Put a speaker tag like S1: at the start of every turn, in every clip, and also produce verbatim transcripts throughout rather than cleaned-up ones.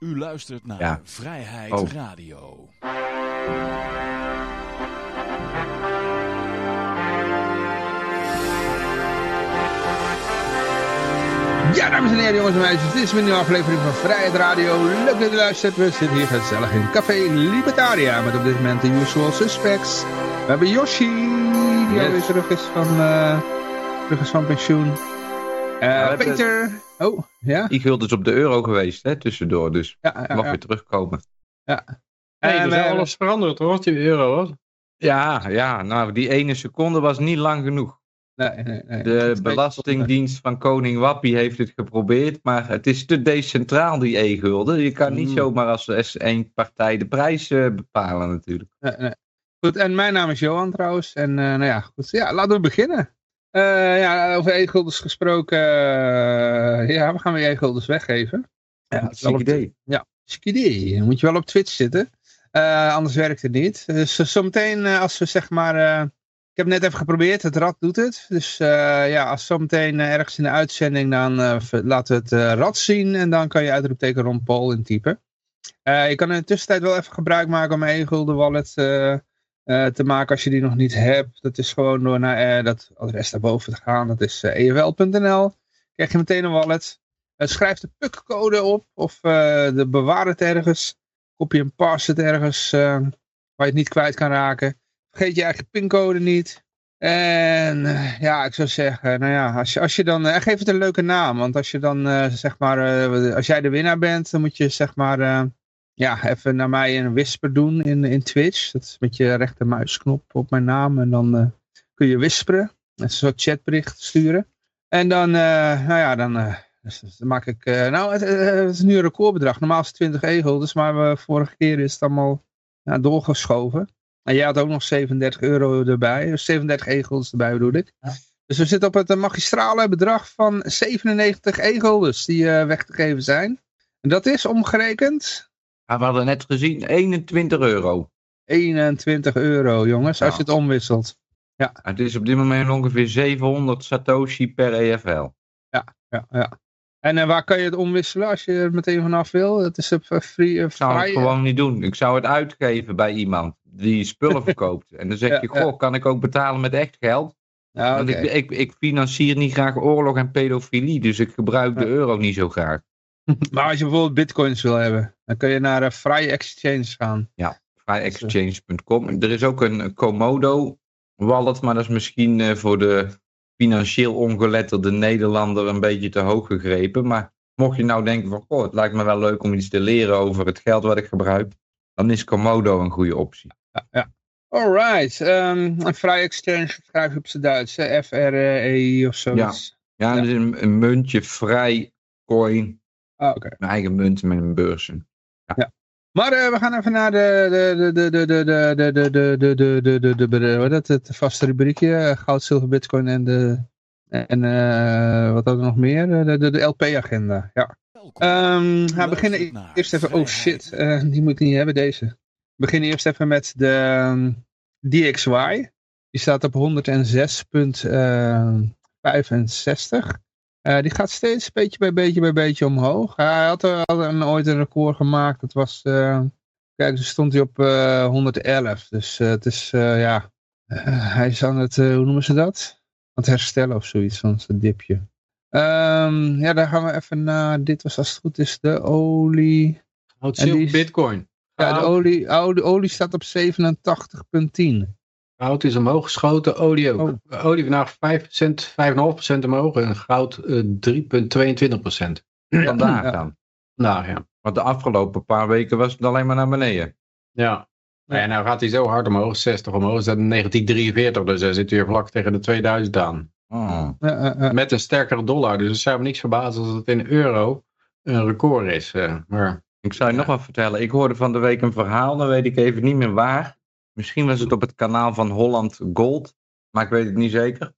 S1: U luistert naar
S2: Ja.
S1: Vrijheid
S2: Oh.
S1: Radio.
S3: Ja, dames en heren, jongens en meisjes, dit is weer een nieuwe aflevering van Vrijheid Radio. Leuk dat u luistert. We zitten hier gezellig in Café Libertaria met op dit moment de usual suspects. We hebben Yoshi, die
S2: Yes.
S3: alweer terug is van, uh, terug is van pensioen. Uh,
S2: Ja, we
S3: Peter. Oh, ja?
S2: I-guld is op de euro geweest, hè, tussendoor. Dus
S3: Ja, ja,
S2: mag
S3: ja.
S2: weer terugkomen.
S3: ja.
S4: Hey,
S3: En
S4: er
S3: we
S4: is
S3: hebben-
S4: alles veranderd hoor, die euro hoor.
S2: Ja, ja, nou, die ene seconde was niet lang genoeg.
S3: Nee, nee, nee. Het
S2: De
S3: is
S2: Belastingdienst van Koning Wappie heeft het geprobeerd, maar het is te decentraal, die e-gulden. Je kan niet
S3: Mm.
S2: zomaar als S één partij de prijs uh, bepalen natuurlijk.
S3: Nee, nee. Goed, en mijn naam is Johan trouwens. En uh, nou ja, goed. Ja, laten we beginnen. Uh, ja, over e-guldens gesproken. Uh, ja, we gaan weer e-guldens weggeven. Ja, het is wel
S2: Ziek
S3: op-
S2: idee.
S3: Ziek idee. Dan moet je wel op Twitch zitten. Uh, anders werkt het niet. Dus uh, zometeen uh, als we zeg maar... Uh, ik heb het net even geprobeerd. Het rad doet het. Dus uh, ja, als zometeen uh, ergens in de uitzending... dan uh, laten we het uh, rad zien. En dan kan je uitroepteken Ron Paul intypen. Uh, je kan in de tussentijd wel even gebruik maken om een e-gulden wallet uh, uh, te maken als je die nog niet hebt. Dat is gewoon door naar uh, dat adres daarboven te gaan. Dat is uh, e f l punt n l. Krijg je meteen een wallet. Uh, schrijf de P U C-code op of uh, de bewaar het ergens. Kopie en paste het ergens uh, waar je het niet kwijt kan raken. Vergeet je eigen pincode niet. En uh, ja, ik zou zeggen, nou ja, als je, als je dan, uh, geef het een leuke naam. Want als je dan, uh, zeg maar, uh, als jij de winnaar bent, dan moet je zeg maar, uh, ja, even naar mij een whisper doen in, in Twitch. Dat is met je rechtermuisknop op mijn naam. En dan uh, kun je whisperen. Dat is een soort chatbericht sturen. En dan, uh, nou ja, dan... Uh, Dus dan maak ik, uh, nou het, uh, het is nu een recordbedrag. Normaal is het twintig e-guldens, maar we, vorige keer is het allemaal ja, doorgeschoven. En jij had ook nog zevenendertig euro erbij, dus zevenendertig e-guldens erbij bedoel ik.
S4: Ja.
S3: Dus we zitten op het uh, magistrale bedrag van zevenennegentig e-guldens die uh, weg te geven zijn. En dat is omgerekend
S2: Maar we hadden net gezien eenentwintig euro.
S3: eenentwintig euro jongens, als
S2: Ja.
S3: je het omwisselt.
S2: Het is op dit moment ongeveer zevenhonderd satoshi per E F L.
S3: Ja, ja. En uh, waar kan je het omwisselen als je er meteen vanaf wil? Dat is op uh, free, uh,
S2: Ik zou het
S3: vrij, uh,
S2: gewoon niet doen. Ik zou het uitgeven bij iemand die spullen verkoopt. En dan zeg
S3: Ja,
S2: je,
S3: ja.
S2: goh, kan ik ook betalen met echt geld?
S3: Ja,
S2: Want
S3: oké.
S2: ik, ik, ik financier niet graag oorlog en pedofilie, dus ik gebruik de
S3: Ja.
S2: euro niet zo graag.
S3: Maar als je bijvoorbeeld bitcoins wil hebben, dan kun je naar uh, Vrij Exchange gaan.
S2: vrij exchange punt com. Er is ook een een Komodo wallet, maar dat is misschien uh, voor de financieel ongeletterde Nederlander een beetje te hoog gegrepen. Maar mocht je nou denken van, goh, het lijkt me wel leuk om iets te leren over het geld wat ik gebruik, dan is Komodo een goede optie.
S3: Alright, um, een Vrij Exchange schrijf je op zijn Duits, hè? F R E of zoiets.
S2: Ja,
S3: Ja.
S2: dus een, een muntje, vrij, coin,
S3: Ah, oké.
S2: een eigen munt met een beurzen.
S3: Maar uh, we gaan even naar de, de, de, de, de, de, de, de, de, de, de, de, de, de, de, wat is het, het vaste rubriekje, uh, goud, zilver, bitcoin en de, en uh, wat hadden we nog meer, de, de, de L P-agenda, ja.
S1: Welkom.
S3: Um,
S1: U
S3: we beginnen
S1: luistert naar
S3: eerst even, oh
S1: Vrijheid.
S3: shit, uh, die moet ik niet hebben, deze. We beginnen eerst even met de um, D X Y. Die staat op honderdzes komma vijfenzestig. Uh, die gaat steeds beetje bij beetje bij beetje omhoog. Hij had, er, had een, ooit een record gemaakt. Dat was, uh, kijk, dus stond hij op uh, honderdelf. Dus uh, het is, uh, ja, uh, hij is aan het, uh, hoe noemen ze dat? Aan het herstellen of zoiets, van zijn dipje. Um, ja, daar gaan we even naar, dit was als het goed is de olie.
S4: Houd
S3: En die
S4: zilver,
S3: is-
S4: bitcoin.
S3: Ja, de
S4: Goud,
S3: olie, oude, olie staat op zevenentachtig komma tien.
S4: goud is omhoog geschoten, olie ook.
S3: Oh.
S4: Olie vandaag vijf procent, vijf komma vijf procent omhoog en goud uh, drie komma tweeëntwintig procent.
S2: Vandaag
S3: Ja.
S2: dan.
S4: Nou ja.
S2: Want de afgelopen paar weken was het alleen maar naar beneden.
S4: Ja. Nou ja, nou gaat hij zo hard omhoog, zestig omhoog, is dat in negentien drieënveertig, dus hij zit weer vlak tegen de tweeduizend aan.
S2: Oh.
S3: Uh, uh, uh.
S4: Met een sterkere dollar, dus het zou me niks verbazen als het in euro een record is. Uh, maar
S2: Ik zou je
S4: Ja.
S2: nog wat vertellen. Ik hoorde van de week een verhaal, dan weet ik even niet meer waar. Misschien was het op het kanaal van Holland Gold, maar ik weet het niet zeker.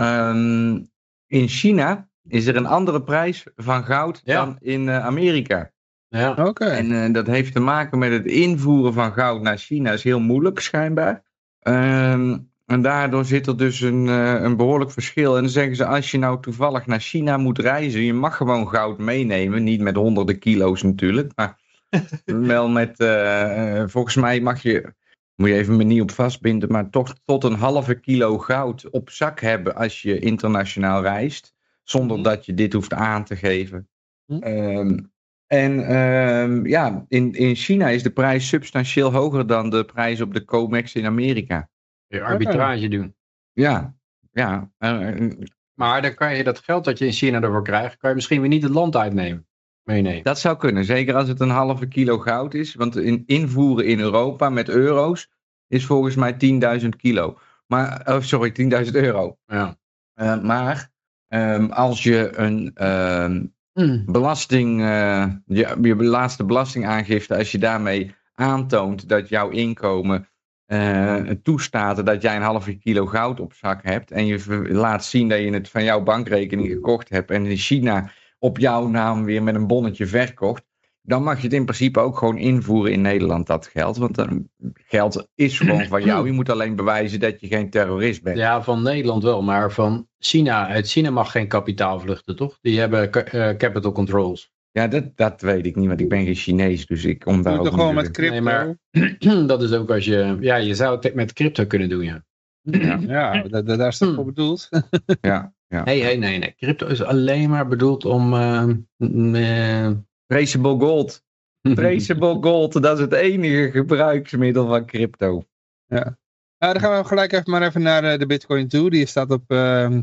S2: Um, in China is er een andere prijs van goud
S4: Ja.
S2: dan in uh, Amerika.
S4: ja,
S3: Oké. Okay.
S2: En uh, dat heeft te maken met het invoeren van goud naar China. Dat is heel moeilijk schijnbaar. Um, en daardoor zit er dus een, uh, een behoorlijk verschil. En dan zeggen ze, als je nou toevallig naar China moet reizen, je mag gewoon goud meenemen. Niet met honderden kilo's natuurlijk, maar wel met, uh, uh, volgens mij mag je, moet je even me niet op vastbinden, maar toch tot een halve kilo goud op zak hebben als je internationaal reist. Zonder
S3: Mhm.
S2: dat je dit hoeft aan te geven.
S3: Mhm.
S2: Um, en um, ja, in, in China is de prijs substantieel hoger dan de prijs op de COMEX in Amerika.
S4: Je arbitrage doen.
S2: Ja, ja. Uh,
S4: Maar dan kan je dat geld dat je in China ervoor krijgt, kan je misschien weer niet het land uitnemen. Meenemen.
S2: Dat zou kunnen, zeker als het een halve kilo goud is. Want in, invoeren in Europa met euro's is volgens mij tienduizend kilo. Maar, oh, sorry, tienduizend euro.
S4: Ja.
S2: Uh, maar um, als je een um, mm. belasting, uh, je, je laatste belastingaangifte, als je daarmee aantoont dat jouw inkomen uh, toestaat dat jij een halve kilo goud op zak hebt en je laat zien dat je het van jouw bankrekening gekocht hebt en in China op jouw naam weer met een bonnetje verkocht, dan mag je het in principe ook gewoon invoeren in Nederland, dat geld. Want uh, geld is gewoon van jou. Je moet alleen bewijzen dat je geen terrorist bent.
S4: Ja, van Nederland wel, maar van China. Uit China mag geen kapitaalvluchten, toch? Die hebben uh, capital controls.
S2: Ja, dat, dat weet ik niet, want ik ben geen Chinees, dus ik kom daar ook
S3: niet. Gewoon met crypto.
S4: Nee, maar dat is ook als je, ja, je zou het met crypto kunnen doen, ja.
S3: Ja, ja daar, daar is het voor bedoeld.
S2: Ja, ja.
S4: Nee, nee, nee, nee. Crypto is alleen maar bedoeld om... Uh, uh,
S2: Traceable gold. Traceable gold, dat is het enige gebruiksmiddel van crypto.
S3: Ja. Nou, dan gaan we gelijk even maar even naar de Bitcoin toe. Die staat op uh,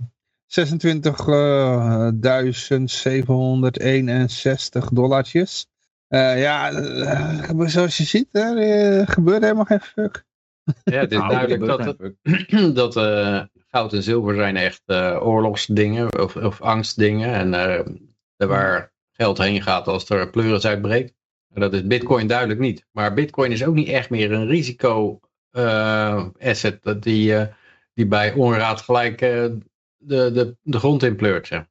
S3: zesentwintigduizend zevenhonderdeenenzestig dollartjes. Uh, ja, uh, zoals je ziet, er uh, gebeurt helemaal geen fuck.
S4: Ja, het is
S2: nou,
S4: duidelijk dat, dat, dat uh, goud en zilver zijn echt uh, oorlogsdingen of, of angstdingen. En uh, waar geld heen gaat als er pleuris uitbreekt. En dat is Bitcoin duidelijk niet. Maar Bitcoin is ook niet echt meer een risico uh, asset dat die, uh, die bij onraad gelijk uh, de, de, de grond in pleurt. Ja,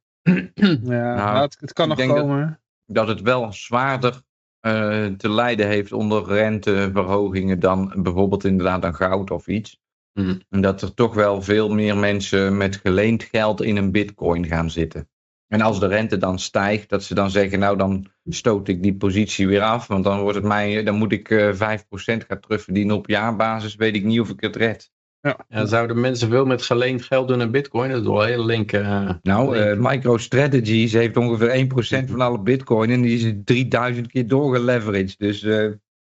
S3: ja nou, het, het kan nog komen.
S2: Dat, dat het wel zwaarder uh, te lijden heeft onder renteverhogingen dan bijvoorbeeld inderdaad een goud of iets.
S4: Mm.
S2: En dat er toch wel veel meer mensen met geleend geld in een bitcoin gaan zitten. En als de rente dan stijgt, dat ze dan zeggen, nou dan stoot ik die positie weer af. Want dan wordt het mij, dan moet ik uh, vijf procent gaan terugverdienen op jaarbasis. Weet ik niet of ik het red.
S4: Ja. Ja, zouden mensen veel met geleend geld doen in bitcoin? Dat is wel een hele link. Uh,
S2: nou,
S4: link.
S2: Uh, MicroStrategy heeft ongeveer één procent van alle bitcoin. En die is drieduizend keer doorgeleveraged. Dus uh,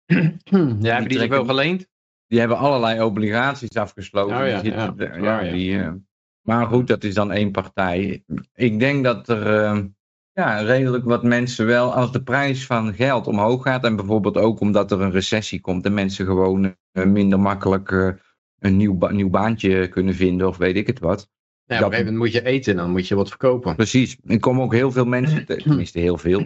S4: ja, hebben die zoveel geleend?
S2: Die hebben allerlei obligaties afgesloten.
S4: Oh, ja,
S2: die
S4: ja.
S2: Zitten, ja, ja. Die, uh, maar goed, dat is dan één partij. Ik denk dat er uh, ja, redelijk wat mensen wel, als de prijs van geld omhoog gaat, en bijvoorbeeld ook omdat er een recessie komt en mensen gewoon uh, minder makkelijk uh, een nieuw, ba- nieuw baantje kunnen vinden of weet ik het wat.
S4: Ja, op een gegeven moment moet je eten en dan moet je wat verkopen.
S2: Precies. Ik kom ook heel veel mensen, te, tenminste heel veel.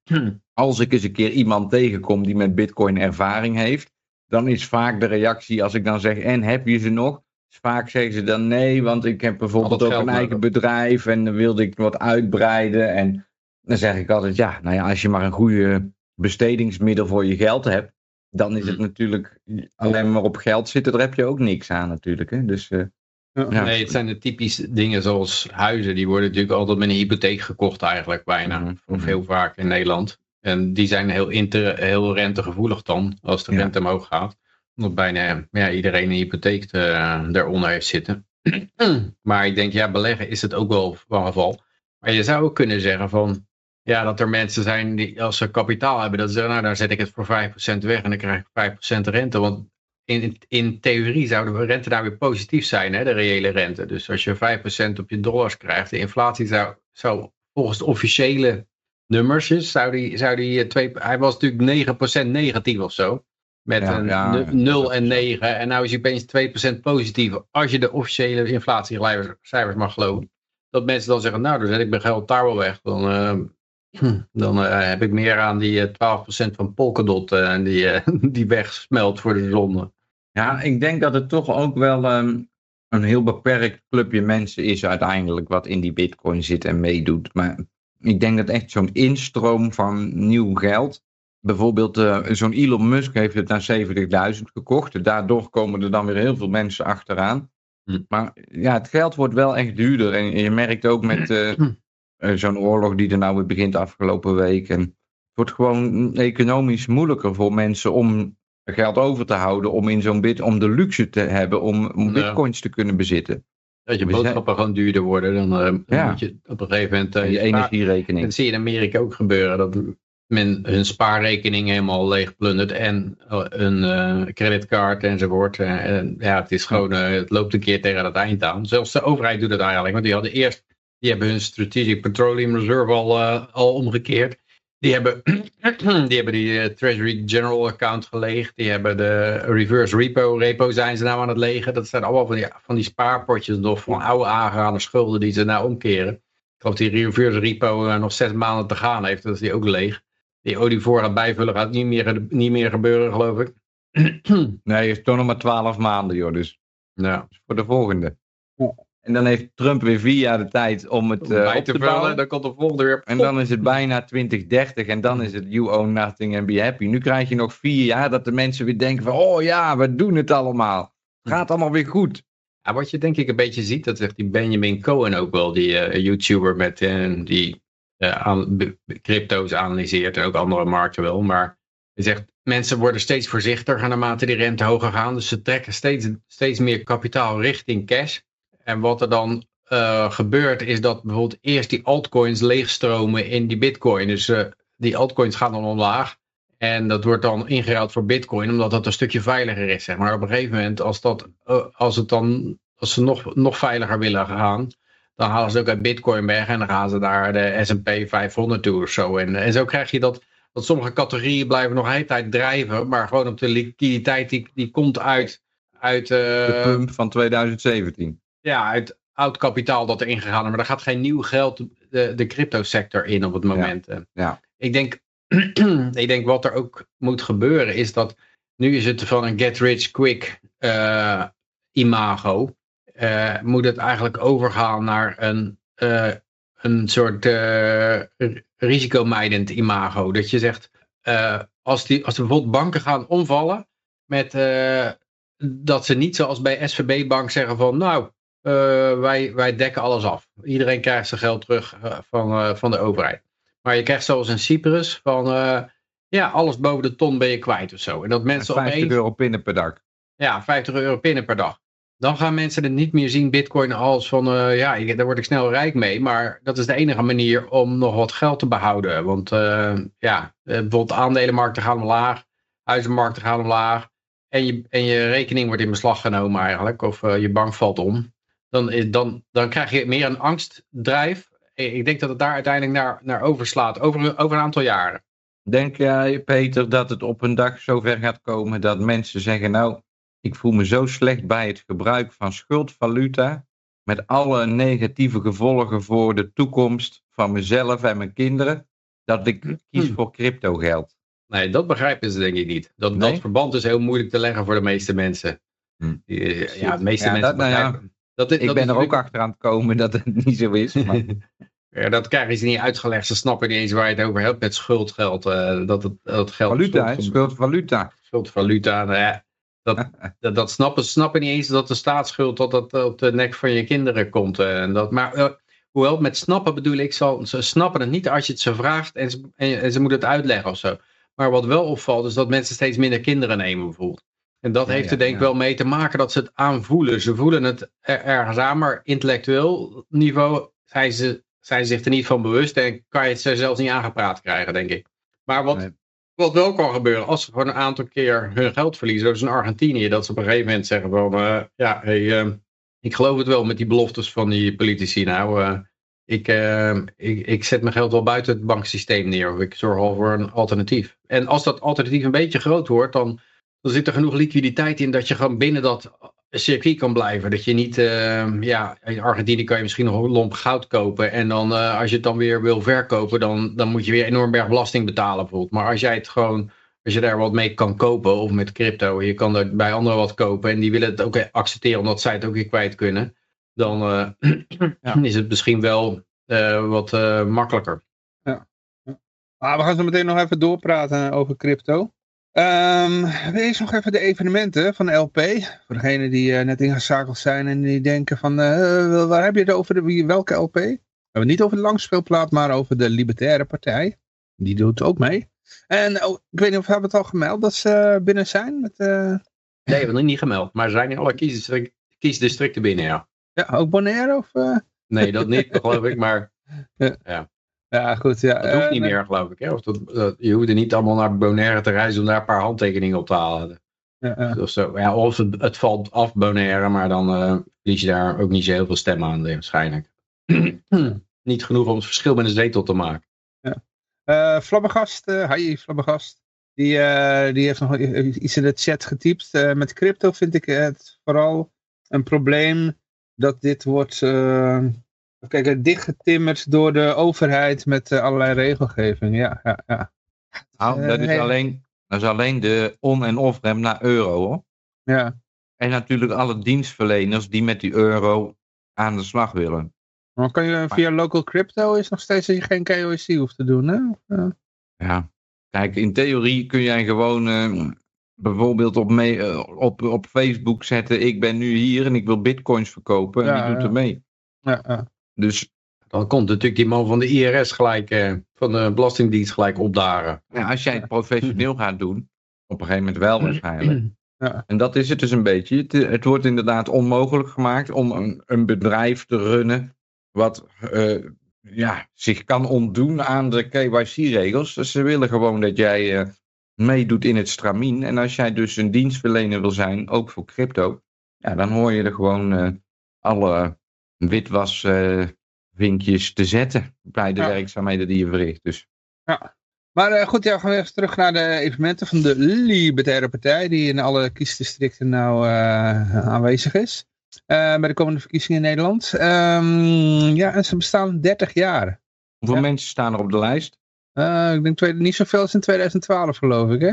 S2: Als ik eens een keer iemand tegenkom die met Bitcoin ervaring heeft, dan is vaak de reactie als ik dan zeg, en heb je ze nog? Vaak zeggen ze dan nee, want ik heb bijvoorbeeld ook een eigen bedrijf en dan wilde ik wat uitbreiden. En dan zeg ik altijd, ja, nou ja, als je maar een goede bestedingsmiddel voor je geld hebt, dan is het natuurlijk alleen maar op geld zitten, daar heb je ook niks aan natuurlijk. Hè? Dus, uh,
S4: ja. Nee, het zijn de typische dingen zoals huizen, die worden natuurlijk altijd met een hypotheek gekocht eigenlijk bijna, mm-hmm. of heel vaak in Nederland. En die zijn heel, inter, heel rentegevoelig dan, als de rente ja. omhoog gaat. Omdat bijna ja, iedereen een hypotheek uh, daaronder heeft zitten. Maar ik denk, ja, beleggen is het ook wel van geval. Maar je zou ook kunnen zeggen van, ja, dat er mensen zijn die als ze kapitaal hebben, dat ze zeggen, nou, dan zet ik het voor vijf procent weg en dan krijg ik vijf procent rente. Want in, in theorie zou de rente daar weer positief zijn, hè, de reële rente. Dus als je vijf procent op je dollars krijgt, de inflatie zou, zou volgens de officiële nummers, zou die, zou die twee, hij was natuurlijk negen procent negatief of zo. Met ja, een ja, nul en negen. En nou is hij opeens twee procent positief. Als je de officiële inflatiecijfers mag geloven. Dat mensen dan zeggen, nou dan zet ik mijn geld daar wel weg. Dan, uh, dan uh, heb ik meer aan die uh, twaalf procent van Polkadot. Uh, en die, uh, die wegsmelt voor de zon.
S2: Ja, ik denk dat het toch ook wel um, een heel beperkt clubje mensen is uiteindelijk. Wat in die bitcoin zit en meedoet. Maar ik denk dat echt zo'n instroom van nieuw geld. Bijvoorbeeld uh, zo'n Elon Musk heeft het naar zeventigduizend gekocht. Daardoor komen er dan weer heel veel mensen achteraan. Hm. Maar ja, het geld wordt wel echt duurder. En je merkt ook met uh, uh, zo'n oorlog die er nou weer begint afgelopen week. En wordt gewoon economisch moeilijker voor mensen om geld over te houden, om in zo'n bit, om de luxe te hebben, om, om bitcoins te kunnen bezitten.
S4: Dat je
S2: We
S4: boodschappen
S2: zijn-
S4: gewoon duurder worden, dan, uh, dan
S2: Ja.
S4: moet je op een gegeven moment... uh,
S2: En je
S4: spaar-
S2: energierekening.
S4: Dat zie je in Amerika ook gebeuren, dat men hun spaarrekening helemaal leegplundert en uh, een uh, creditcard enzovoort. Uh, en ja, het is gewoon, uh, het loopt een keer tegen het eind aan. Zelfs de overheid doet het eigenlijk, want die hadden eerst, die hebben hun Strategic Petroleum Reserve al, uh, al omgekeerd. Die hebben die, hebben die uh, Treasury General Account geleegd. Die hebben de reverse repo, repo zijn ze nou aan het legen. Dat zijn allemaal van die, van die spaarpotjes nog van oude aangegane schulden die ze nou omkeren. Ik geloof die reverse repo uh, nog zes maanden te gaan heeft. Dat is die ook leeg. Die olievoorraad bijvullen gaat niet meer, niet meer gebeuren, geloof ik.
S2: Nee, het is toch nog maar twaalf maanden, joh. Dus
S4: Ja.
S2: voor de volgende.
S3: Ja.
S2: En dan heeft Trump weer vier jaar de tijd om het uh,
S4: Bij
S2: op
S4: te
S2: te
S4: vullen,
S2: bouwen.
S4: dan komt de volgende weer.
S2: En dan is het bijna twintig dertig en dan is het you own nothing and be happy. Nu krijg je nog vier jaar dat de mensen weer denken van, oh ja, we doen het allemaal. Het gaat allemaal weer goed.
S4: Ja, wat je denk ik een beetje ziet, dat zegt die Benjamin Cohen ook wel, die uh, YouTuber met uh, die uh, aan, b- crypto's analyseert en ook andere markten wel. Maar hij zegt, mensen worden steeds voorzichtiger naarmate die rente hoger gaan. Dus ze trekken steeds, steeds meer kapitaal richting cash. En wat er dan uh, gebeurt is dat bijvoorbeeld eerst die altcoins leegstromen in die bitcoin. Dus uh, die altcoins gaan dan omlaag. En dat wordt dan ingeruild voor bitcoin, omdat dat een stukje veiliger is. Zeg maar op een gegeven moment, als, dat, uh, als, het dan, als ze nog, nog veiliger willen gaan, dan halen ze ook uit bitcoin weg en dan gaan ze naar de S en P vijfhonderd toe of zo. En, en zo krijg je dat, dat sommige categorieën blijven nog een hele tijd drijven, maar gewoon op de liquiditeit die, die komt uit, uit, uh,
S2: De pump van twintig zeventien.
S4: ja, uit oud kapitaal dat er ingegaan is. Maar er gaat geen nieuw geld de, de crypto sector in op het moment.
S2: Ja. Ja.
S4: Ik denk, ik denk wat er ook moet gebeuren is dat nu is het van een get rich quick uh, imago. Uh, moet het eigenlijk overgaan naar een, uh, een soort uh, risicomijdend imago. Dat je zegt, uh, als, die, als er bijvoorbeeld banken gaan omvallen, met, uh, dat ze niet zoals bij S V B Bank zeggen van, nou, uh, wij, wij dekken alles af. Iedereen krijgt zijn geld terug uh, van, uh, van de overheid. Maar je krijgt zoals in Cyprus van, uh, ja, alles boven de ton ben je kwijt of zo. En dat mensen
S2: vijftig
S4: opeens...
S2: euro pinnen per dag.
S4: Ja, vijftig euro pinnen per dag. Dan gaan mensen het niet meer zien, bitcoin, als van, uh, ja, ik, daar word ik snel rijk mee. Maar dat is de enige manier om nog wat geld te behouden. Want uh, ja, bijvoorbeeld aandelenmarkten gaan omlaag, huizenmarkten gaan omlaag. En je, en je rekening wordt in beslag genomen eigenlijk, of uh, je bank valt om. Dan, dan, dan krijg je meer een angstdrijf. Ik denk dat het daar uiteindelijk naar, naar overslaat, over, over een aantal jaren.
S2: Denk jij, Peter, dat het op een dag zover gaat komen dat mensen zeggen, nou, ik voel me zo slecht bij het gebruik van schuldvaluta, met alle negatieve gevolgen voor de toekomst van mezelf en mijn kinderen, dat ik kies voor crypto geld?
S4: Nee, dat begrijpen ze denk ik niet. Dat,
S2: Nee?
S4: dat verband is heel moeilijk te leggen voor de meeste mensen.
S2: Hm.
S4: Die, ja, de meeste
S2: Ja,
S4: mensen
S2: dat, nou ja,
S4: begrijpen. Dat, is-
S2: Ik
S4: dat
S2: ben
S4: is
S2: er ook
S4: natuurlijk-
S2: achter aan het komen dat het niet zo is. Maar...
S4: Ja, dat krijgen ze niet uitgelegd. Ze snappen niet eens waar je het over hebt met schuldgeld. Uh, dat het, dat geld
S2: Valuta, hè?
S4: schuld-
S2: Schuldvaluta.
S4: schuldvaluta. Nou ja, dat, dat, dat snappen ze snappen niet eens dat de staatsschuld dat dat op de nek van je kinderen komt. Uh, en dat, maar uh, hoewel met snappen bedoel ik, zal, ze snappen het niet als je het ze vraagt en ze, en, en ze moeten het uitleggen of zo. Maar wat wel opvalt is dat mensen steeds minder kinderen nemen bijvoorbeeld. En dat
S2: Ja,
S4: heeft
S2: ja,
S4: er denk ik
S2: ja.
S4: wel mee te maken dat ze het aanvoelen. Ze voelen het er, ergens aan, maar intellectueel niveau zijn ze, zijn ze zich er niet van bewust. En kan je het ze zelfs niet aangepraat krijgen, denk ik. Maar wat,
S2: Nee.
S4: wat wel kan gebeuren, als ze gewoon een aantal keer hun geld verliezen, zoals in Argentinië, dat ze op een gegeven moment zeggen van, uh, ja, hey, uh, ik geloof het wel met die beloftes van die politici. Nou, uh, ik, uh, ik, ik zet mijn geld wel buiten het banksysteem neer, of ik zorg al voor een alternatief. En als dat alternatief een beetje groot wordt, dan, dan zit er genoeg liquiditeit in dat je gewoon binnen dat circuit kan blijven. Dat je niet, uh, ja, in Argentinië kan je misschien nog een lomp goud kopen. En dan, uh, als je het dan weer wil verkopen, dan, dan moet je weer enorm berg belasting betalen bijvoorbeeld. Maar als jij het gewoon, als je daar wat mee kan kopen, of met crypto, je kan er bij anderen wat kopen en die willen het ook accepteren omdat zij het ook weer kwijt kunnen, dan uh, ja. is het misschien wel uh, wat uh, makkelijker.
S3: Ja. Ja. Ah, we gaan zo meteen nog even doorpraten over crypto. Um, wees nog even de evenementen van de L P. Voor degenen die uh, net ingeschakeld zijn en die denken van, uh, waar heb je het over? De, welke L P? We hebben het niet over de langspeelplaat, maar over de Libertaire Partij. die doet ook mee. En oh, ik weet niet of we hebben het al gemeld dat ze binnen zijn. Met, uh...
S4: Nee, we hebben het niet gemeld. Maar zijn in alle kiesdistricten, kiesdistricten binnen, ja.
S3: Ja, ook Bonaire? Of, uh...
S4: Nee, dat niet, geloof ik. Maar
S3: ja.
S4: ja.
S3: Ja, goed. Ja.
S4: Dat hoeft niet
S3: uh,
S4: meer, geloof ik. Hè? Of dat, dat, je hoeft er niet allemaal naar Bonaire te reizen om daar een paar handtekeningen op te halen.
S3: Ja, uh.
S4: Of, zo. Ja, of het, het valt af Bonaire, maar dan uh, verlies je daar ook niet zo heel veel stemmen aan, waarschijnlijk. Niet genoeg om het verschil met een zetel te maken.
S3: Ja. Uh, Flabbergast, uh, hi Flabbergast. Die, uh, die heeft nog iets in de chat getypt. Uh, met crypto vind ik het vooral een probleem dat dit wordt uh, kijk, dichtgetimmerd door de overheid met uh, allerlei regelgeving. Ja, ja, ja.
S2: Nou,
S3: Uh,
S2: dat, is
S3: hey.
S2: alleen, dat is alleen de on- en off-rem naar euro, hoor.
S3: Ja.
S2: En natuurlijk alle dienstverleners die met die euro aan de slag willen.
S3: Maar kan je via local crypto is nog steeds dat je geen K Y C hoeft te doen, hè? Uh.
S2: Ja, kijk, in theorie kun jij gewoon uh, bijvoorbeeld op, mee, uh, op, op Facebook zetten, ik ben nu hier en ik wil bitcoins verkopen en
S3: Ja,
S2: die doet
S3: ja.
S2: er mee.
S3: Ja, ja.
S2: Dus
S4: Dan komt natuurlijk die man van de I R S gelijk, eh, van de Belastingdienst gelijk opdagen.
S2: ja, als jij het professioneel gaat doen, op een gegeven moment wel waarschijnlijk.
S3: Ja.
S2: En dat is het dus een beetje. Het, het wordt inderdaad onmogelijk gemaakt om een, een bedrijf te runnen wat uh, ja, zich kan ontdoen aan de K Y C-regels. Dus ze willen gewoon dat jij uh, meedoet in het stramien. En als jij dus een dienstverlener wil zijn, ook voor crypto, ja, dan hoor je er gewoon uh, alle witwasvinkjes uh, te zetten bij de ja. werkzaamheden die je verricht. Dus.
S3: Ja. Maar uh, goed, ja, we gaan weer even terug naar de evenementen van de Libertaire Partij, die in alle kiesdistricten nou uh, aanwezig is. Uh, bij de komende verkiezingen in Nederland. Um, ja, en ze bestaan dertig jaar.
S2: Hoeveel
S3: ja.
S2: mensen staan er op de lijst?
S3: Uh, ik denk twee, niet zoveel als in twintig twaalf, geloof ik, hè?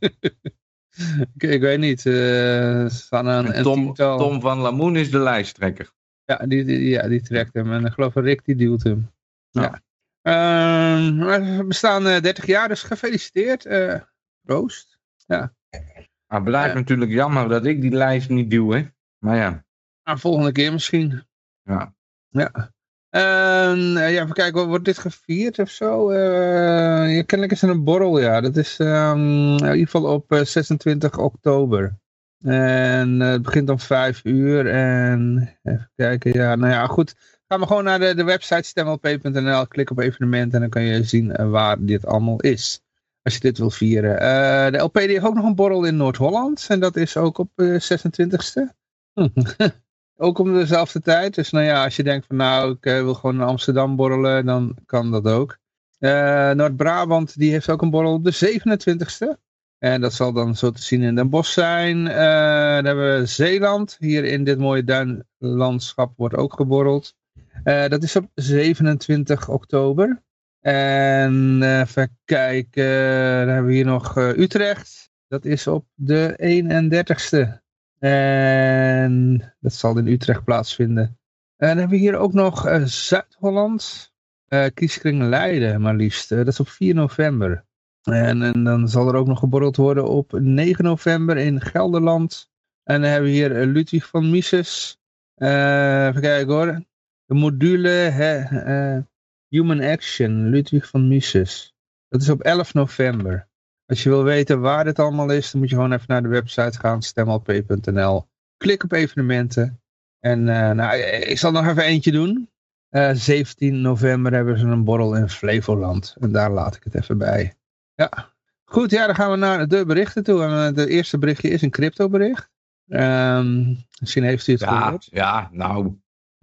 S3: ik, ik weet niet. Uh, staan een, een
S2: Tom, Tom van Lamoen is de lijsttrekker.
S3: Ja, die, die, ja, die trekt hem. En ik geloof dat Rick die duwt hem. Ja. ja. Uh, we bestaan uh, dertig jaar, dus gefeliciteerd. Uh, Proost. Ja.
S2: Maar het blijft uh, natuurlijk jammer dat ik die lijst niet duw, hè. Maar ja.
S3: Nou, volgende keer misschien.
S2: Ja.
S3: Ja. Uh, ja, even kijken, wordt dit gevierd of zo? Uh, ja, kennelijk is er een borrel, ja. Dat is um, in ieder geval op uh, zesentwintig oktober. En uh, het begint om vijf uur. En even kijken, ja, nou ja, goed. Ga maar gewoon naar de, de website stem l p punt n l, klik op evenementen en dan kan je zien uh, waar dit allemaal is. Als je dit wil vieren. Uh, de L P die heeft ook nog een borrel in Noord-Holland. En dat is ook op uh, zesentwintigste. Ook om dezelfde tijd. Dus nou ja, als je denkt van nou, ik uh, wil gewoon in Amsterdam borrelen, dan kan dat ook. Uh, Noord-Brabant die heeft ook een borrel op de zevenentwintigste. En dat zal dan zo te zien in Den Bosch zijn. Uh, dan hebben we Zeeland. Hier in dit mooie duinlandschap wordt ook geborreld. Uh, dat is op zevenentwintig oktober. En uh, even kijken, dan hebben we hier nog uh, Utrecht. Dat is op de eenendertigste. En dat zal in Utrecht plaatsvinden. En dan hebben we hier ook nog uh, Zuid-Holland. Uh, Kieskring Leiden maar liefst. Uh, dat is op vier november. En, en dan zal er ook nog geborreld worden op negen november in Gelderland. En dan hebben we hier uh, Ludwig van Mises. Uh, even kijken hoor. De module he, uh, Human Action, Ludwig van Mises. Dat is op elf november. Als je wil weten waar dit allemaal is, dan moet je gewoon even naar de website gaan, stem l p punt n l. Klik op evenementen. En uh, nou, ik zal nog even eentje doen. Uh, zeventien november hebben ze een borrel in Flevoland. En daar laat ik het even bij. Ja, goed, ja, dan gaan we naar de berichten toe. En het eerste berichtje is een crypto bericht. Um, misschien heeft u het
S2: ja,
S3: gehoord.
S2: Ja, nou...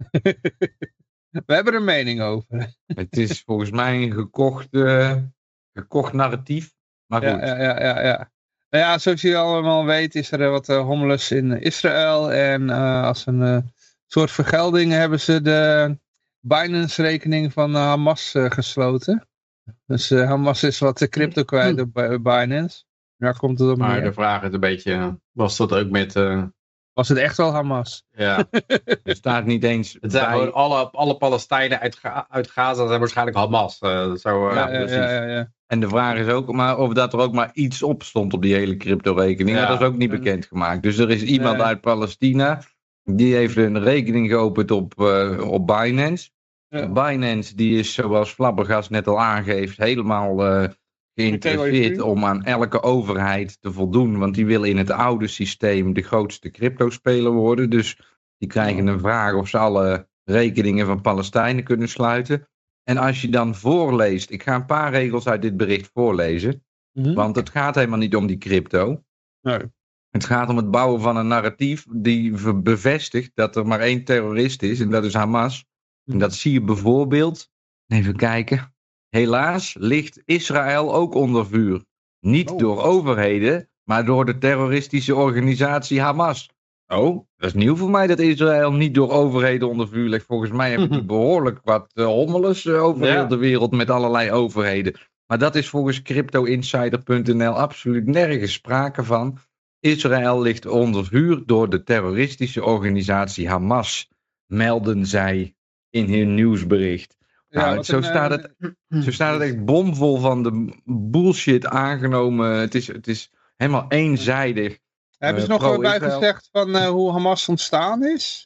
S3: We hebben er een mening over.
S2: Het is volgens mij een gekocht, uh, gekocht narratief. Maar goed.
S3: Ja, ja, ja, ja. Nou ja, zoals jullie allemaal weten is er wat uh, hommeles in Israël. En uh, als een uh, soort vergelding hebben ze de Binance-rekening van uh, Hamas uh, gesloten. Dus uh, Hamas is wat crypto kwijt op uh, Binance. Daar komt het op
S4: Maar
S3: neer.
S4: de vraag is een beetje, was dat ook met... Uh...
S3: Was het echt wel Hamas?
S4: Ja.
S2: Er staat niet eens
S4: Het zijn
S2: bij...
S4: gewoon alle, alle Palestijnen uit, uit Gaza zijn waarschijnlijk Hamas. Uh, zo, uh,
S3: ja,
S4: ja,
S3: ja, ja, ja.
S2: En de vraag is ook maar of dat er ook maar iets op stond op die hele crypto-rekening. Ja. Dat is ook niet bekendgemaakt. Dus er is iemand
S3: nee.
S2: uit Palestina, die heeft een rekening geopend op, uh, op Binance. Ja. Binance die is, zoals Flabbergas net al aangeeft, helemaal uh, geïnteresseerd om aan elke overheid te voldoen. Want die wil in het oude systeem de grootste cryptospeler worden. Dus die krijgen een vraag of ze alle rekeningen van Palestijnen kunnen sluiten. En als je dan voorleest, ik ga een paar regels uit dit bericht voorlezen. Mm-hmm. Want het gaat helemaal niet om die crypto.
S3: Nee.
S2: Het gaat om het bouwen van een narratief die bevestigt dat er maar één terrorist is. En dat is Hamas. En dat zie je bijvoorbeeld, even kijken. Helaas ligt Israël ook onder vuur. Niet oh. door overheden, maar door de terroristische organisatie Hamas. Oh, dat is nieuw voor mij dat Israël niet door overheden onder vuur ligt. Volgens mij heb je behoorlijk wat uh, hommeles uh, over ja. heel de wereld met allerlei overheden. Maar dat is volgens crypto insider punt n l absoluut nergens sprake van. Israël ligt onder vuur door de terroristische organisatie Hamas, melden zij in hun nieuwsbericht. Ja, nou, zo, een, staat het, zo staat het echt bomvol van de bullshit aangenomen. Het is, het is helemaal eenzijdig.
S3: Hebben ze uh, nog bij gezegd van uh, hoe Hamas ontstaan is?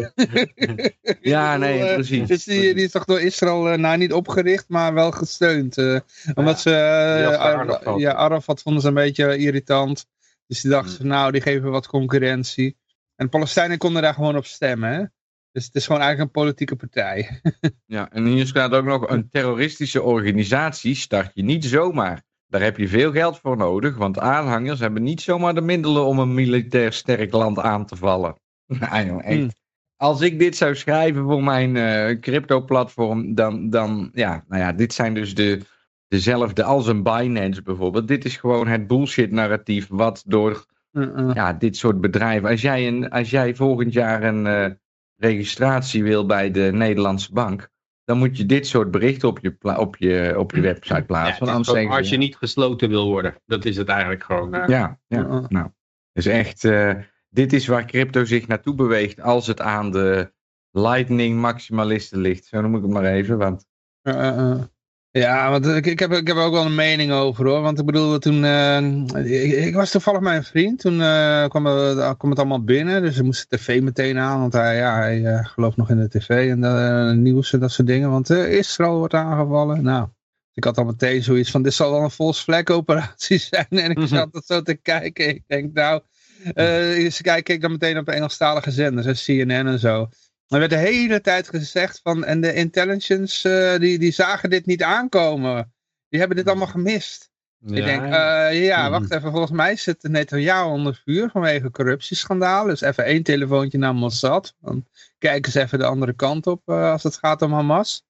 S2: Ja, nee, uh, precies.
S3: Dus die, die is toch door Israël uh, nou niet opgericht, maar wel gesteund. Uh, omdat ja, ze, uh, Ar- ja, Arafat vonden ze een beetje irritant. Dus die dachten, hmm. nou, die geven wat concurrentie. En de Palestijnen konden daar gewoon op stemmen, hè? Dus het is gewoon eigenlijk een politieke partij.
S2: Ja, en hier staat ook nog, een terroristische organisatie start je niet zomaar. Daar heb je veel geld voor nodig, want aanhangers hebben niet zomaar de middelen om een militair sterk land aan te vallen. Nou, joh, echt. Hmm. Als ik dit zou schrijven voor mijn uh, crypto-platform, dan, dan, ja, nou ja, dit zijn dus de, dezelfde als een Binance bijvoorbeeld. Dit is gewoon het bullshit-narratief wat door uh-uh. ja, dit soort bedrijven. Als jij, een, als jij volgend jaar een uh, registratie wil bij de Nederlandse bank, dan moet je dit soort berichten op je, pla- op je, op je website plaatsen.
S4: Ja, gewoon, als je niet gesloten wil worden, dat is het eigenlijk gewoon. Uh...
S2: Ja, ja uh-uh. nou, dus echt, uh, dit is waar crypto zich naartoe beweegt als het aan de lightning maximalisten ligt. Zo noem ik het maar even, want...
S3: Uh-uh. Ja, want ik, ik, heb, ik heb er ook wel een mening over hoor. Want ik bedoel, toen. Uh, ik, ik was toevallig met een vriend. Toen uh, kwam, uh, kwam het allemaal binnen. Dus we moesten de tv meteen aan. Want hij, ja, hij uh, gelooft nog in de tv en de uh, nieuws en dat soort dingen. Want uh, Israël wordt aangevallen. Nou, ik had al meteen zoiets van: dit zal wel een false flag operatie zijn. En ik zat dat zo te kijken. Ik denk, nou. Uh, dus kijk ik dan meteen op de Engelstalige zenders, C N N en zo. Er werd de hele tijd gezegd van, en de intelligence, uh, die, die zagen dit niet aankomen. Die hebben dit allemaal gemist. Ja, ik denk, uh, ja, wacht even, volgens mij zit Netanyahu onder vuur vanwege corruptieschandalen. Dus even één telefoontje naar Mossad. Dan kijken ze even de andere kant op uh, als het gaat om Hamas.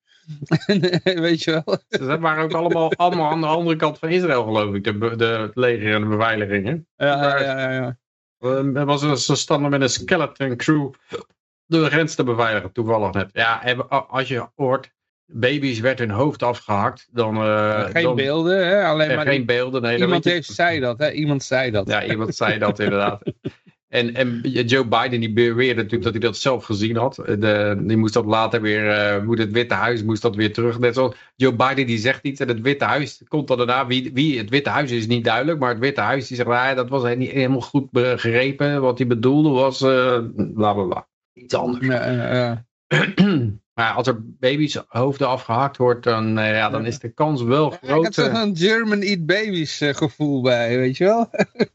S3: Weet je wel.
S4: Ze waren ook allemaal, allemaal aan de andere kant van Israël, geloof ik, de, de, het leger en de beveiligingen.
S3: Ja, ja, ja. ja.
S4: Er was een, ze standen met een skeleton crew de grens te beveiligen, toevallig net. Ja, als je hoort, baby's werd hun hoofd afgehakt, dan... Uh,
S3: geen
S4: dan,
S3: beelden, hè? Alleen maar...
S4: Geen beelden, nee.
S3: Iemand heeft, zei dat, hè? Iemand zei dat.
S4: Ja, iemand zei dat inderdaad. En, en Joe Biden, die beweerde natuurlijk dat hij dat zelf gezien had. De, die moest dat later weer, uh, moet het Witte Huis moest dat weer terug. Net zoals Joe Biden die zegt iets en het Witte Huis komt dan daarna. Wie, wie het Witte Huis is niet duidelijk, maar het Witte Huis die zegt, ah, dat was niet helemaal goed begrepen. Wat hij bedoelde was, uh, bla bla bla. Iets anders.
S3: Ja, ja, ja.
S4: Maar als er baby's hoofden afgehakt wordt, dan, uh, ja, dan is de kans wel groot. Ja, ik
S3: heb zo'n German Eat Babies uh, gevoel bij, weet je wel.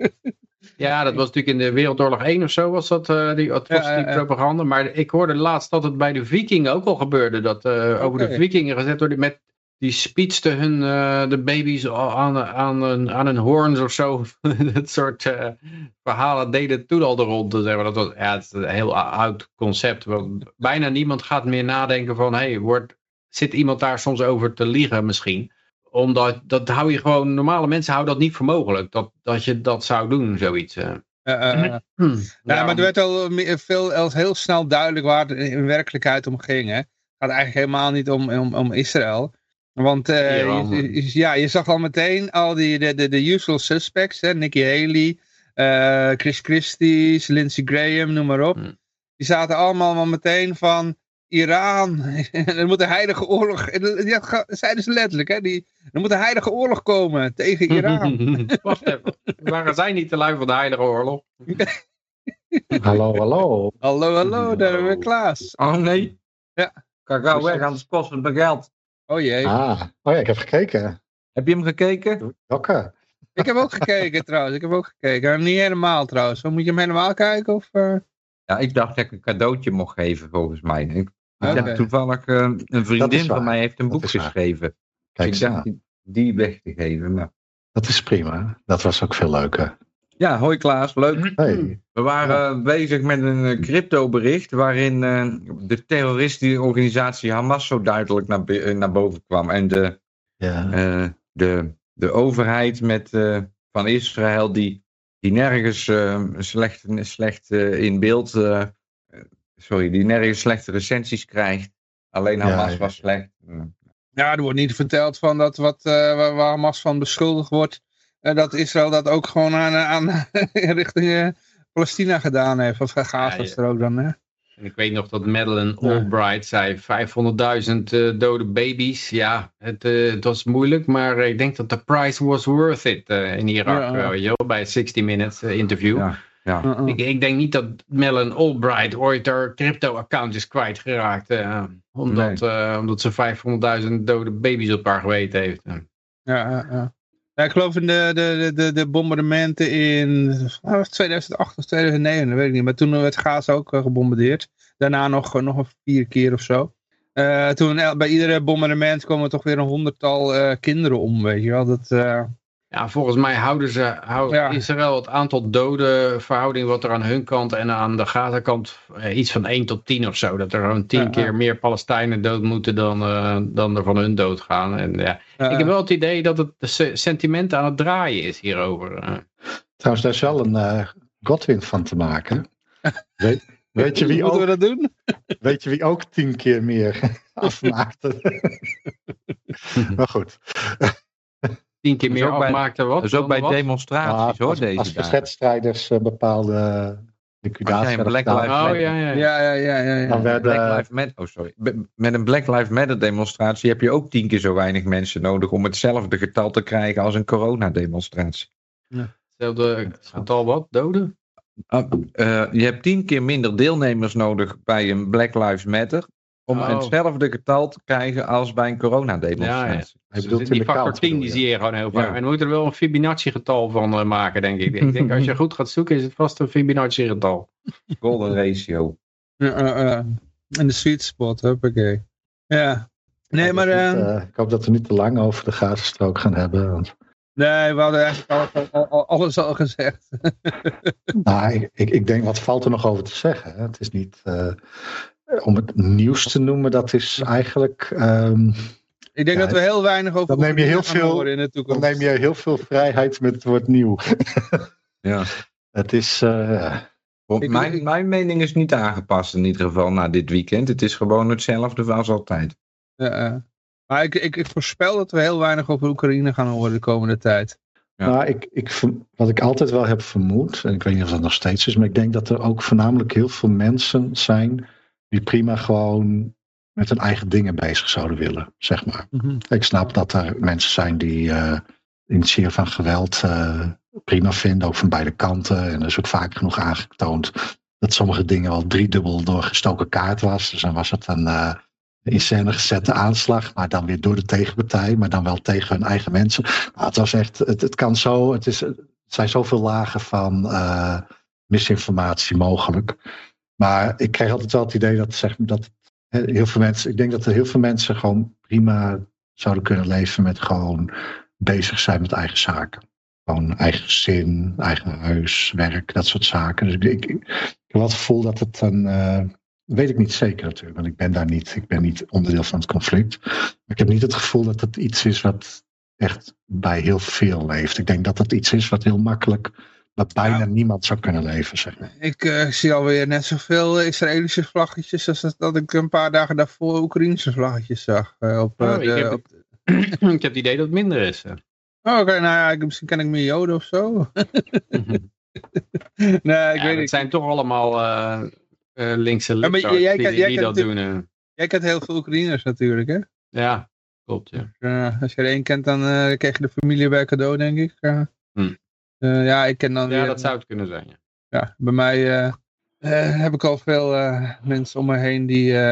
S4: Ja, dat was natuurlijk in de Wereldoorlog één of zo, was dat, uh, die, was ja, die ja, propaganda. Maar ik hoorde laatst dat het bij de Vikingen ook al gebeurde. Dat uh, okay. over de Vikingen gezet wordt met... Die speedste hun uh, de baby's aan, aan, aan, aan hun hoorns of zo. Dat soort uh, verhalen deden toen al de ronde. Zeg maar. Dat was, ja, het is een heel oud concept. Want bijna niemand gaat meer nadenken van... Hey, wordt, zit iemand daar soms over te liegen misschien? Omdat, dat hou je gewoon... Normale mensen houden dat niet voor mogelijk. Dat, dat je dat zou doen, zoiets. Uh.
S3: Uh, uh, hmm. Ja, maar er werd al veel, al heel snel duidelijk waar het in werkelijkheid om ging. Hè? Het gaat eigenlijk helemaal niet om, om, om Israël... Want uh, je, ja, je zag al meteen al die de, de, de usual suspects, hè, Nikki Haley, uh, Chris Christie, Lindsey Graham, noem maar op. Hmm. Die zaten allemaal al meteen van Iran, er moet een heilige oorlog, dat zeiden ze letterlijk, hè, die, er moet een heilige oorlog komen tegen Iran.
S4: Wacht even, waren zij niet te lui van de heilige oorlog?
S2: Hallo, hallo.
S3: Hallo, hallo, daar hebben we Klaas.
S2: Oh nee.
S3: Ja.
S2: Ga gauw weg, anders kost het me geld.
S3: Oh jee.
S1: Ah, oh ja, ik heb gekeken.
S2: Heb je hem gekeken?
S1: Welke?
S3: Ik heb ook gekeken trouwens. Ik heb ook gekeken. Niet helemaal trouwens. Moet je hem helemaal kijken? Of, uh...
S2: Ja, ik dacht dat ik een cadeautje mocht geven volgens mij. Ik, ik
S3: Okay.
S2: heb toevallig uh, een vriendin van mij heeft een boek geschreven.
S1: Kijk,
S2: dus ik dacht die, die weg te geven. Maar...
S1: Dat is prima. Dat was ook veel leuker.
S2: Ja, hoi Klaas, leuk.
S1: Hey.
S2: We waren ja. bezig met een crypto bericht waarin uh, de terroristische organisatie Hamas zo duidelijk naar, naar boven kwam. En de,
S1: ja.
S2: uh, de, de overheid met, uh, van Israël die, die nergens uh, slecht, slecht uh, in beeld, uh, sorry, die nergens slechte recensies krijgt. Alleen Hamas ja, ja. was slecht.
S3: Ja, er wordt niet verteld van dat wat, uh, waar Hamas van beschuldigd wordt. Uh, dat Israël dat ook gewoon aan, aan richting uh, Palestina gedaan heeft. Of Gaza ja, ja. er ook dan, hè?
S4: En ik weet nog dat Madeleine Albright zei vijfhonderdduizend uh, dode baby's. Ja, het, uh, het was moeilijk, maar uh, ik denk dat de price was worth it uh, in Irak. Ja, ja. Uh, yo, bij het sixty minutes uh, interview. Ja, ja. Uh -uh. Ik, ik denk niet dat Madeleine Albright ooit haar crypto-account is kwijtgeraakt. Uh, omdat, nee. uh, omdat ze vijfhonderdduizend dode baby's op haar geweten heeft. Uh.
S3: Ja, ja, ja. Ja, ik geloof in de, de, de, de bombardementen in oh, tweeduizend acht of tweeduizend negen, dat weet ik niet. Maar toen werd Gaza ook uh, gebombardeerd. Daarna nog, nog een vier keer of zo. Uh, toen bij iedere bombardement komen toch weer een honderdtal uh, kinderen om, weet je wel. Dat, uh...
S4: Ja, volgens mij houden ze houden ja. Israël het aantal doden verhouding wat er aan hun kant en aan de Gaza-kant uh, iets van één tot tien of zo. Dat er gewoon tien ja, keer ja. meer Palestijnen dood moeten dan, uh, dan er van hun dood gaan. En, ja. Ja. Ik heb wel het idee dat het sentiment aan het draaien is hierover. Uh.
S1: Trouwens, daar is wel een uh, Godwin van te maken. Weet, weet je wie
S3: Moeten
S1: ook,
S3: we dat doen?
S1: Weet je wie ook tien keer meer afmaakte? Maar goed.
S4: Tien keer meer afmaakte wat?
S2: Dat is ook bij wat? Demonstraties
S1: ja,
S2: hoor.
S1: Als,
S2: deze
S1: als verzetstrijders uh, bepaalde liquidatie
S2: hadden gedaan.
S3: Oh ja, ja, ja. ja, ja, ja, ja.
S2: Dan werd, Black Lives Matter, oh, sorry. Met een Black Lives Matter demonstratie heb je ook tien keer zo weinig mensen nodig om hetzelfde getal te krijgen als een coronademonstratie.
S4: Ja. Hetzelfde getal wat? Doden?
S2: Uh, uh, je hebt tien keer minder deelnemers nodig bij een Black Lives Matter om oh. hetzelfde getal te krijgen als bij een coronademonstratie. Ja, ja.
S4: Dus dus die factor tien die zie je gewoon heel vaak. Ja. En we moeten er wel een Fibonacci getal van uh, maken, denk ik. Ik denk als je goed gaat zoeken is het vast een Fibonacci getal.
S2: Golden ratio.
S3: Ja, uh, uh, in de sweet spot, hoppakee. Ja. Nee, maar... Uh,
S1: niet, uh, ik hoop dat we niet te lang over de Gazastrook gaan hebben. Want...
S3: Nee, we hadden eigenlijk alles al, al, alles al gezegd.
S1: nou, ik, ik, ik denk, wat valt er nog over te zeggen? Hè? Het is niet... Uh, om het nieuws te noemen, dat is eigenlijk... Um,
S3: ik denk ja, dat we heel weinig over
S1: dan neem je heel veel,
S3: in de toekomst.
S1: Dan neem je heel veel vrijheid met het woord nieuw.
S2: ja.
S1: Het is... Uh,
S2: ik, mijn, ik, mijn mening is niet aangepast in ieder geval na dit weekend. Het is gewoon hetzelfde als altijd.
S3: Ja, uh, maar ik, ik, ik voorspel dat we heel weinig over Oekraïne gaan horen de komende tijd.
S1: Ja. Nou, ik, ik, wat ik altijd wel heb vermoed, en ik weet niet of dat nog steeds is, maar ik denk dat er ook voornamelijk heel veel mensen zijn die prima gewoon met hun eigen dingen bezig zouden willen, zeg maar. Mm-hmm. Ik snap dat er mensen zijn die uh, initiëren van geweld uh, prima vinden, ook van beide kanten. En er is ook vaak genoeg aangetoond dat sommige dingen al driedubbel doorgestoken kaart was. Dus dan was het een uh, in scène gezette aanslag, maar dan weer door de tegenpartij, maar dan wel tegen hun eigen mensen. Nou, het was echt, het, het kan zo, het, is, het zijn zoveel lagen van uh, misinformatie mogelijk. Maar ik krijg altijd wel het idee dat, zeg, dat heel veel mensen, ik denk dat er heel veel mensen gewoon prima zouden kunnen leven met gewoon bezig zijn met eigen zaken. Gewoon eigen gezin, eigen huis, werk, dat soort zaken. Dus ik, ik, ik heb wel het gevoel dat het een, uh, weet ik niet zeker natuurlijk, want ik ben daar niet, ik ben niet onderdeel van het conflict. Maar ik heb niet het gevoel dat het iets is wat echt bij heel veel leeft. Ik denk dat het iets is wat heel makkelijk dat bijna ja. niemand zou kunnen leven, zeg maar.
S3: Ik uh, zie alweer net zoveel Israëlische vlaggetjes als dat, dat ik een paar dagen daarvoor Oekraïnse vlaggetjes zag. Uh, op, uh,
S4: oh, ik,
S3: de,
S4: heb
S3: op...
S4: Het, ik heb het idee dat het minder is. Uh.
S3: Oh, oké, okay, nou ja, ik, misschien ken ik meer Joden of zo.
S4: mm-hmm.
S3: nee, ik
S4: ja,
S3: weet
S4: het
S3: niet.
S4: zijn toch allemaal uh, uh, linkse lidstaten ja, die, die, die dat doen. Uh.
S3: Jij kent heel veel Oekraïners natuurlijk, hè?
S4: Ja, klopt, ja.
S3: Uh, als je er één kent, dan uh, krijg je de familie bij cadeau, denk ik. Uh.
S4: Hmm.
S3: Uh, ja, ik ken dan
S4: ja
S3: weer,
S4: dat zou het kunnen zijn. Ja,
S3: ja bij mij uh, uh, heb ik al veel uh, mensen om me heen die, uh,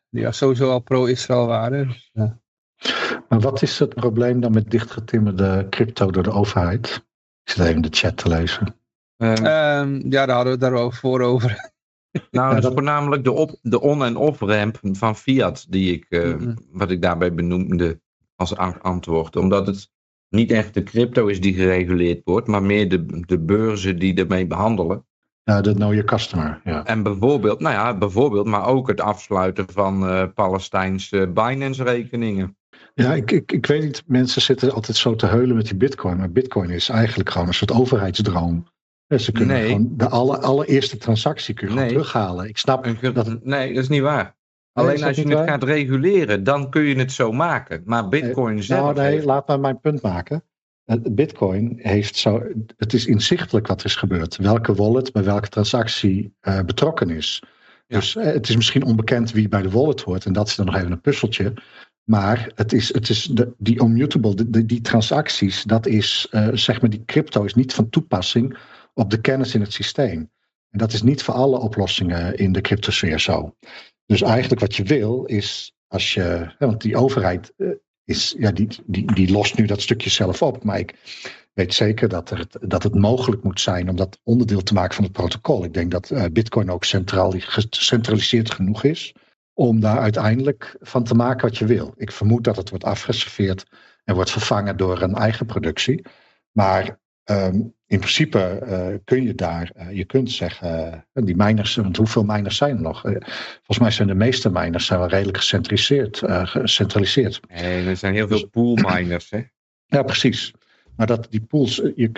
S3: die ja, sowieso al pro-Israël waren. Dus, ja.
S1: Maar wat is het probleem dan met dichtgetimmerde crypto door de overheid? Ik zit even de chat te lezen.
S2: Uh,
S3: um, ja, daar hadden we het daarover voor over.
S2: Nou,
S1: ja,
S2: dat is
S1: dat...
S2: voornamelijk de, op, de on- en off-ramp van fiat, die ik, uh, mm-hmm. wat ik daarbij benoemde als antwoord. Omdat het niet echt de crypto is die gereguleerd wordt, maar meer de, de beurzen die ermee behandelen.
S1: Ja, de know your customer. Ja.
S2: En bijvoorbeeld, nou ja, bijvoorbeeld, maar ook het afsluiten van uh, Palestijnse Binance-rekeningen.
S1: Ja, ik, ik, ik weet niet, mensen zitten altijd zo te heulen met die bitcoin, maar bitcoin is eigenlijk gewoon een soort overheidsdroom. Ze kunnen
S2: nee.
S1: gewoon de alle, allereerste transactie kun je
S2: nee.
S1: gewoon terughalen. Ik snap
S2: een,
S1: dat het...
S2: Nee, dat is niet waar. Nee, Alleen als je het waar? gaat reguleren, dan kun je het zo maken. Maar bitcoin
S1: nee,
S2: zelf...
S1: Nou, nee,
S2: heeft...
S1: laat maar mijn punt maken. Bitcoin heeft zo... Het is inzichtelijk wat er is gebeurd. Welke wallet bij welke transactie uh, betrokken is. Ja. Dus uh, het is misschien onbekend wie bij de wallet hoort. En dat is dan nog even een puzzeltje. Maar het is, het is de, die immutable, de, de, die transacties, dat is, uh, zeg maar, die crypto is niet van toepassing op de kennis in het systeem. En dat is niet voor alle oplossingen in de cryptosfeer zo. Dus eigenlijk wat je wil is, als je, hè, want die overheid uh, is, ja, die, die, die lost nu dat stukje zelf op. Maar ik weet zeker dat, er, dat het mogelijk moet zijn om dat onderdeel te maken van het protocol. Ik denk dat uh, Bitcoin ook centraal, gecentraliseerd genoeg is om daar uiteindelijk van te maken wat je wil. Ik vermoed dat het wordt afgeserveerd en wordt vervangen door een eigen productie. Maar um, in principe uh, kun je daar, uh, je kunt zeggen, uh, die miners, want hoeveel miners zijn er nog? Uh, volgens mij zijn de meeste miners zijn wel redelijk gecentraliseerd. Uh, gecentraliseerd.
S2: Nee, er zijn heel veel pool miners, hè?
S1: Ja, precies. Maar dat die pools, je,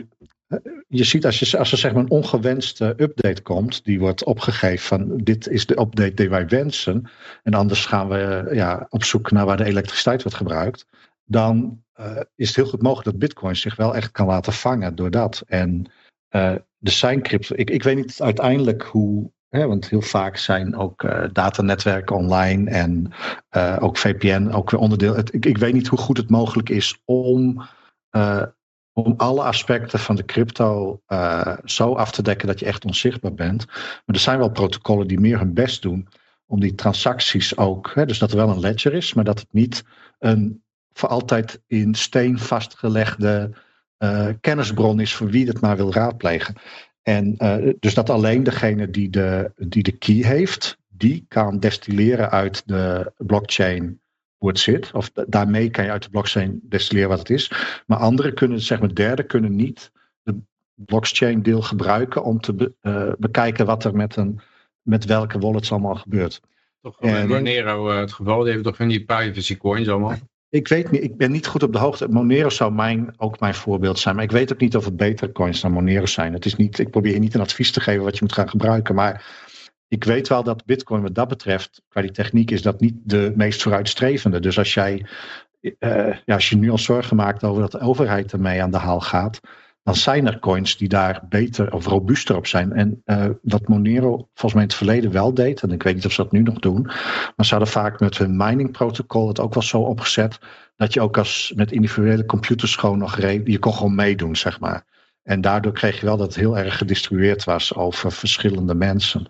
S1: je ziet als, je, als er zeg maar een ongewenste update komt, die wordt opgegeven van dit is de update die wij wensen. En anders gaan we ja, op zoek naar waar de elektriciteit wordt gebruikt. Dan uh, is het heel goed mogelijk dat Bitcoin zich wel echt kan laten vangen door dat. En uh, er zijn crypto. Ik, ik weet niet uiteindelijk hoe. Hè, want heel vaak zijn ook uh, datanetwerken online en uh, ook V P N ook weer onderdeel. Het, ik, ik weet niet hoe goed het mogelijk is om. Uh, Om alle aspecten van de crypto uh, zo af te dekken dat je echt onzichtbaar bent. Maar er zijn wel protocollen die meer hun best doen om die transacties ook. Hè, dus dat er wel een ledger is, maar dat het niet een voor altijd in steen vastgelegde uh, kennisbron is voor wie het maar wil raadplegen. En uh, dus dat alleen degene die de, die de key heeft, die kan destilleren uit de blockchain hoe het zit. Of da- daarmee kan je uit de blockchain destilleren wat het is. Maar anderen kunnen, zeg maar derden, kunnen niet de blockchain deel gebruiken om te be- uh, bekijken wat er met, een, met welke wallets allemaal gebeurt.
S4: Toch en, Monero uh, het geval, die hebben toch van die privacy coins allemaal?
S1: Ik weet niet, ik ben niet goed op de hoogte. Monero zou mijn, ook mijn voorbeeld zijn. Maar ik weet ook niet of het betere coins dan Monero zijn. Het is niet, ik probeer je niet een advies te geven wat je moet gaan gebruiken. Maar ik weet wel dat Bitcoin wat dat betreft, qua die techniek, is dat niet de meest vooruitstrevende. Dus als jij, uh, ja, als je nu al zorgen maakt over dat de overheid ermee aan de haal gaat, dan zijn er coins die daar beter of robuuster op zijn. En uh, wat Monero volgens mij in het verleden wel deed, en ik weet niet of ze dat nu nog doen, maar ze hadden vaak met hun mining protocol het ook wel zo opgezet, dat je ook als met individuele computers gewoon nog reed, je kon gewoon meedoen, zeg maar. En daardoor kreeg je wel dat het heel erg gedistribueerd was over verschillende mensen.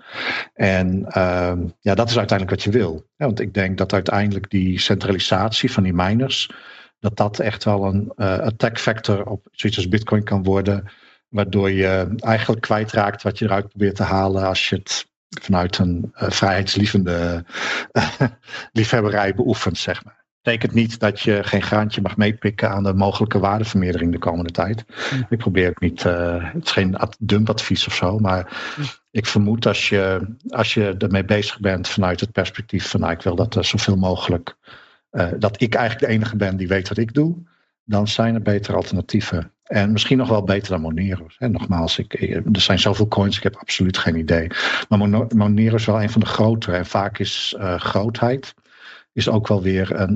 S1: En uh, ja, dat is uiteindelijk wat je wil. Ja, want ik denk dat uiteindelijk die centralisatie van die miners, dat dat echt wel een uh, attack factor op zoiets als Bitcoin kan worden. Waardoor je eigenlijk kwijtraakt wat je eruit probeert te halen als je het vanuit een uh, vrijheidslievende uh, liefhebberij beoefent, zeg maar. Betekent niet dat je geen graantje mag meepikken aan de mogelijke waardevermeerdering de komende tijd. Ja. Ik probeer ook niet, uh, het is geen dumpadvies of zo, maar ja. Ik vermoed als je, als je ermee bezig bent vanuit het perspectief van nou, ik wil dat er zoveel mogelijk, uh, dat ik eigenlijk de enige ben die weet wat ik doe, dan zijn er betere alternatieven. En misschien nog wel beter dan Monero. En nogmaals, ik, er zijn zoveel coins, ik heb absoluut geen idee. Maar Monero is wel een van de grotere en vaak is uh, grootheid is ook wel weer een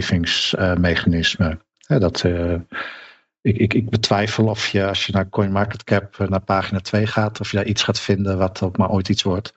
S1: overlevingsmechanisme. Uh, dat, uh, ik, ik, ik betwijfel of je, als je naar CoinMarketCap uh, naar pagina twee gaat, of je daar iets gaat vinden wat ook maar ooit iets wordt.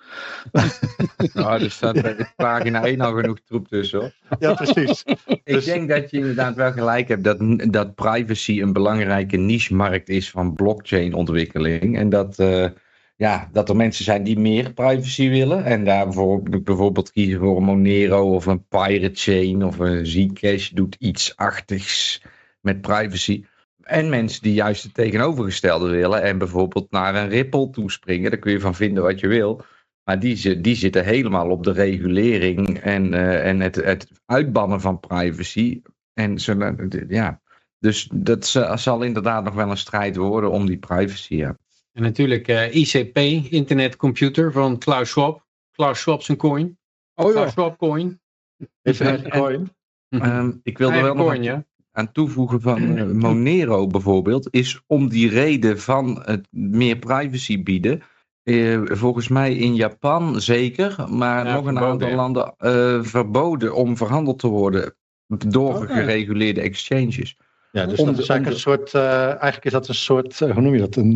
S2: Nou, er staat bij pagina één al genoeg troep tussen, hoor.
S1: Ja, precies.
S2: Ik dus denk dat je inderdaad wel gelijk hebt dat, dat privacy een belangrijke niche-markt is van blockchain-ontwikkeling. En dat, uh, ja, dat er mensen zijn die meer privacy willen. En daar bijvoorbeeld, bijvoorbeeld kiezen voor een Monero of een Pirate Chain of een Zcash doet iets achtigs met privacy. En mensen die juist het tegenovergestelde willen en bijvoorbeeld naar een Ripple toespringen. Daar kun je van vinden wat je wil. Maar die, die zitten helemaal op de regulering en, uh, en het, het uitbannen van privacy. En zullen, ja, dus dat zal inderdaad nog wel een strijd worden om die privacy. Ja.
S4: En natuurlijk uh, I C P, Internet Computer van Klaus Schwab. Klaus Schwab zijn coin.
S3: Oh ja.
S4: Klaus Schwab coin.
S1: Even een coin.
S2: Um, ik wilde er wel nog
S4: coin, ja.
S2: aan toevoegen van uh, Monero bijvoorbeeld. Is om die reden van het meer privacy bieden. Uh, volgens mij in Japan zeker. Maar
S4: Ja,
S2: nog een
S4: verboden,
S2: aantal
S4: ja.
S2: landen uh, verboden om verhandeld te worden. Door
S3: Oké.
S2: gereguleerde exchanges.
S1: Ja, dus
S2: Om
S1: dat
S2: de-
S1: is eigenlijk
S2: om
S1: een soort, uh, eigenlijk is dat een soort, uh, hoe noem je dat? Een,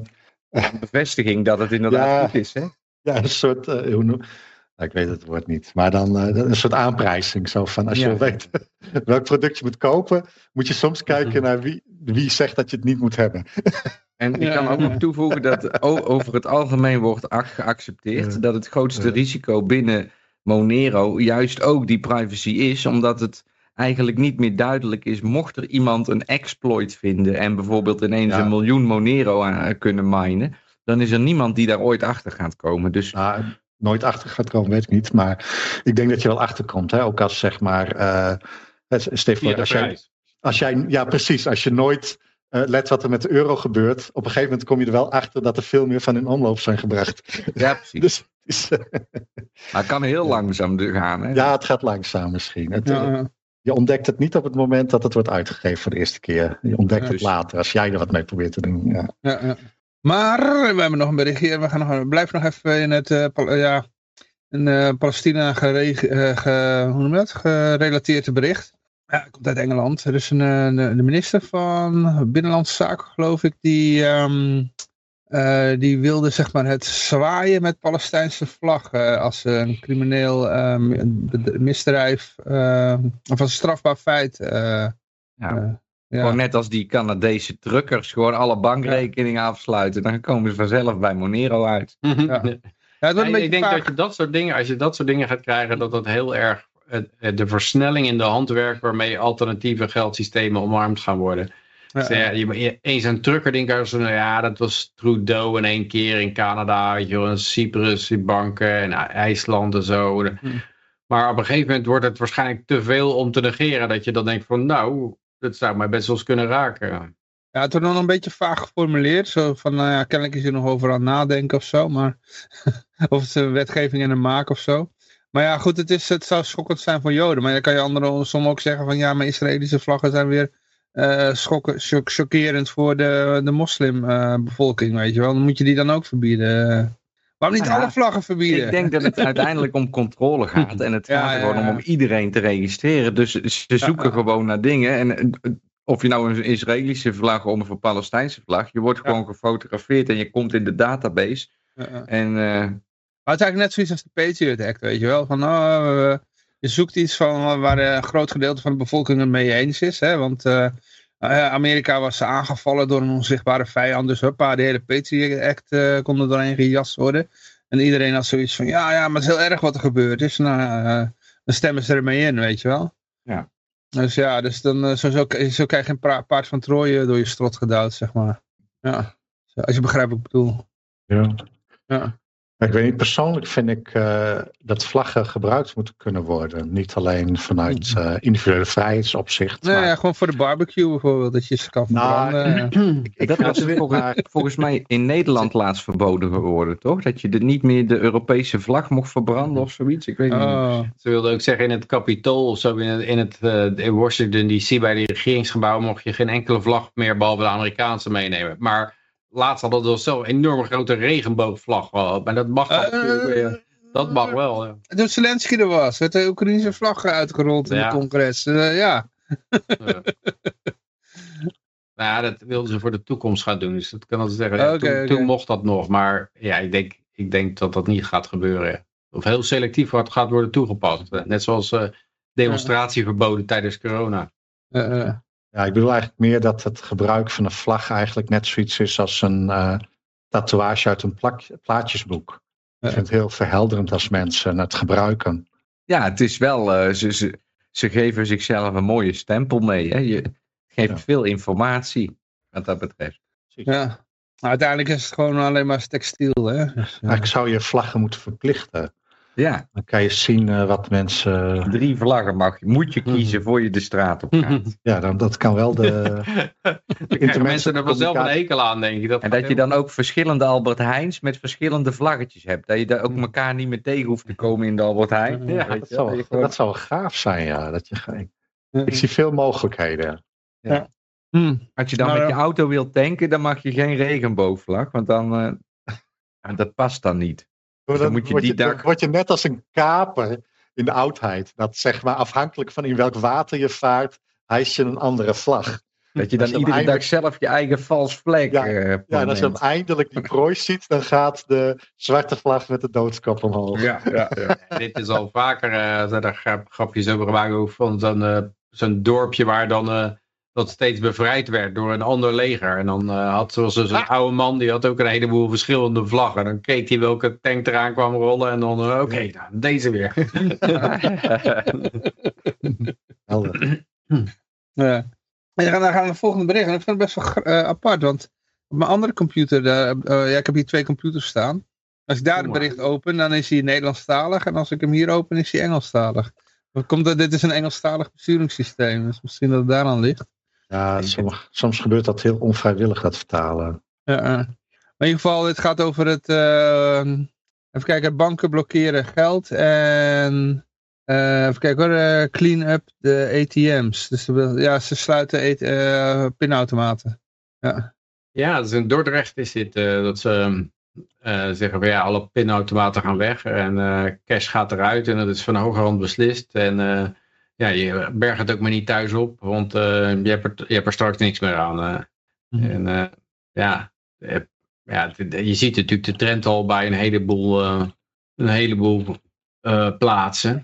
S1: uh,
S2: Bevestiging dat het inderdaad
S1: Ja.
S2: goed is. Hè?
S1: ja, een soort, uh, hoe noem, ik weet het woord niet, maar dan uh, een soort aanprijzing. Zo van, als je
S2: Ja.
S1: wil weten welk product je moet kopen, moet je soms kijken naar wie, wie zegt dat je het niet moet hebben.
S2: En ik
S3: Ja,
S2: kan ook
S3: ja.
S2: nog toevoegen dat o- over het algemeen wordt a- geaccepteerd
S1: Ja.
S2: dat het grootste
S1: Ja.
S2: risico binnen Monero juist ook die privacy is, omdat het eigenlijk niet meer duidelijk is, mocht er iemand een exploit vinden en bijvoorbeeld ineens
S1: Ja.
S2: een miljoen Monero aan, kunnen minen, dan is er niemand die daar ooit achter gaat komen. Dus
S1: Nou, nooit achter gaat komen, weet ik niet, maar ik denk dat je wel achterkomt. Hè? Ook als zeg maar, uh, Stefan,
S4: Via de
S1: als jij,
S4: prijs.
S1: als jij, ja precies, als je nooit uh, let wat er met de euro gebeurt, op een gegeven moment kom je er wel achter dat er veel meer van in omloop zijn gebracht.
S2: ja, precies.
S1: Dus, dus uh,
S2: Maar het kan heel langzaam gaan. Hè?
S1: ja, het gaat langzaam misschien. Het,
S3: Ja, ja.
S1: Je ontdekt het niet op het moment dat het wordt uitgegeven voor de eerste keer. Je ontdekt
S2: Ja,
S1: het
S2: dus-
S1: later, als jij er wat mee probeert te doen. Ja.
S3: Ja, ja. Maar we hebben nog een berichtje. We, gaan nog, we blijven nog even in het uh, Pal- ja, in, uh, Palestina gere, uh, ge, hoe noem je dat? gerelateerd bericht. Ja, het komt uit Engeland. Er is een, uh, de minister van Binnenlandse Zaken, geloof ik, die, um, uh, die wilde zeg maar het zwaaien met Palestijnse vlag uh, als een crimineel uh, misdrijf uh, of als een strafbaar feit. Uh,
S2: Ja.
S3: uh, ja.
S2: Gewoon net als die Canadese truckers, gewoon alle bankrekeningen afsluiten. Dan komen ze vanzelf bij Monero uit.
S3: Ja. Ja, het wordt een
S4: Ja,
S3: beetje
S4: ik denk
S3: vaag.
S4: dat je dat soort dingen, als je dat soort dingen gaat krijgen, dat dat heel erg uh, de versnelling in de hand werkt waarmee alternatieve geldsystemen omarmd gaan worden.
S3: Ja,
S4: Dus, ja, je, eens een trucker denkt als nou ja, dat was Trudeau in één keer in Canada, weet je wel, in Cyprus, die banken en IJsland en zo.
S3: Hm.
S4: Maar op een gegeven moment wordt het waarschijnlijk te veel om te negeren, dat je dan denkt van nou, dat zou mij best wel eens kunnen raken.
S3: Ja, het wordt nog een beetje vaag geformuleerd. Zo van, nou ja, kennelijk is er nog over aan nadenken of zo. Maar of het is een wetgeving en een maak of zo. Maar ja, goed, het, is, het zou schokkend zijn voor Joden. Maar dan kan je anderen soms ook zeggen van, ja, maar Israëlische vlaggen zijn weer uh, schokken, shock, chockerend voor de, de moslimbevolking, uh, weet je wel. Dan moet je die dan ook verbieden. Waarom niet
S2: Nou ja,
S3: alle vlaggen verbieden?
S2: Ik denk dat het uiteindelijk om controle gaat. En het
S3: Ja,
S2: gaat er
S3: ja,
S2: gewoon om
S3: ja.
S2: om iedereen te registreren. Dus ze zoeken
S3: ja.
S2: gewoon naar dingen. En uh, of je nou een Israëlische vlag of een Palestijnse vlag. Je wordt gewoon
S3: Ja.
S2: gefotografeerd en je komt in de database.
S3: Ja, ja.
S2: En uh,
S3: Maar het is eigenlijk net zoiets als de Patriot Act, weet je wel. Van, oh, uh, je zoekt iets van waar een groot gedeelte van de bevolking het mee eens is. Hè? Want uh, uh, Amerika was aangevallen door een onzichtbare vijand. Dus huppa, de hele Patriot Act uh, kon er doorheen gejast worden. En iedereen had zoiets van, ja, ja, maar het is heel erg wat er gebeurd is. Nou, uh, dan stemmen ze ermee in, weet je wel.
S2: Ja.
S3: Dus ja, dus dan, uh, zo, zo, zo krijg je een paard van Troje door je strot gedouwd, zeg maar. Ja, zo, als je begrijpt wat ik bedoel.
S1: Ja.
S3: Ja.
S1: Ik weet niet, persoonlijk vind ik uh, dat vlaggen gebruikt moeten kunnen worden. Niet alleen vanuit uh, individuele vrijheidsopzicht.
S3: Nee,
S1: maar...
S3: ja, gewoon voor de barbecue bijvoorbeeld, dat je ze kan verbranden.
S1: Nou, ik, ik
S2: dat was
S1: het
S2: volgens,
S1: maar...
S2: volgens mij in Nederland laatst verboden geworden, toch? Dat je de, niet meer de Europese vlag mocht verbranden of zoiets. Ik weet niet.
S3: Oh.
S4: Ze wilden ook zeggen in het Capitool of zo, in, het, in, het, uh, in Washington D C bij die regeringsgebouw mocht je geen enkele vlag meer behalve de Amerikaanse meenemen. Maar laatst hadden we zo'n enorme grote regenboogvlag gehad. Maar dat mag uh, natuurlijk weer. Dat mag wel. Ja.
S3: Toen Zelensky er was, werd de Oekraïnse vlag uitgerold in
S4: ja.
S3: het congres. Uh, ja.
S4: ja. Nou ja, dat wilden ze voor de toekomst gaan doen. Dus dat kan ik zeggen. Ja,
S3: okay,
S4: toen,
S3: okay.
S4: toen mocht dat nog. Maar ja, ik denk, ik denk dat dat niet gaat gebeuren. Of heel selectief wat gaat worden toegepast. Net zoals uh, demonstratieverboden tijdens corona.
S3: Uh, uh.
S1: Ja, ik bedoel eigenlijk meer dat het gebruik van een vlag eigenlijk net zoiets is als een, uh, tatoeage uit een plak, plaatjesboek.
S3: Ja.
S1: Ik vind het heel verhelderend als mensen het gebruiken.
S2: Ja, het is wel, uh, ze, ze, ze geven zichzelf een mooie stempel mee. Hè? Je geeft
S1: Ja.
S2: veel informatie wat dat betreft.
S3: Ja. Maar uiteindelijk is het gewoon alleen maar textiel. Hè? Dus, ja.
S1: Eigenlijk zou je vlaggen moeten verplichten.
S2: Ja,
S1: Dan kan je zien uh, wat mensen...
S2: drie vlaggen mag, moet je kiezen voor je de straat op gaat.
S1: Ja, dan, dat kan wel de...
S4: Dan krijgen mensen er vanzelf een hekel aan, denk ik. Dat
S2: En dat je dan ook verschillende Albert Heijns met verschillende vlaggetjes hebt. Dat je daar ook elkaar niet meer tegen hoeft te komen in de Albert Heijn.
S3: Ja,
S2: Weet
S1: Dat
S2: je,
S1: zou,
S2: je gewoon-
S1: dat zou wel gaaf zijn, ja. Dat je, ik,
S3: Ja.
S1: ik zie veel mogelijkheden.
S3: Hm.
S2: Als je dan
S3: Maar,
S2: met je
S3: uh,
S2: auto wilt tanken, dan mag je geen regenboogvlag. Want dan, uh, dat past dan niet.
S1: Dan,
S2: dan moet je
S1: word
S2: die
S1: je, dan
S2: dag-
S1: word je net als een kaper in de oudheid. Dat zeg maar afhankelijk van in welk water je vaart, hijs je een andere vlag.
S2: Dat je
S1: Als
S2: dan
S1: je
S2: iedere
S1: hem
S2: dag
S1: eindelijk-
S2: zelf je eigen vals vlek
S1: Ja,
S2: uh,
S1: Ja, en als je hem eindelijk die prooi ziet, dan gaat de zwarte vlag met de doodskop omhoog.
S2: Ja, ja, ja.
S4: Dit is al vaker, uh, zijn er grap, grapjes over gemaakt over van zo'n uh, zo'n dorpje waar dan uh, dat steeds bevrijd werd door een ander leger. En dan uh, had zoals dus een oude man, die had ook een heleboel verschillende vlaggen. Dan keek hij welke tank eraan kwam rollen en dan, uh, oké, okay, nou, deze weer.
S1: Helder.
S3: Ja. En dan gaan we naar het volgende bericht. En ik vind het best wel uh, apart, want op mijn andere computer, uh, uh, ja, ik heb hier twee computers staan. Als ik daar het bericht open, dan is hij Nederlandstalig. En als ik hem hier open, is hij Engelstalig. Dat komt dat dit is een Engelstalig besturingssysteem. Dus misschien dat het daaraan ligt.
S1: Ja, soms, soms gebeurt dat heel onvrijwillig, dat vertalen.
S3: Ja, uh. Maar in ieder geval, het gaat over het... Uh, even kijken, banken blokkeren geld. En... Uh, even kijken hoor, uh, clean up de A T M's. Dus de, ja, ze sluiten uh, pinautomaten. Ja.
S4: Ja, dus in Dordrecht is dit uh, dat ze uh, zeggen van ja, alle pinautomaten gaan weg en uh, cash gaat eruit en dat is van hogerhand beslist. En uh, ja, je bergt het ook maar niet thuis op, want uh, je, hebt er, je hebt er straks niks meer aan. Uh. Mm-hmm. En uh, ja, uh, ja, je ziet natuurlijk de trend al bij een heleboel, uh, een heleboel uh, plaatsen.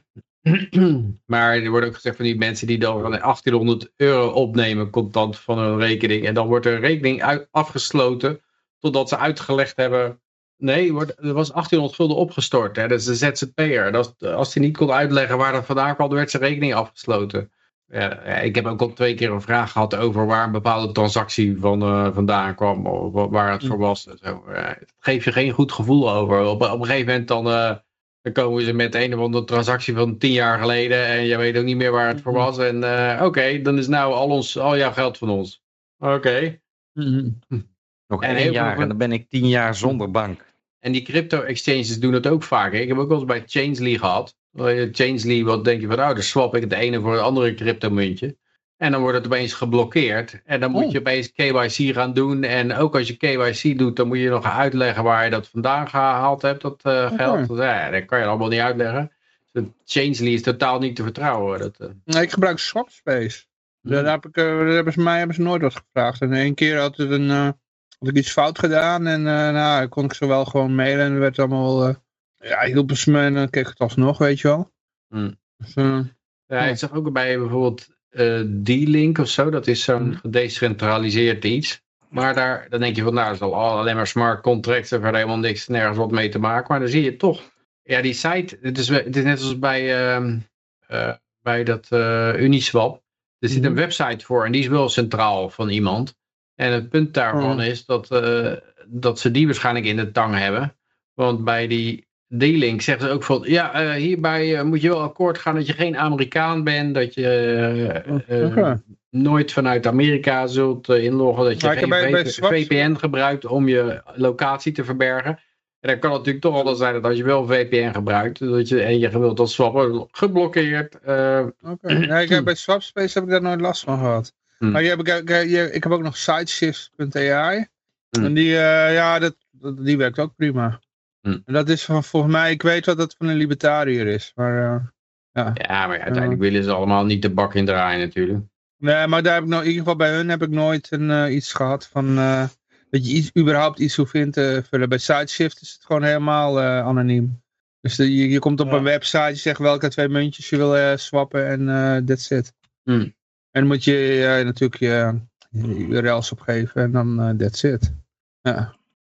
S4: Maar er wordt ook gezegd van die mensen die dan achttienhonderd euro opnemen contant van hun rekening. En dan wordt de rekening uit, afgesloten totdat ze uitgelegd hebben. Nee, wordt, er was achttienhonderd gulden opgestort. Hè? Dat is de Z Z P'er. Dat, als hij niet kon uitleggen waar dat vandaan kwam, dan werd zijn rekening afgesloten. Ja, ik heb ook al twee keer een vraag gehad over waar een bepaalde transactie van, uh, vandaan kwam. Of waar het voor was. Zo, uh, het geeft je geen goed gevoel over. Op, op een gegeven moment dan... Uh, Dan komen ze met een of andere transactie van tien jaar geleden en je weet ook niet meer waar het voor was. En uh, oké, okay, dan is nou al, ons, al jouw geld van ons. Oké. Okay.
S3: Mm-hmm.
S2: Nog
S4: en
S2: één jaar van... en dan ben ik tien jaar zonder bank.
S4: En die crypto-exchanges doen dat ook vaak. Hè? Ik heb ook wel eens bij Changelly gehad. Changelly, wat denk je van, nou, dan swap ik het ene voor het andere cryptomuntje. En dan wordt het opeens geblokkeerd. En dan moet oh. je opeens K Y C gaan doen. En ook als je K Y C doet, dan moet je nog uitleggen waar je dat vandaan gehaald hebt, dat uh, geld. Okay. Ja, dat kan je allemaal niet uitleggen. Dus Changelly is totaal niet te vertrouwen. Dat, uh...
S3: nee, ik gebruik Swapspace. Hmm. Daar, heb ik, uh, daar hebben ze mij hebben ze nooit wat gevraagd. En één keer had, het een, uh, had ik iets fout gedaan. En uh, nou, dan kon ik ze wel gewoon mailen. En het werd allemaal... Uh, ja, hielpen ze me en dan keek ik het alsnog, weet je wel.
S4: Hmm.
S3: Dus, uh,
S4: ja, ik zag ook bij bijvoorbeeld... Uh, D-Link of zo, dat is zo'n gedecentraliseerd iets. Maar daar, dan denk je van, nou, dat is al alleen maar smart contracts en verder helemaal niks, nergens wat mee te maken. Maar dan zie je toch, ja, die site, het is, het is net als bij, uh, uh, bij dat uh, Uniswap. Er zit een website voor en die is wel centraal van iemand. En het punt daarvan is dat, uh, dat ze die waarschijnlijk in de tang hebben. Want bij die D-Link zeggen ze ook van, ja, uh, hierbij uh, moet je wel akkoord gaan dat je geen Amerikaan bent, dat je uh, uh, okay. nooit vanuit Amerika zult uh, inloggen, dat je maar geen bij, bij V P N gebruikt om je locatie te verbergen. En dan kan het natuurlijk toch altijd zijn dat als je wel V P N gebruikt, dat je, en je wilt dat swappen, geblokkeerd. Uh,
S3: Oké, okay. ja, ik heb, bij Swapspace heb ik daar nooit last van gehad. Hmm. Maar je heb ik, ik, ik heb ook nog Sideshift punt A I. Hmm. En die, uh, ja, dat, die werkt ook prima. Hm. En dat is van, volgens mij, ik weet wat dat van een libertariër is. Maar, uh, ja.
S4: ja, maar uiteindelijk uh, willen ze allemaal niet de bak in draaien natuurlijk.
S3: Nee, maar daar heb ik nog, in ieder geval bij hun heb ik nooit een, uh, iets gehad van, uh, dat je iets, überhaupt iets hoeft in te vullen. Bij Sideshift is het gewoon helemaal uh, anoniem. Dus de, je, je komt op ja. een website, je zegt welke twee muntjes je wil uh, swappen en uh, that's it.
S4: Hm.
S3: En dan moet je uh, natuurlijk je, je U R L's opgeven en dan uh, that's it. Ja.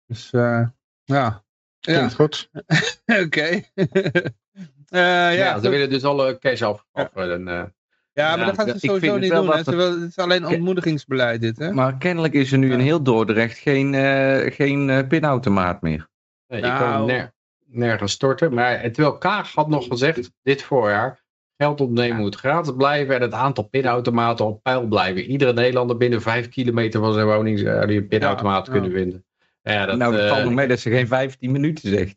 S3: Dus uh, ja.
S1: Klinkt
S3: ja.
S1: goed.
S3: Oké. Okay. uh, ja,
S4: ja, ze willen dus alle cash afschaffen. Ja. Uh,
S3: ja, maar ja, dat gaan ze sowieso niet doen. Het is alleen ontmoedigingsbeleid dit. Hè?
S2: Maar kennelijk is er nu in heel Dordrecht geen, uh, geen uh, pinautomaat meer.
S4: Nee, je nou, kan ner nergens storten. Maar terwijl Kaag had nog gezegd, dit voorjaar, geld opnemen moet gratis blijven en het aantal pinautomaten op peil blijven. Iedere Nederlander binnen vijf kilometer van zijn woning zou die een pinautomaat ja, kunnen ja. vinden. Ja, dat,
S2: nou, het
S4: uh,
S2: valt nog mee dat ze geen vijftien minuten zegt.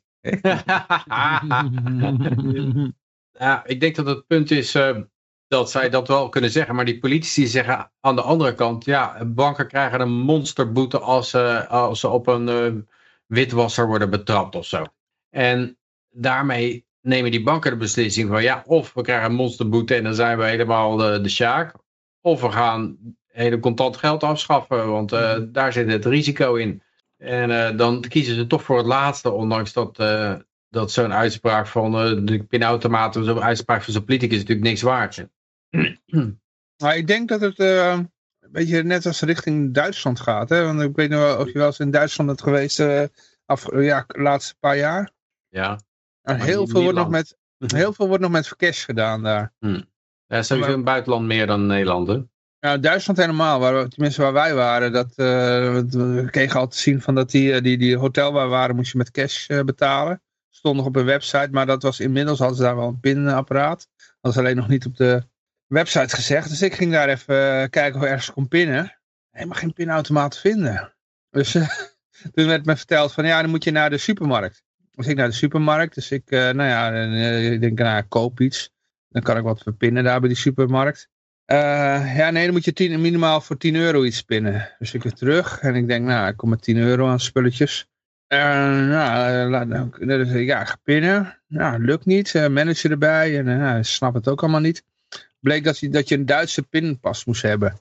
S4: ja, ik denk dat het punt is uh, dat zij dat wel kunnen zeggen, maar die politici zeggen aan de andere kant, ja, banken krijgen een monsterboete als, uh, als ze op een uh, witwasser worden betrapt of zo. En daarmee nemen die banken de beslissing van, ja, of we krijgen een monsterboete en dan zijn we helemaal de, de sjaak, of we gaan hele contant geld afschaffen, want uh, daar zit het risico in. En uh, dan kiezen ze toch voor het laatste, ondanks dat, uh, dat zo'n uitspraak van uh, de pinautomaten, zo'n uitspraak van zo'n politicus natuurlijk niks waard is.
S3: Nou, ik denk dat het uh, een beetje net als richting Duitsland gaat. Hè? Want ik weet nog wel of je wel eens in Duitsland bent geweest uh, af, ja, de laatste paar jaar.
S4: Ja.
S3: En heel, veel wordt nog met, heel veel wordt nog met cash gedaan daar.
S4: Hmm. Ja, sowieso in het buitenland meer dan Nederland, hè?
S3: Ja, Duitsland helemaal, waar, tenminste waar wij waren, dat, uh, we kregen al te zien van dat die, die, die hotel waar we waren, moest je met cash uh, betalen. Stond nog op een website, maar dat was inmiddels, hadden ze daar wel een pinapparaat. Dat was alleen nog niet op de website gezegd. Dus ik ging daar even uh, kijken of ergens kon pinnen. Helemaal geen pinautomaat vinden. Dus uh, toen werd me verteld van ja, dan moet je naar de supermarkt. Dus ik naar de supermarkt, dus ik, uh, nou ja, uh, ik denk, nou, ik koop iets. Dan kan ik wat verpinnen daar bij die supermarkt. Uh, ja, nee, dan moet je tien, minimaal voor tien euro iets spinnen. Dus ik weer terug en ik denk, nou, ik kom met tien euro aan spulletjes. Uh, nou, uh, ja, ga pinnen. Nou, lukt niet. Uh, manager erbij en uh, ik snap het ook allemaal niet. Bleek dat je, dat je een Duitse pinpas moest hebben.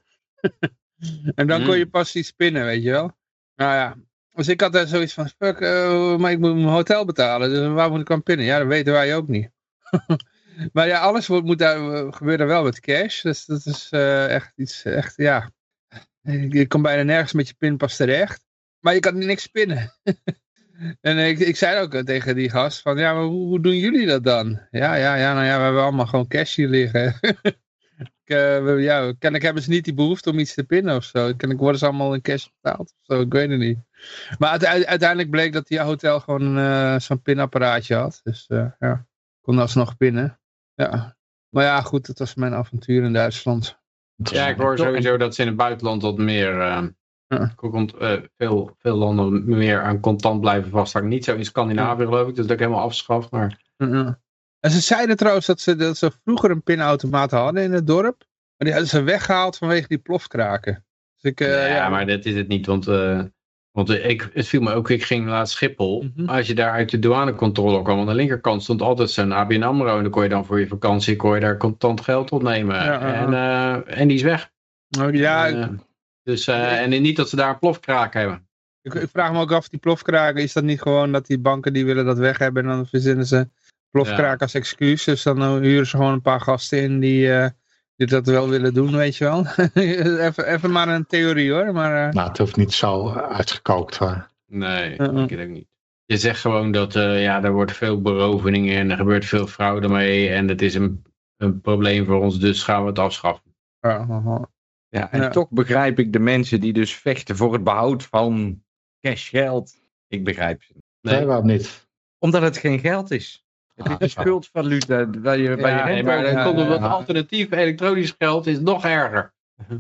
S3: En dan mm. kon je pas iets pinnen, weet je wel. Nou ja, dus ik had daar zoiets van, fuck, uh, maar ik moet mijn hotel betalen. Dus waar moet ik aan pinnen? Ja, dat weten wij ook niet. Maar ja, alles wordt, moet daar, gebeurt er wel met cash. Dus dat is uh, echt iets, echt, ja. Je komt bijna nergens met je pinpas terecht. Maar je kan niks pinnen. En ik, ik zei ook tegen die gast van, ja, maar hoe, hoe doen jullie dat dan? Ja, ja, ja, nou ja, we hebben allemaal gewoon cash hier liggen. ik, uh, we, ja, kennelijk hebben ze niet die behoefte om iets te pinnen of zo. Kennelijk worden ze allemaal in cash betaald of zo, ik weet het niet. Maar uite- uiteindelijk bleek dat die hotel gewoon uh, zo'n pinapparaatje had. Dus uh, ja, kon alsnog pinnen. Ja, maar ja, goed, dat was mijn avontuur in Duitsland.
S4: Ja, ik hoor sowieso dat ze in het buitenland wat meer, uh, ja. uh, veel, veel landen meer aan contant blijven vasthangen. Niet zo in Scandinavië geloof ik, dat is ook helemaal afgeschaft. Maar...
S3: Ja. En ze zeiden trouwens dat ze, dat ze vroeger een pinautomaat hadden in het dorp, maar die hadden ze weggehaald vanwege die plofkraken. Dus ik, uh,
S4: ja,
S3: ja,
S4: maar dat is het niet, want... Uh... Want ik, het viel me ook, ik ging laatst Schiphol. Mm-hmm. Als je daar uit de douanecontrole kwam, aan de linkerkant stond altijd zo'n A B N AMRO. En dan kon je dan voor je vakantie kon je daar contant geld opnemen. Ja, en, uh, en die is weg.
S3: Oh, ja,
S4: en, uh, dus, uh, en niet dat ze daar een plofkraak hebben.
S3: Ik, ik vraag me ook af, die plofkraken, is dat niet gewoon dat die banken die willen dat weg hebben. En dan verzinnen ze plofkraak ja. als excuus. Dus dan huren ze gewoon een paar gasten in die... Uh, die dat wel willen doen, weet je wel. even, even maar een theorie hoor. Maar, uh...
S1: Nou, het hoeft niet zo uitgekookt hoor.
S4: Nee, uh-uh. ik denk ook niet. Je zegt gewoon dat uh, ja, er wordt veel berovingen en er gebeurt veel fraude mee. En het is een, een probleem voor ons, dus gaan we het afschaffen.
S3: Uh-huh.
S2: Ja, en ja. toch begrijp ik de mensen die dus vechten voor het behoud van cashgeld. Ik begrijp ze.
S1: Nee, nee waarom niet?
S2: Omdat het geen geld is. Het is een schuldvaluta waar je, waar
S4: ja,
S2: je
S4: nee, maar dan komt het wat alternatief elektronisch geld is nog erger.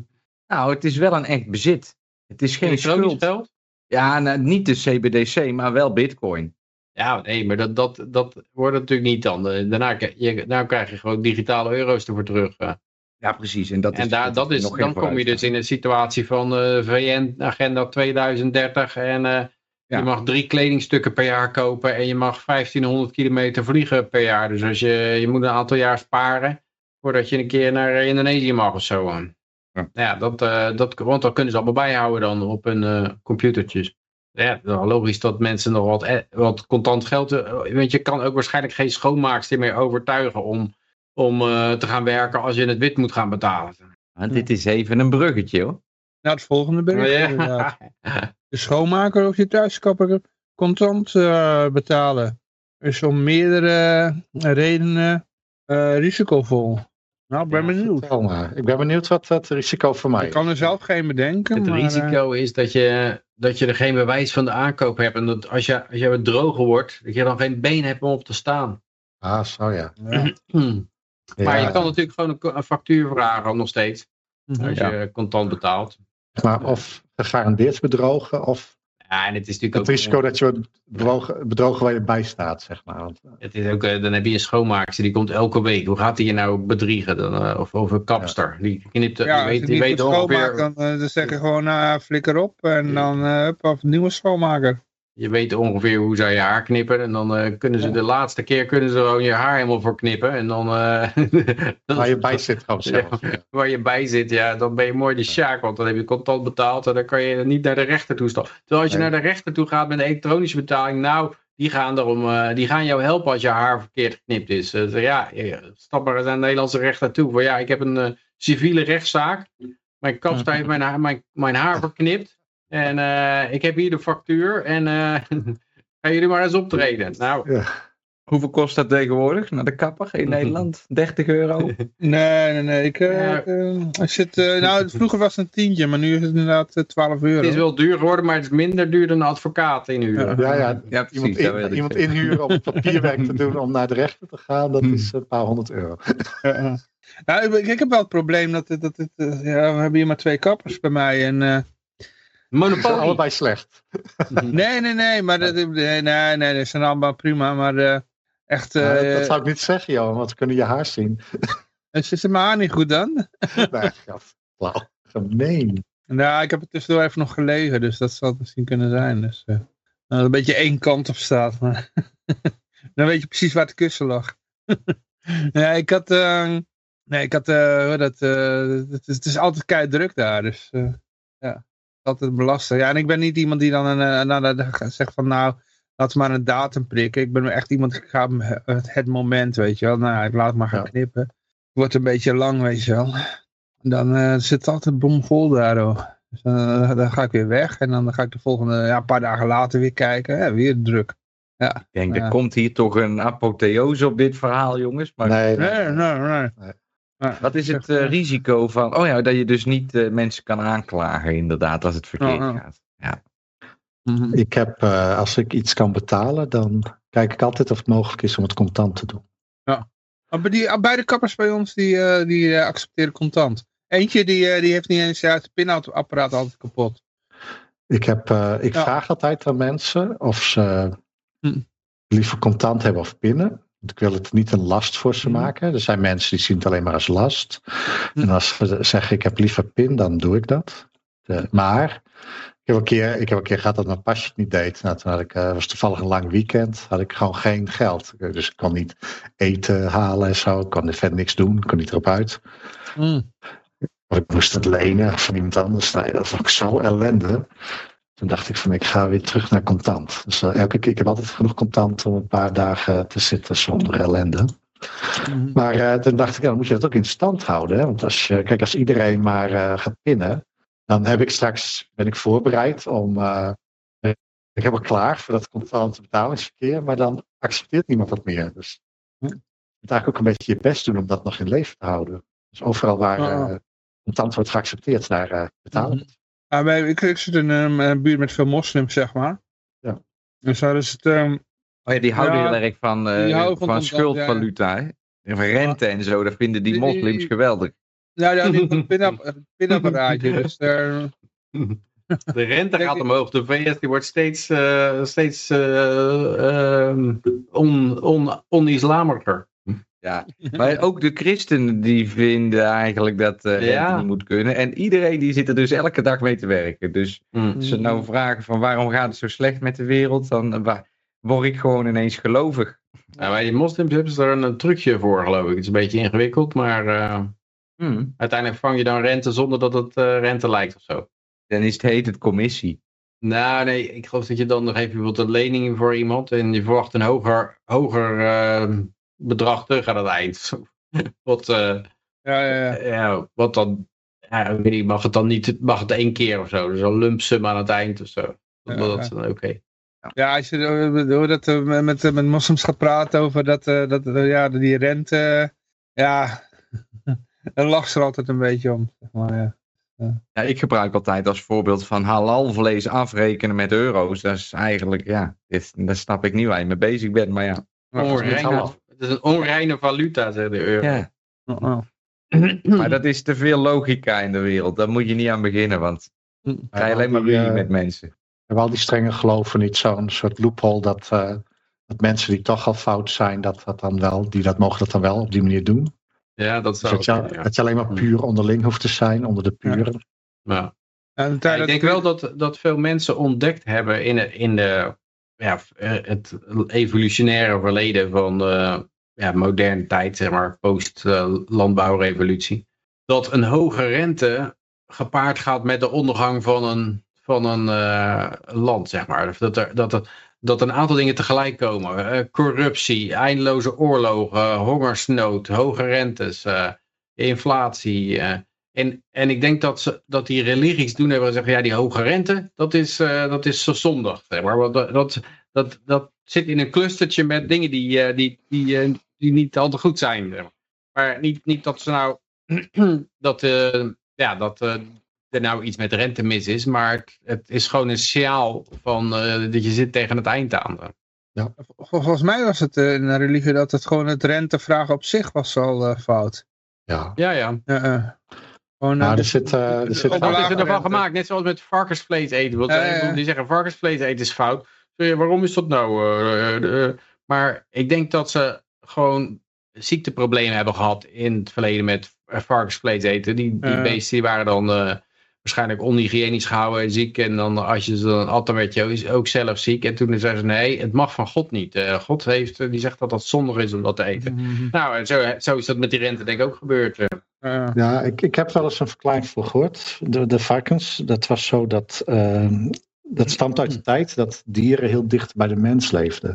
S2: Nou, het is wel een echt bezit. Het is geen
S4: elektronisch
S2: schuld.
S4: Geld?
S2: Ja, nou, niet de C B D C, maar wel bitcoin.
S4: Ja, nee, maar dat, dat, dat wordt natuurlijk niet dan. Daarna, je, nou krijg je gewoon digitale euro's ervoor terug.
S2: Ja, precies. En, dat
S4: en
S2: is,
S4: daar,
S2: dat
S4: dat is, dan kom je dus in een situatie van uh, V N-agenda tweeduizend dertig en... Uh, Ja. Je mag drie kledingstukken per jaar kopen en je mag vijftienhonderd kilometer vliegen per jaar. Dus als je, je moet een aantal jaar sparen voordat je een keer naar Indonesië mag of zo. Ja, nou ja dat, uh, dat, want dan kunnen ze allemaal bijhouden dan op hun uh, computertjes. Ja, logisch dat mensen nog wat, wat contant geld... Uh, want je kan ook waarschijnlijk geen schoonmaakster meer overtuigen om, om uh, te gaan werken als je het wit moet gaan betalen.
S2: Ja, dit is even een bruggetje hoor.
S3: Nou, het volgende bericht. Ja. de schoonmaker of je thuiskapper contant uh, betalen. Is om meerdere redenen uh, risicovol. Nou, ik ben
S1: Ja,
S3: benieuwd.
S1: vertel maar. Ik ben benieuwd wat het risico voor mij is.
S3: Ik kan er zelf geen bedenken.
S4: Het
S3: maar,
S4: risico
S3: uh,
S4: is dat je, dat je er geen bewijs van de aankoop hebt. En dat als je, als je wat droger wordt, dat je dan geen been hebt om op te staan.
S1: Ah, zo ja.
S3: ja.
S4: Maar
S1: Ja.
S4: je kan natuurlijk gewoon een, een factuur vragen nog steeds.
S3: Mhm.
S4: Als
S2: Ja.
S4: je contant betaalt.
S1: Maar of gegarandeerd bedrogen of
S4: Ja, en het is natuurlijk
S1: het
S4: ook...
S1: risico dat je wordt bedrogen, bedrogen waar je bij staat, zeg maar. Want, uh,
S4: Het is ook, eh, dan heb je een schoonmaakster, die komt elke week. Hoe gaat hij je nou bedriegen? Dan, uh, of over een kapster. Die knipt,
S3: Ja,
S4: die
S3: als
S4: weet,
S3: je
S4: die
S3: niet
S4: weet
S3: goed schoonmaakt,
S4: ongeveer...
S3: dan, uh, dan zeg je gewoon, uh, flikker op. En dan uh, hup, of een nieuwe schoonmaker.
S4: Je weet ongeveer hoe zij je haar knippen. En dan uh, kunnen ze
S3: Ja.
S4: de laatste keer kunnen ze gewoon je haar helemaal voor knippen. En dan... Uh,
S1: waar je bij zit gewoon zelf.
S4: Ja,
S1: Ja.
S4: waar je bij zit, ja, dan ben je mooi de sjaak. Want dan heb je contant betaald en dan kan je niet naar de rechter toe stappen. Terwijl als je
S1: Nee.
S4: naar de rechter toe gaat met een elektronische betaling, nou, die gaan, erom, uh, die gaan jou helpen als je haar verkeerd geknipt is. Uh, dus ja, stap maar eens naar de Nederlandse rechter toe. Van ja, ik heb een uh, civiele rechtszaak. Mijn kapster heeft mijn haar, mijn, mijn haar verknipt. En uh, ik heb hier de factuur. En uh, gaan jullie maar eens optreden. Nou,
S1: Ja.
S2: Hoeveel kost dat tegenwoordig naar de kapper in Nederland? dertig euro?
S3: Nee, nee, nee. Ik, uh,
S4: Ja.
S3: uh, ik zit, uh, nou, vroeger was het een tientje, maar nu is het inderdaad uh, twaalf euro.
S4: het is wel duur geworden, maar het is minder duur dan een advocaat inhuren.
S1: Ja, ja.
S2: Ja, precies.
S1: Iemand,
S2: dat wil
S1: in,
S2: ik
S1: iemand
S2: zeggen.
S1: inhuren om papierwerk te doen om naar de rechter te gaan, dat is een paar honderd euro.
S3: Uh, nou, ik, ik heb wel het probleem dat, dat, dat uh, ja, we hebben hier maar twee kappers bij mij. En, uh,
S1: Ze zijn
S4: Monopolie.
S1: allebei slecht.
S3: nee, nee, nee, maar dat, nee, nee, nee, dat zijn allemaal prima, maar uh, echt... Uh,
S1: Uh, dat zou ik niet zeggen, Johan, want we kunnen je haar zien.
S3: is het mijn haar niet goed dan?
S1: Nee, gaf. Flauw. Gemeen.
S3: Nou, ik heb het tussendoor even nog gelegen, dus dat zal het misschien kunnen zijn. Dus, uh, nou, een beetje één kant op staat, maar dan weet je precies waar het kussen lag. ja, ik had, uh, nee, ik had, uh, dat, uh, het, is, het is altijd kei druk daar, dus uh, ja, altijd belastend. Ja, en ik ben niet iemand die dan een, een, een, een, zegt van nou, laten we maar een datum prikken. Ik ben echt iemand, ik ga het, het moment, weet je wel. Nou, ik laat het maar gaan
S1: Ja.
S3: knippen. Het wordt een beetje lang, weet je wel. Dan uh, zit het altijd bomvol daar, oh. Dus dan, dan ga ik weer weg en dan ga ik de volgende, ja, een paar dagen later weer kijken. Ja, weer druk. Ja.
S2: Ik denk,
S3: Ja.
S2: er komt hier toch een apotheose op dit verhaal, jongens. Maar
S1: Nee, nee.
S3: Nee, nee, nee.
S1: Nee.
S3: Ja,
S2: wat is
S3: ik
S2: het
S3: zeg,
S2: uh,
S3: uh,
S2: risico van... Oh ja, dat je dus niet uh, mensen kan aanklagen, inderdaad, als het verkeerd
S3: Oh, oh.
S2: gaat. Ja.
S3: mhm.
S1: Ik heb, uh, als ik iets kan betalen, dan kijk ik altijd of het mogelijk is om het contant te doen.
S3: Maar bij die, beide kappers bij ons, die, uh, die uh, accepteren contant. Eentje, die, uh, die heeft niet eens, ja, het pinapparaat altijd kapot.
S1: Ik, heb, uh, ik
S3: Ja.
S1: vraag altijd aan mensen of ze
S3: Hm.
S1: liever contant hebben of pinnen. Want ik wil het niet een last voor ze
S3: Hm.
S1: maken. Er zijn mensen die zien het alleen maar als last.
S3: Hm.
S1: En als ze zeggen ik heb liever pin, dan doe ik dat. De, maar ik heb een keer, ik heb een keer gehad dat mijn pasje het niet deed. Nou, toen had ik, uh, was toevallig een lang weekend. Had ik gewoon geen geld. Dus ik kon niet eten halen en zo. Ik kon er verder niks doen. Ik kon niet erop uit.
S3: Mm.
S1: Of ik moest het lenen van iemand anders. Nou, dat was ook zo ellende. Toen dacht ik van ik ga weer terug naar contant. Dus uh, elke keer, ik heb altijd genoeg contant om een paar dagen te zitten zonder ellende.
S3: Mm.
S1: Maar uh, toen dacht ik, ja, dan moet je dat ook in stand houden. Hè? Want als, je, kijk, als iedereen maar uh, gaat pinnen, dan heb ik straks, ben ik voorbereid om, uh, ik heb al klaar voor dat contant betalingsverkeer, maar dan accepteert niemand dat meer. Dus je moet eigenlijk ook een beetje je best doen om dat nog in leven te houden. Dus overal waar uh, contant wordt geaccepteerd, daar uh, betalen we het.
S3: Ja, wij, ik, ik zit in een, een buurt met veel moslims, zeg maar.
S1: Ja.
S3: Dus daar is het... Um,
S2: Oh ja, die houden
S3: Ja,
S2: heel erg van, uh,
S3: die houden
S2: van,
S3: van
S2: van
S3: contant,
S2: schuldvaluta. Hè? En van rente en zo, dat vinden die
S3: Die-
S2: moslims geweldig.
S3: ja, ja, die een pinap, pinapparaatje. Dus daar...
S4: De rente
S3: Denk
S4: gaat
S3: ik-
S4: omhoog. De V S die wordt steeds, uh, steeds uh, uh, on, on, on-islamiger.
S2: Ja, maar ook de christenen die vinden eigenlijk dat uh, rente
S4: Ja.
S2: niet moet kunnen. En iedereen die zit er dus elke dag mee te werken. Dus
S4: Mm.
S2: als ze nou vragen van waarom gaat het zo slecht met de wereld, dan uh, wa- word ik gewoon ineens gelovig.
S4: Nou, bij die moslims hebben ze er een, een trucje voor, geloof ik. Het is een beetje ingewikkeld, maar uh,
S2: Hmm.
S4: uiteindelijk vang je dan rente zonder dat het uh, rente lijkt of zo.
S2: Dan is het heet het commissie.
S4: Nou, nee, ik geloof dat je dan nog even bijvoorbeeld een lening voor iemand en je verwacht een hoger, hoger uh, bedrag terug aan het eind. Wat, uh,
S3: Ja, ja, ja.
S4: ja, wat dan ja, ik weet niet, mag het dan niet, mag het één keer of zo. Dus een lump sum aan het eind of zo. Dat,
S3: Ja,
S4: dat
S3: ja.
S4: is dan oké. Okay.
S3: Ja, als je uh, dat, uh, met, met moslims gaat praten over dat, uh, dat uh, ja, die rente, uh, ja, dan lacht ze er altijd een beetje om. Zeg maar, ja. Ja.
S2: Ja, ik gebruik altijd als voorbeeld van halal vlees afrekenen met euro's. Dat is eigenlijk, ja, dit, daar snap ik niet waar je mee bezig bent, maar ja.
S4: Onreine, het is een onreine valuta, zegt de euro.
S2: Ja.
S3: Uh -oh.
S2: Maar dat is te veel logica in de wereld. Daar moet je niet aan beginnen, want dan ga je alleen maar ruzie uh, met mensen.
S1: Hebben al die strenge geloven niet zo'n soort loophole dat, uh, dat mensen die toch al fout zijn, dat dat dan wel, die dat mogen dat dan wel op die manier doen?
S4: Ja, dat zou
S1: dus dat, je, ja. dat je alleen maar puur onderling hoeft te zijn, onder de puren.
S4: Ja. Ja. Ja, ik denk wel dat, dat veel mensen ontdekt hebben in, de, in de, ja, het evolutionaire verleden van de ja, moderne tijd, zeg maar, post-landbouwrevolutie. Dat een hoge rente gepaard gaat met de ondergang van een, van een uh, land, zeg maar. Dat er, dat, er, dat een aantal dingen tegelijk komen. Uh, corruptie, eindeloze oorlogen, hongersnood, hoge rentes, uh, inflatie. Uh, en, en ik denk dat, ze, dat die religies doen hebben gezegd, ja, die hoge rente, dat is, uh, dat is zo zondig. Zeg maar. Want dat, dat, dat, dat zit in een clustertje met dingen die, uh, die, die, uh, die niet al te goed zijn. Zeg maar. Maar niet, niet dat ze nou, dat, uh, ja, dat uh, er nou iets met rente mis is, maar het, het is gewoon een signaal van uh, dat je zit tegen het eind aan.
S3: Ja. Volgens mij was het uh, in de religie dat het gewoon het rentevraag op zich was al uh, fout.
S1: Ja,
S4: ja. ja.
S3: Uh, uh. Gewoon,
S1: nou, er zit, uh, er zit
S4: wat is er ervan gemaakt? Net zoals met varkensvlees eten. Want uh, uh. die zeggen varkensvlees eten is fout. Dus, waarom is dat nou? Uh, uh, uh, maar ik denk dat ze gewoon ziekteproblemen hebben gehad in het verleden met varkensvlees eten. Die, die uh. beesten die waren dan uh, waarschijnlijk onhygiënisch gehouden en ziek. En dan als je ze dan at, dan werd je ook zelf ziek. En toen zeiden ze, nee, het mag van God niet. Uh, God heeft, uh, die zegt dat dat zondig is om dat te eten. Mm-hmm. Nou, en zo, zo is dat met die rente denk ik ook gebeurd. Uh.
S1: Uh. Ja, ik, ik heb wel eens een verklaring voor gehoord. De, de varkens, dat was zo dat... Uh, dat stamt uit de tijd dat dieren heel dicht bij de mens leefden.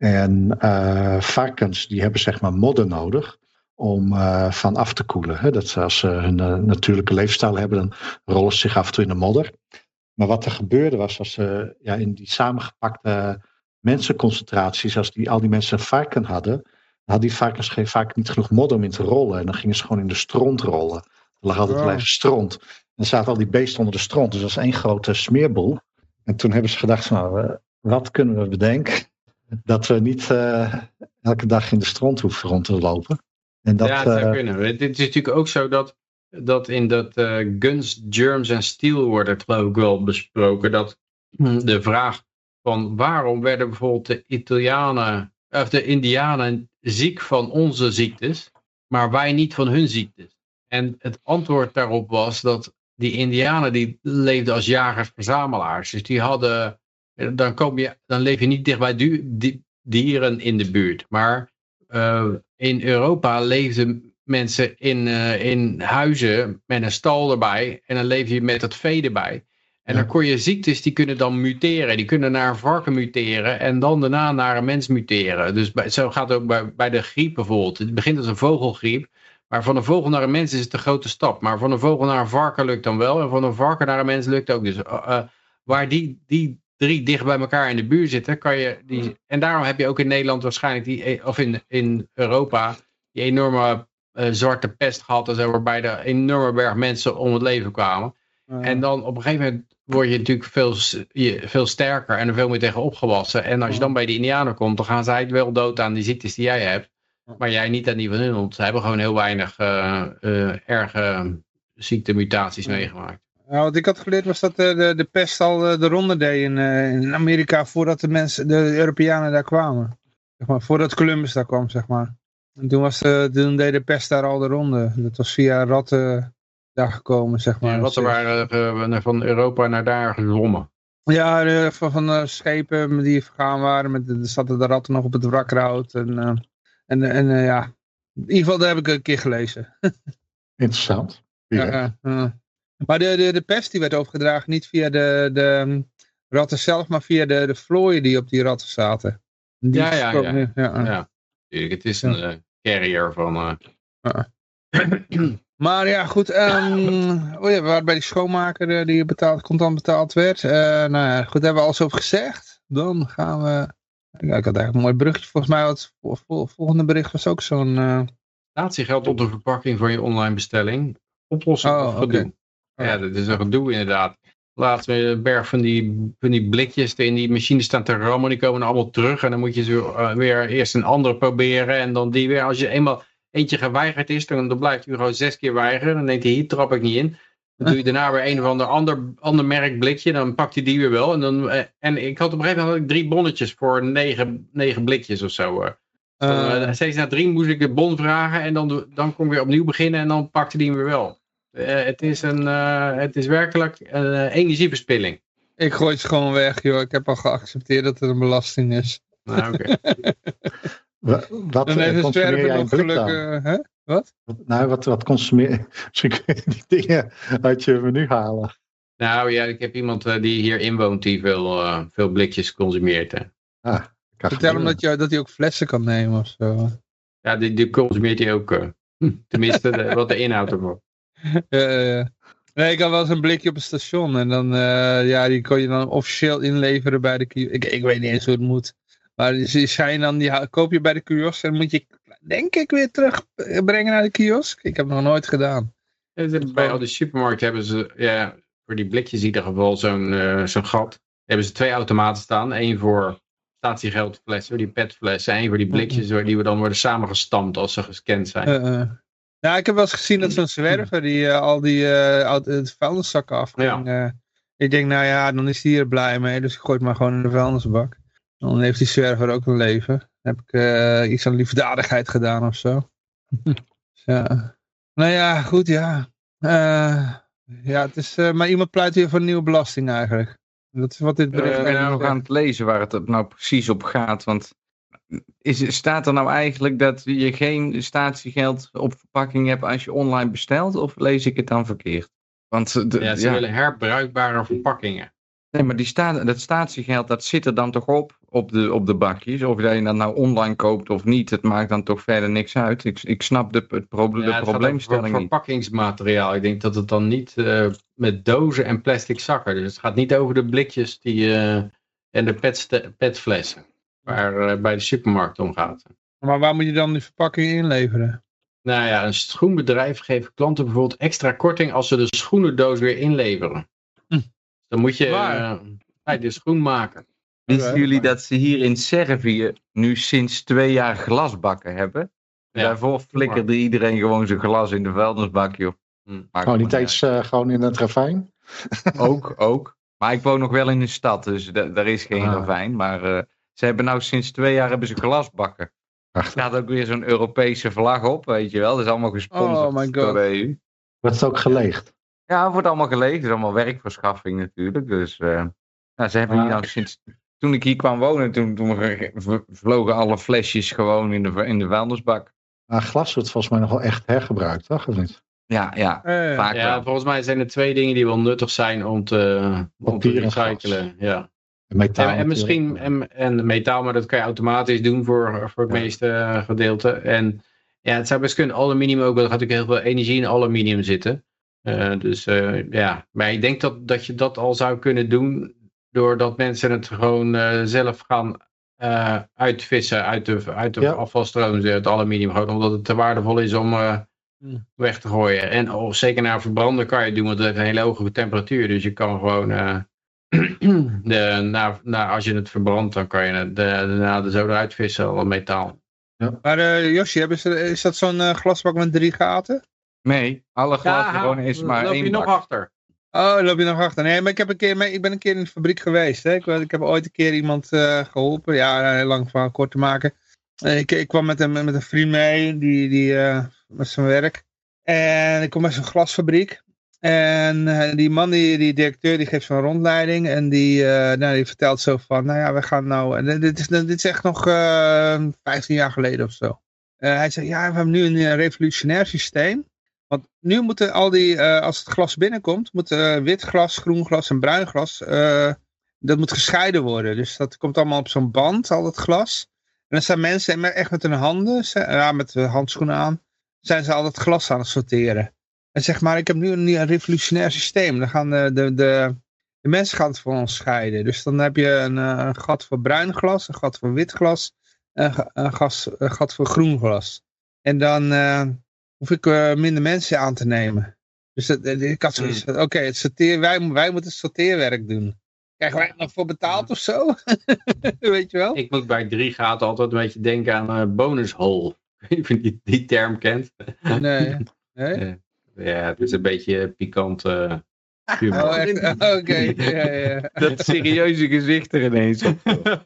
S1: En uh, varkens, die hebben zeg maar modder nodig om uh, van af te koelen. Hè? Dat als ze hun uh, natuurlijke leefstijl hebben, dan rollen ze zich af en toe in de modder. Maar wat er gebeurde was, als ze uh, ja, in die samengepakte mensenconcentraties, als die, al die mensen een varken hadden, dan hadden die varkens geen, vaak niet genoeg modder om in te rollen. En dan gingen ze gewoon in de stront rollen. Er lag altijd wow. Blijven stront. En dan zaten al die beesten onder de stront. Dus dat was één grote smeerboel. En toen hebben ze gedacht, nou, uh, wat kunnen we bedenken? Dat we niet uh, elke dag in de stront hoeven rond te lopen. En dat,
S4: ja, het zou uh, kunnen. Het is natuurlijk ook zo dat, dat in dat uh, Guns, Germs en Steel wordt het geloof ik wel besproken. Dat de vraag van waarom werden bijvoorbeeld de Italianen of de Indianen ziek van onze ziektes, maar wij niet van hun ziektes. En het antwoord daarop was dat die Indianen die leefden als jagers-verzamelaars. Dus die hadden, dan, kom je, dan leef je niet dicht bij du, di, dieren in de buurt. Maar uh, in Europa leefden mensen in, uh, in huizen met een stal erbij. En dan leef je met het vee erbij. En ja. Dan kon je ziektes, die kunnen dan muteren. Die kunnen naar een varken muteren en dan daarna naar een mens muteren. Dus bij, zo gaat het ook bij, bij de griep bijvoorbeeld. Het begint als een vogelgriep. Maar van een vogel naar een mens is het een grote stap. Maar van een vogel naar een varken lukt dan wel. En van een varken naar een mens lukt ook. Dus uh, uh, waar die, die drie dicht bij elkaar in de buurt zitten, kan je die. En daarom heb je ook in Nederland waarschijnlijk die, of in, in Europa, die enorme uh, zwarte pest gehad. Dus waarbij er een enorme berg mensen om het leven kwamen. Uh. En dan op een gegeven moment word je natuurlijk veel, veel sterker en er veel meer tegen opgewassen. En als je dan bij de Indianen komt, dan gaan zij wel dood aan die ziektes die jij hebt. Maar jij niet aan die van hun, want ze hebben gewoon heel weinig uh, uh, erge ziektemutaties meegemaakt.
S3: Nou, wat ik had geleerd was dat de, de, de pest al uh, de ronde deed in, uh, in Amerika voordat de mensen, de Europeanen daar kwamen. Zeg maar, voordat Columbus daar kwam, zeg maar. En toen, was de, toen deed de pest daar al de ronde. Dat was via ratten daar gekomen, zeg maar.
S4: Ja, ratten waren uh, van Europa naar daar gezwommen.
S3: Ja, uh, van, van uh, schepen die vergaan waren. Met, er zaten de ratten nog op het wrakrout en... Uh, En, en uh, ja, in ieder geval daar heb ik een keer gelezen.
S1: Interessant.
S3: Ja, uh, uh. Maar de, de, de pest die werd overgedragen niet via de, de ratten zelf, maar via de, de vlooien die op die ratten zaten. Die
S4: ja, ja, ja.
S3: ja,
S4: ja, uh. ja. Het is een uh, carrier van... Uh... Uh.
S3: Maar ja, goed. Um, oh ja, we waren bij die schoonmaker uh, die betaald, contant betaald werd. Uh, nou ja, goed, hebben we alles over gezegd. Dan gaan we... Ja, ik had eigenlijk een mooi bruggetje. Volgens mij het volgende bericht was ook zo'n... Uh...
S4: Statiegeld op de verpakking van je online bestelling. Oplossing
S3: oh,
S4: of gedoe.
S3: Okay. Oh.
S4: Ja, dat is een gedoe inderdaad. Laatst weer een berg van die, van die blikjes in die machine staan te rammen. Die komen allemaal terug. En dan moet je zo, uh, weer eerst een andere proberen. En dan die weer. Als je eenmaal eentje geweigerd is, dan, dan blijft je gewoon zes keer weigeren. Dan denkt hij, hier trap ik niet in. Dan doe je daarna weer een of ander, ander, ander merk blikje. Dan pakt hij die weer wel. En, dan, uh, en ik had op een gegeven moment had ik drie bonnetjes voor negen, negen blikjes of zo. Uh. Uh. Uh, steeds na drie moest ik de bon vragen. En dan, dan kon ik weer opnieuw beginnen. En dan pakte die hem weer wel. Uh, het, is een, uh, het is werkelijk een uh, energieverspilling.
S3: Ik gooi het gewoon weg, joh. Ik heb al geaccepteerd dat het een belasting is.
S4: Nou, oké. Okay.
S1: Wat uh, consumeer jij een blik dan?
S3: Uh, hè? Wat?
S1: Nou, wat, wat consumeer Misschien kun je die dingen uit je menu halen.
S4: Nou ja, ik heb iemand uh, die hier inwoont die veel, uh, veel blikjes consumeert. Hè.
S1: Ah,
S3: Vertel hem dat, je, dat hij ook flessen kan nemen of zo.
S4: Ja, die, die consumeert hij ook. Uh, tenminste, de, wat de inhoud ervan.
S3: Uh, nee, ik had wel eens een blikje op een station. En dan, uh, ja, die kon je dan officieel inleveren bij de kiosk. Ik, ik weet niet eens hoe het moet. Maar die zijn dan, die koop je bij de kiosk en dan moet je, denk ik, weer terugbrengen naar de kiosk. Ik heb het nog nooit gedaan.
S4: Ja, bij al die supermarkten hebben ze, ja, voor die blikjes in ieder geval zo'n uh, zo'n gat. Hebben ze twee automaten staan. Eén voor statiegeldflessen, die petflessen. En één voor die blikjes, die dan worden samengestampt als ze gescand zijn.
S3: Uh, uh. Ja, ik heb wel eens gezien dat zo'n zwerver die uh, al die uh, vuilniszakken afging. Ja. Uh, ik denk, nou ja, dan is hij hier blij mee. Dus ik gooi het maar gewoon in de vuilnisbak. Dan heeft die zwerver ook een leven. Dan heb ik uh, iets aan liefdadigheid gedaan of zo. Dus ja. Nou ja, goed, ja. Uh, ja, het is, uh, maar iemand pleit weer voor een nieuwe belasting eigenlijk. Dat is wat dit bericht...
S2: Uh, ik ben nou nog aan het lezen waar het nou precies op gaat. Want is, staat er nou eigenlijk dat je geen statiegeld op verpakking hebt als je online bestelt? Of lees ik het dan verkeerd? Want de,
S4: ja, ze
S2: ja.
S4: willen herbruikbare verpakkingen.
S2: Nee, maar die sta, dat statiegeld, dat zit er dan toch op, op de, op de bakjes. Of je dat nou online koopt of niet, het maakt dan toch verder niks uit. Ik, ik snap de, het proble- ja,
S4: de
S2: probleemstelling niet.
S4: Verpakkingsmateriaal. Ik denk dat het dan niet uh, met dozen en plastic zakken. Dus het gaat niet over de blikjes die, uh, en de pet, petflessen. Waar uh, bij de supermarkt om gaat.
S3: Maar waar moet je dan die verpakking inleveren?
S4: Nou ja, een schoenbedrijf geeft klanten bijvoorbeeld extra korting als ze de schoenendoos weer inleveren. Hm. Dan moet je uh, bij de schoenmaker.
S2: Wisten jullie dat ze hier in Servië nu sinds twee jaar glasbakken hebben? Ja. Daarvoor flikkerde iedereen gewoon zijn glas in de vuilnisbakje.
S1: Hm. Gewoon niet eens uh, gewoon in het ravijn?
S2: Ook, ook. Maar ik woon nog wel in de stad, dus d- daar is geen ah. ravijn. Maar uh, ze hebben nou sinds twee jaar hebben ze glasbakken. Er staat ook weer zo'n Europese vlag op, weet je wel. Dat is allemaal gesponsord
S3: oh
S2: door de E U.
S1: Wordt het ook geleegd?
S2: Ja, het wordt allemaal geleegd. Het is allemaal werkverschaffing natuurlijk. Dus uh, nou, ze hebben ah. hier nou sinds... Toen ik hier kwam wonen, toen, toen vlogen alle flesjes gewoon in de, in de vuilnisbak.
S1: Maar glas wordt volgens mij nog wel echt hergebruikt, toch? Of niet?
S2: Ja, ja.
S3: Uh,
S2: vaak
S4: ja
S2: wel.
S4: Volgens mij zijn er twee dingen die wel nuttig zijn om te, om te recyclen. Ja.
S1: Metaal,
S4: en, en misschien en, en metaal, maar dat kan je automatisch doen voor, voor het ja. meeste gedeelte. En ja, het zou best kunnen aluminium ook, want er gaat natuurlijk heel veel energie in aluminium zitten. Uh, dus uh, ja, maar ik denk dat, dat je dat al zou kunnen doen doordat mensen het gewoon uh, zelf gaan uh, uitvissen uit de, uit de ja. afvalstroom, het aluminium, gewoon omdat het te waardevol is om uh, hmm. weg te gooien. En oh, zeker naar verbranden kan je het doen, want het heeft een hele hoge temperatuur, dus je kan gewoon... Uh, de, na, na, als je het verbrandt, dan kan je het daarna de zo eruit vissen, al metaal.
S3: Ja. Maar uh, Josje, is, is dat zo'n uh, glasbak met drie gaten?
S2: Nee, alle glas ja, gewoon is maar
S4: loop
S2: één
S4: je
S2: bak.
S4: nog achter.
S3: Oh, loop je nog achter. Nee, maar ik, heb een keer mee, ik ben een keer in de fabriek geweest. Hè. Ik, ik heb ooit een keer iemand uh, geholpen. Ja, heel lang van kort te maken. Ik, ik kwam met een, met een vriend mee, die, die, uh, met zijn werk. En ik kom bij zo'n glasfabriek. En uh, die man, die, die directeur, die geeft zo'n rondleiding. En die, uh, nou, die vertelt zo van, nou ja, we gaan nou... En dit, is, dit is echt nog uh, vijftien jaar geleden of zo. Uh, hij zegt, ja, we hebben nu een revolutionair systeem. Want nu moeten al die, uh, als het glas binnenkomt, moet uh, wit glas, groen glas en bruin glas, uh, dat moet gescheiden worden. Dus dat komt allemaal op zo'n band, al dat glas. En dan staan mensen echt met hun handen, ja, met handschoenen aan, zijn ze al dat glas aan het sorteren. En zeg maar, ik heb nu een, een revolutionair systeem. Dan gaan de, de, de, de mensen gaan het voor ons scheiden. Dus dan heb je een, een gat voor bruin glas, een gat voor wit glas, een, een, gas, een gat voor groen glas. En dan uh, hoef ik uh, minder mensen aan te nemen. Dus dat, ik had zoiets van, oké, okay, het sorteer, wij, wij moeten het sorteerwerk doen. Krijgen wij er nog voor betaald of zo? Weet je wel?
S4: Ik moet bij drie gaten altijd een beetje denken aan uh, bonushole. Ik weet niet of je die, die term kent.
S3: Nee. nee?
S4: Uh, ja, het is een beetje pikant uh,
S3: humor. Oh, echt? Oké. Okay. Ja, ja.
S2: Dat serieuze gezicht er ineens op.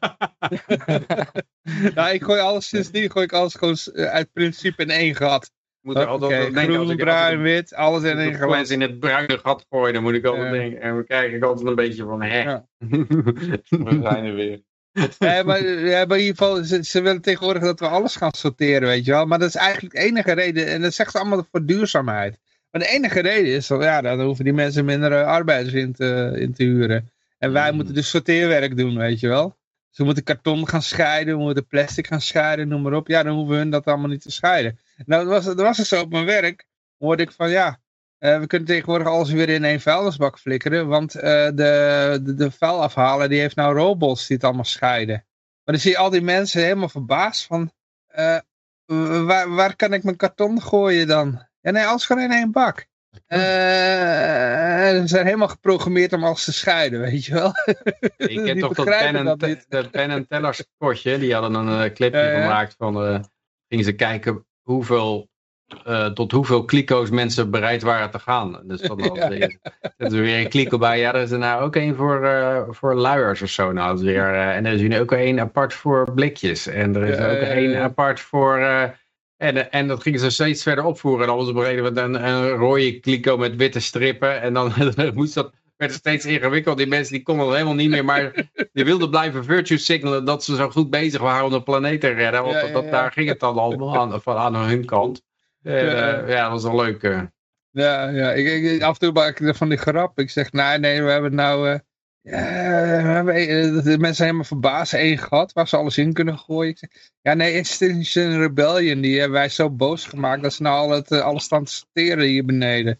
S3: Nou, ik gooi alles sindsdien gooi ik alles gewoon uit principe in één gat.
S4: Moet er altijd
S3: okay,
S4: denken,
S3: groen, bruin,
S4: altijd,
S3: wit, alles in één gat.
S4: Als mensen in het bruine gat gooien, dan moet ik altijd ja. denken. En we krijgen altijd een beetje van, hè. Ja. We zijn er weer.
S3: Ja, maar, ja, maar in ieder geval, ze, ze willen tegenwoordig dat we alles gaan sorteren, weet je wel. Maar dat is eigenlijk de enige reden, en dat zegt ze allemaal voor duurzaamheid. Maar de enige reden is, dat, ja, dan hoeven die mensen minder uh, arbeiders in te, in te huren. En wij mm. moeten dus sorteerwerk doen, weet je wel. Dus we moeten karton gaan scheiden, we moeten plastic gaan scheiden, noem maar op. Ja, dan hoeven hun dat allemaal niet te scheiden. Nou, dat was, dat was het zo op mijn werk, hoorde ik van, ja, uh, we kunnen tegenwoordig alles weer in één vuilnisbak flikkeren, want uh, de, de, de vuilafhaler, die heeft nou robots die het allemaal scheiden. Maar dan zie je al die mensen helemaal verbaasd van, uh, waar, waar kan ik mijn karton gooien dan? Ja, nee, alles gewoon in één bak. Uh, ze zijn helemaal geprogrammeerd om alles te scheiden, weet je wel.
S4: Ik ken toch dat Penn en, te, de Penn en Teller spotje, die hadden een uh, clipje uh, gemaakt van, uh, gingen ze kijken hoeveel, uh, tot hoeveel kliko's mensen bereid waren te gaan. Dus dan ja. Dat is weer een kliko bij, ja, er is er nou ook één voor, uh, voor luiers of zo. Nou, dat is weer, uh, en er is er ook één apart voor blikjes. En er is ja, ook ja, één ja. apart voor... Uh, En, en dat gingen ze steeds verder opvoeren. En alles bereiden we een, een rode kliko met witte strippen. En dan moest dat, werd het steeds ingewikkeld. Die mensen die konden het helemaal niet meer. Maar die wilden blijven virtue signalen dat ze zo goed bezig waren om de planeet te redden. Want ja, ja, ja. Dat, daar ging het dan allemaal aan, van, aan hun kant. En, ja, uh, ja, dat was wel leuk. Uh.
S3: Ja, ja. Ik, ik, af en toe maak ik van die grap. Ik zeg, nee, nee, we hebben nou... Uh... Ja, de mensen zijn helemaal verbaasd. Eén gat waar ze alles in kunnen gooien. Ik zeg, ja, nee, Extinction Rebellion. Die hebben wij zo boos gemaakt dat ze nou al het, alles staan te sorteren hier beneden.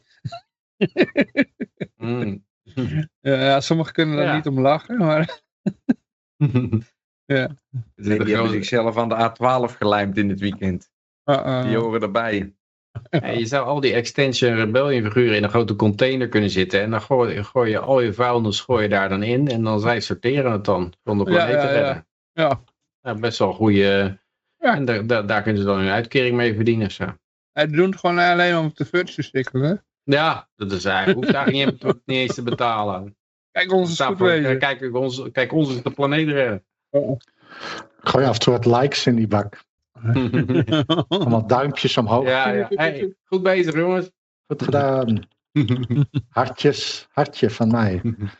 S3: mm. Ja, sommigen kunnen daar ja. niet om lachen, maar... ja.
S2: Die hebben zichzelf aan de A twaalf gelijmd in het weekend. Uh -uh. Die horen erbij.
S4: Ja, je zou al die Extinction Rebellion figuren in een grote container kunnen zitten. En dan gooi, gooi je al je vuilnis gooi je daar dan in. En dan zij sorteren het dan. Om de planeet ja, ja, te redden.
S3: Ja. Ja.
S4: Ja, best wel goede. Ja. En daar, daar, daar kunnen ze dan hun uitkering mee verdienen. Zo.
S3: Hij doet het gewoon alleen om te virtue stikken.
S4: Ja, dat is eigenlijk. Hoeft daar niet, niet eens te betalen.
S3: Kijk, ons is goed voor,
S4: kijk, ons, kijk, ons is de planeet redden.
S1: Oh. Gooi af en toe wat likes in die bak. Allemaal duimpjes omhoog.
S4: Ja, ja. Hey, goed bezig, jongens.
S1: Goed gedaan. Hartjes, hartje van mij.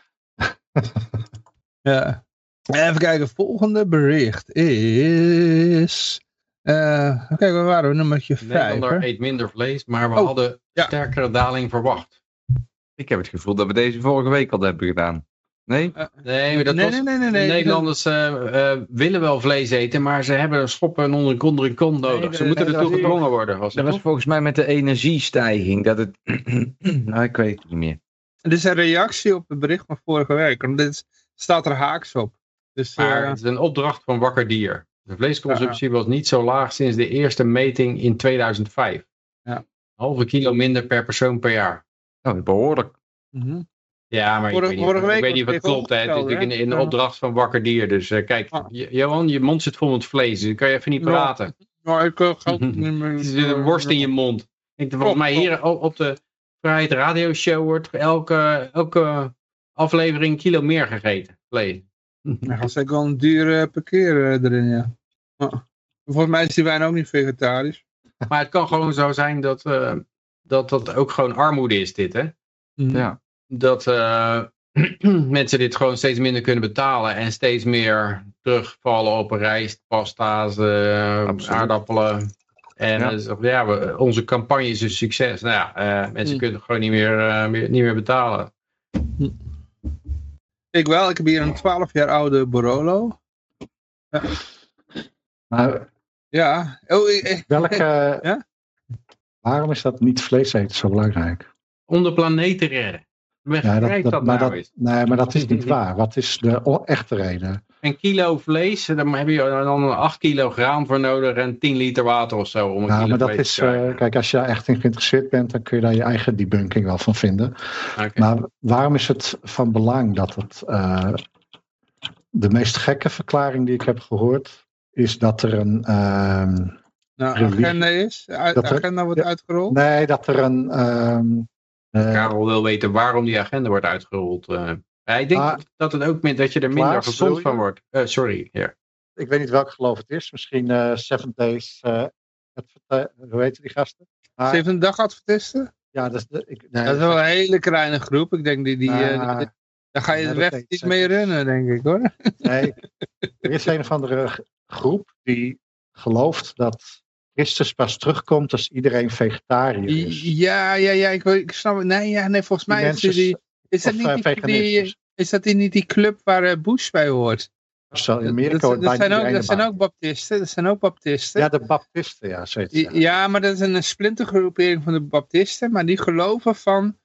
S3: Ja. Even kijken, volgende bericht is... Uh, Kijk, waar waren we? Nummertje vijf.
S4: Nederlander eet minder vlees, maar we oh, hadden ja. sterkere daling verwacht.
S2: Ik heb het gevoel dat we deze vorige week al hebben gedaan. Nee?
S4: Uh, nee, maar dat nee, was, nee, nee, nee, nee. De Nederlanders uh, uh, willen wel vlees eten, maar ze hebben een schoppen onder een kont onder een kont nodig. Nee, ze moeten ertoe gedwongen worden.
S2: Was dat was volgens mij met de energiestijging. Dat het... nou, ik weet het niet meer.
S3: Dit is een reactie op het bericht van vorige week. Want dit staat er haaks op. Dus,
S4: maar uh... het is een opdracht van Wakker Dier. De vleesconsumptie uh, was niet zo laag sinds de eerste meting in tweeduizend vijf.
S3: Ja.
S4: Halve kilo minder per persoon per jaar.
S2: Nou, behoorlijk.
S3: Mm-hmm.
S4: Ja, maar vorige, ik, weet niet, ik weet niet of het klopt. Hè. Het is natuurlijk in, in de opdracht van Wakker Dier. Dus uh, kijk, ah. Johan, je mond zit vol met vlees. Dus dan kan je even niet praten.
S3: Nou, ik uh, ga niet
S4: meer... Er zit een worst in je mond. Ik, volgens mij hier op de Vrijheid Radio Show wordt elke, elke aflevering een kilo meer gegeten. Vlees.
S3: Dan gaat zeker wel een duur per keer erin, ja. Ah. Volgens mij is die wijn ook niet vegetarisch.
S4: Maar het kan gewoon zo zijn dat, uh, dat dat ook gewoon armoede is, dit, hè?
S3: Mm.
S4: Ja. Dat uh, mensen dit gewoon steeds minder kunnen betalen en steeds meer terugvallen op rijst, pasta's, uh, aardappelen. En ja. Dus, ja, we, onze campagne is een succes. Nou ja, uh, mensen mm. kunnen het gewoon niet meer, uh, meer, niet meer betalen.
S3: Ik wel, ik heb hier een twaalf jaar oude Barolo. Ja.
S1: Maar,
S3: ja. Oh, ik,
S1: welke,
S3: ja?
S1: Waarom is dat niet vlees eten zo belangrijk?
S4: Om de planeet te redden. Begrijp
S1: Ja, dat, dat,
S4: dat
S1: maar
S4: nou
S1: dat,
S4: eens.
S1: nee, maar dat is niet waar. Wat is de o- echte reden?
S4: Een kilo vlees, daar heb je dan acht kilo graan voor nodig en tien liter water of zo. Om een
S1: Nou,
S4: kilo
S1: maar dat
S4: vlees
S1: is,
S4: te krijgen.
S1: uh, kijk, als je daar echt in geïnteresseerd bent, dan kun je daar je eigen debunking wel van vinden.
S4: Okay.
S1: Maar waarom is het van belang dat het... Uh, de meest gekke verklaring die ik heb gehoord, is dat er een... Uh,
S3: nou, religie, agenda is? De uit, agenda er, wordt ja, uitgerold?
S1: Nee, dat er een... Um,
S4: uh, Karel wil weten waarom die agenda wordt uitgerold. Uh, ja, ik denk ah, dat, het ook met, dat je er minder
S1: Klaas,
S4: gezond van wordt. Uh, sorry, ja. Yeah.
S1: Ik weet niet welk geloof het is. Misschien uh, Seven Days... Uh, hoe heet die gasten?
S3: Maar, Zeven dag adventisten?
S1: Ja, dat is, de, ik, nee,
S3: dat is wel een hele kleine groep. Ik denk die... die, nou, uh, die daar ga je de weg niet mee rennen, denk ik hoor.
S1: Nee, er is een of andere groep die gelooft dat Christus pas terugkomt als iedereen vegetariër is.
S3: Ja, ja, ja, ik, ik snap het. Nee, ja, nee, volgens mij is, die, is, dat niet die, die, is dat niet die club waar uh, Bush bij hoort?
S1: Zo, in Amerika
S3: dat, dat, zijn, ook, dat zijn ook baptisten. Dat zijn ook baptisten.
S1: Ja, de baptisten, ja. Zoiets,
S3: ja, maar dat is een splintergroepering van de baptisten, maar die geloven van...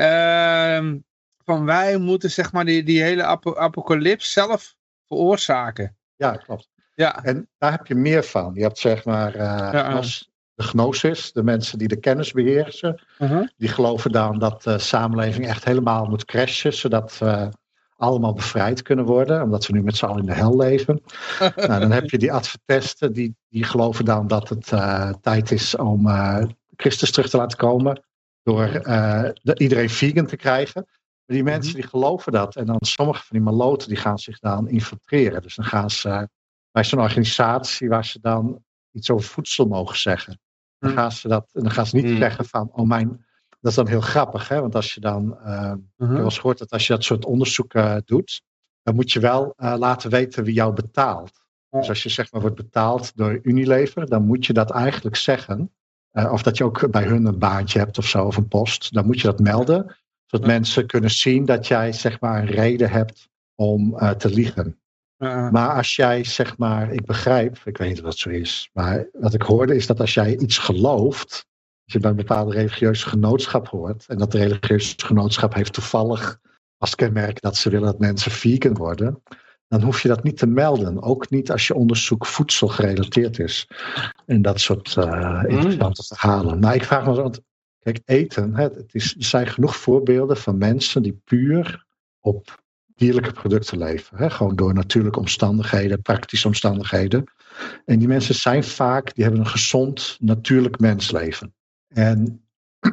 S3: Uh, van wij moeten zeg maar die, die hele ap apocalyps zelf veroorzaken.
S1: Ja, klopt.
S3: Ja.
S1: En daar heb je meer van. Je hebt zeg maar uh, ja, uh. de gnosis, de mensen die de kennis beheersen. Uh-huh. Die geloven dan dat de samenleving echt helemaal moet crashen, zodat we allemaal bevrijd kunnen worden, omdat we nu met z'n allen in de hel leven. Nou, dan heb je die adventisten, die, die geloven dan dat het uh, tijd is om uh, Christus terug te laten komen, door uh, de, iedereen vegan te krijgen. Maar die mensen die geloven dat. En dan sommige van die maloten die gaan zich dan infiltreren. Dus dan gaan ze uh, bij zo'n organisatie waar ze dan iets over voedsel mogen zeggen. Dan gaan ze, dat, dan gaan ze niet mm. zeggen van, oh mijn, dat is dan heel grappig. Hè? Want als je dan, uh, uh-huh. ik heb wel eens gehoord dat als je dat soort onderzoek uh, doet, dan moet je wel uh, laten weten wie jou betaalt. Ja. Dus als je zeg maar wordt betaald door Unilever, dan moet je dat eigenlijk zeggen. Uh, of dat je ook bij hun een baantje hebt of zo, of een post. Dan moet je dat melden. Zodat ja. mensen kunnen zien dat jij zeg maar een reden hebt om uh, te liegen. Ja. Maar als jij zeg maar, ik begrijp, ik weet niet of dat zo is, maar wat ik hoorde is dat als jij iets gelooft, als je bij een bepaalde religieuze genootschap hoort, en dat de religieuze genootschap heeft toevallig als kenmerk dat ze willen dat mensen vegan worden, dan hoef je dat niet te melden. Ook niet als je onderzoek voedsel gerelateerd is. En dat soort uh, interessante mm. verhalen. Maar ik vraag me zo, kijk, eten, hè, het is, er zijn genoeg voorbeelden van mensen die puur op dierlijke producten leven. Hè, gewoon door natuurlijke omstandigheden, praktische omstandigheden. En die mensen zijn vaak, die hebben een gezond, natuurlijk mensleven. En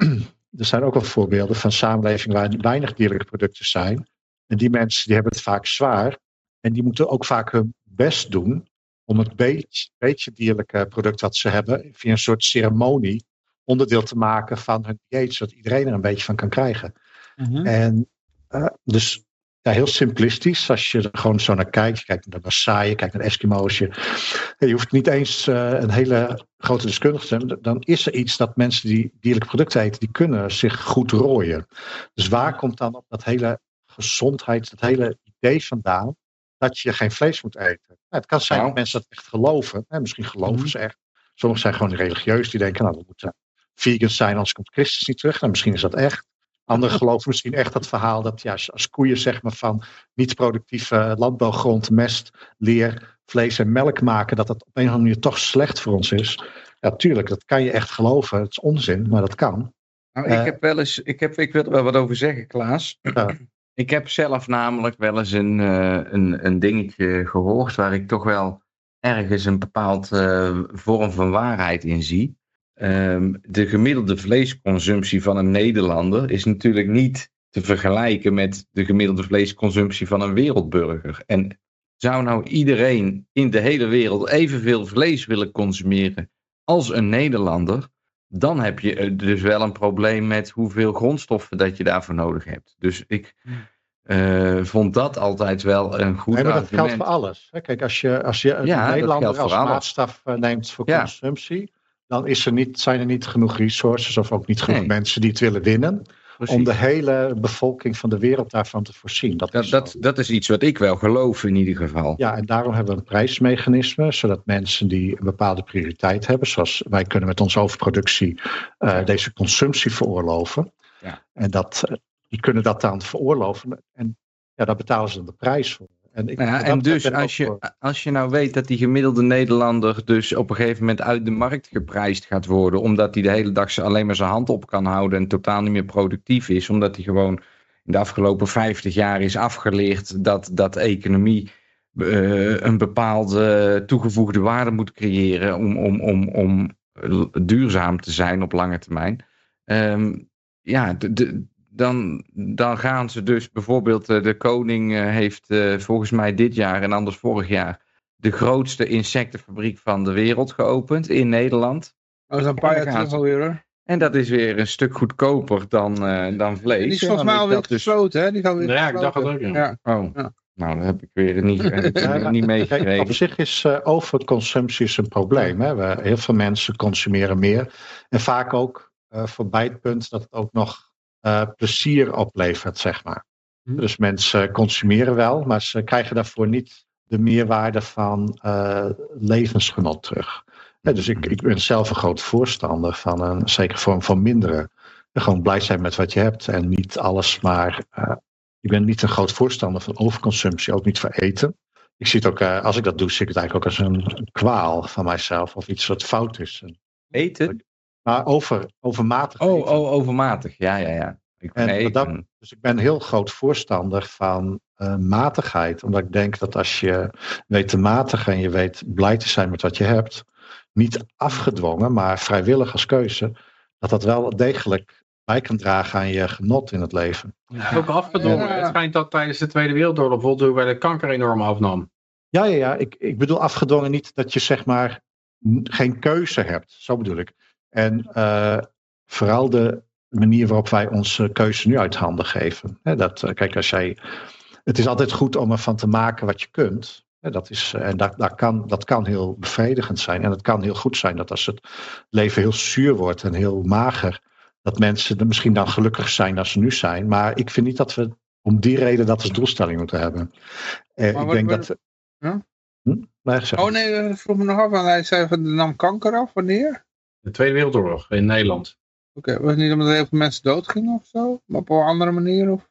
S1: er zijn ook wel voorbeelden van samenlevingen waar weinig dierlijke producten zijn. En die mensen die hebben het vaak zwaar. En die moeten ook vaak hun best doen om het beetje, beetje dierlijke product wat ze hebben, via een soort ceremonie, onderdeel te maken van hun dieet, zodat iedereen er een beetje van kan krijgen. Mm-hmm. En uh, dus ja, heel simplistisch, als je er gewoon zo naar kijkt, je kijkt naar de Maasai, je kijkt naar de Eskimo's, je, je hoeft niet eens uh, een hele grote deskundige te zijn, dan is er iets dat mensen die dierlijke producten eten, die kunnen zich goed rooien. Dus waar komt dan op dat hele gezondheid, dat hele idee vandaan, dat je geen vlees moet eten? Nou, het kan zijn nou. dat mensen dat echt geloven, hè, misschien geloven mm-hmm. ze echt. Sommigen zijn gewoon religieus, die denken, nou, we moeten vegan zijn, anders komt Christus niet terug. Nou, misschien is dat echt. Anderen geloven misschien echt dat verhaal dat ja, als koeien zeg maar van niet productieve landbouwgrond, mest, leer, vlees en melk maken, dat dat op een of andere manier toch slecht voor ons is. Ja, tuurlijk, dat kan je echt geloven. Het is onzin, maar dat kan.
S2: Nou, ik uh, heb wel eens, ik, heb, ik wil er wel wat over zeggen, Klaas. Uh, ik heb zelf namelijk wel eens een, uh, een, een dingetje gehoord waar ik toch wel ergens een bepaald uh, vorm van waarheid in zie. Um, de gemiddelde vleesconsumptie van een Nederlander is natuurlijk niet te vergelijken met de gemiddelde vleesconsumptie van een wereldburger. En zou nou iedereen in de hele wereld evenveel vlees willen consumeren als een Nederlander, dan heb je dus wel een probleem met hoeveel grondstoffen dat je daarvoor nodig hebt. Dus ik uh, vond dat altijd wel een goed
S1: nee, maar
S2: argument.
S1: Dat geldt voor alles. Kijk, als je, als je een ja, Nederlander als maatstaf neemt voor
S2: ja.
S1: consumptie, dan is er niet, zijn er niet genoeg resources of ook niet genoeg nee. mensen die het willen winnen
S2: precies.
S1: om de hele bevolking van de wereld daarvan te voorzien. Dat,
S2: Dat,
S1: is
S2: dat,
S1: zo.
S2: dat is iets wat ik wel geloof in ieder geval.
S1: Ja, en daarom hebben we een prijsmechanisme, zodat mensen die een bepaalde prioriteit hebben, zoals wij kunnen met onze overproductie uh, deze consumptie veroorloven. Ja. En dat, die kunnen dat dan veroorloven en ja, daar betalen ze dan de prijs voor. En, ik,
S2: ja, en dus als je, voor... als je nou weet dat die gemiddelde Nederlander dus op een gegeven moment uit de markt geprijsd gaat worden, omdat hij de hele dag alleen maar zijn hand op kan houden en totaal niet meer productief is, omdat hij gewoon in de afgelopen vijftig jaar is afgeleerd dat, dat economie uh, een bepaalde toegevoegde waarde moet creëren om, om, om, om duurzaam te zijn op lange termijn. Um, ja, de, de, dan, dan gaan ze dus bijvoorbeeld, uh, de koning uh, heeft uh, volgens mij dit jaar en anders vorig jaar de grootste insectenfabriek van de wereld geopend in Nederland.
S3: Dat is een paar jaar terug alweer hoor.
S2: En dat is weer een stuk goedkoper dan, uh, dan vlees.
S3: Die is volgens mij alweer dus... gesloten, hè? Die gaat weer
S4: ja, ik dacht het ook. Ja.
S3: Ja.
S2: Oh, ja. Nou, dat heb ik weer niet, uh, niet meegekregen.
S1: Op zich is uh, overconsumptie is een probleem. Hè? We, heel veel mensen consumeren meer. En vaak ook uh, voorbij het punt dat het ook nog uh, plezier oplevert, zeg maar. Hm. Dus mensen consumeren wel, maar ze krijgen daarvoor niet de meerwaarde van uh, levensgenot terug. Ja, dus ik, ik ben zelf een groot voorstander van een zekere vorm van minderen. Gewoon blij zijn met wat je hebt en niet alles maar... Uh, ik ben niet een groot voorstander van overconsumptie, ook niet voor eten. Ik zie het ook, uh, als ik dat doe, zie ik het eigenlijk ook als een, een kwaal van mijzelf of iets wat fout is.
S2: Eten?
S1: Maar over, overmatig
S2: oh,
S1: eten.
S2: Oh, overmatig, ja, ja, ja. Ik,
S1: en
S2: nee,
S1: dat,
S2: ik...
S1: Dus ik ben een heel groot voorstander van uh, matigheid. Omdat ik denk dat als je weet te matigen en je weet blij te zijn met wat je hebt, niet afgedwongen, maar vrijwillig als keuze, dat dat wel degelijk bij kan dragen aan je genot in het leven.
S4: Ja, ook afgedwongen. Ja. Het schijnt dat tijdens de Tweede Wereldoorlog bijvoorbeeld bij de kanker enorm afnam.
S1: Ja, ja, ja. Ik, ik bedoel afgedwongen niet dat je zeg maar geen keuze hebt. Zo bedoel ik. En uh, vooral de manier waarop wij onze keuze nu uit handen geven. He, dat, uh, kijk, als jij... Het is altijd goed om ervan te maken wat je kunt. He, dat is, uh, en dat, dat, kan, dat kan heel bevredigend zijn. En het kan heel goed zijn dat als het leven heel zuur wordt en heel mager, dat mensen er misschien dan gelukkig zijn als ze nu zijn. Maar ik vind niet dat we om die reden dat als doelstelling moeten hebben. Uh, ik
S3: wat,
S1: denk
S3: wat,
S1: dat...
S3: Huh?
S1: Hm? Nee,
S3: oh nee, dat vroeg me nog af. Want hij zei van de nam kanker af. Wanneer?
S4: De Tweede Wereldoorlog in Nederland.
S3: Oké, okay, was het niet omdat er heel veel mensen doodgingen of zo? Maar op een andere manier? Of?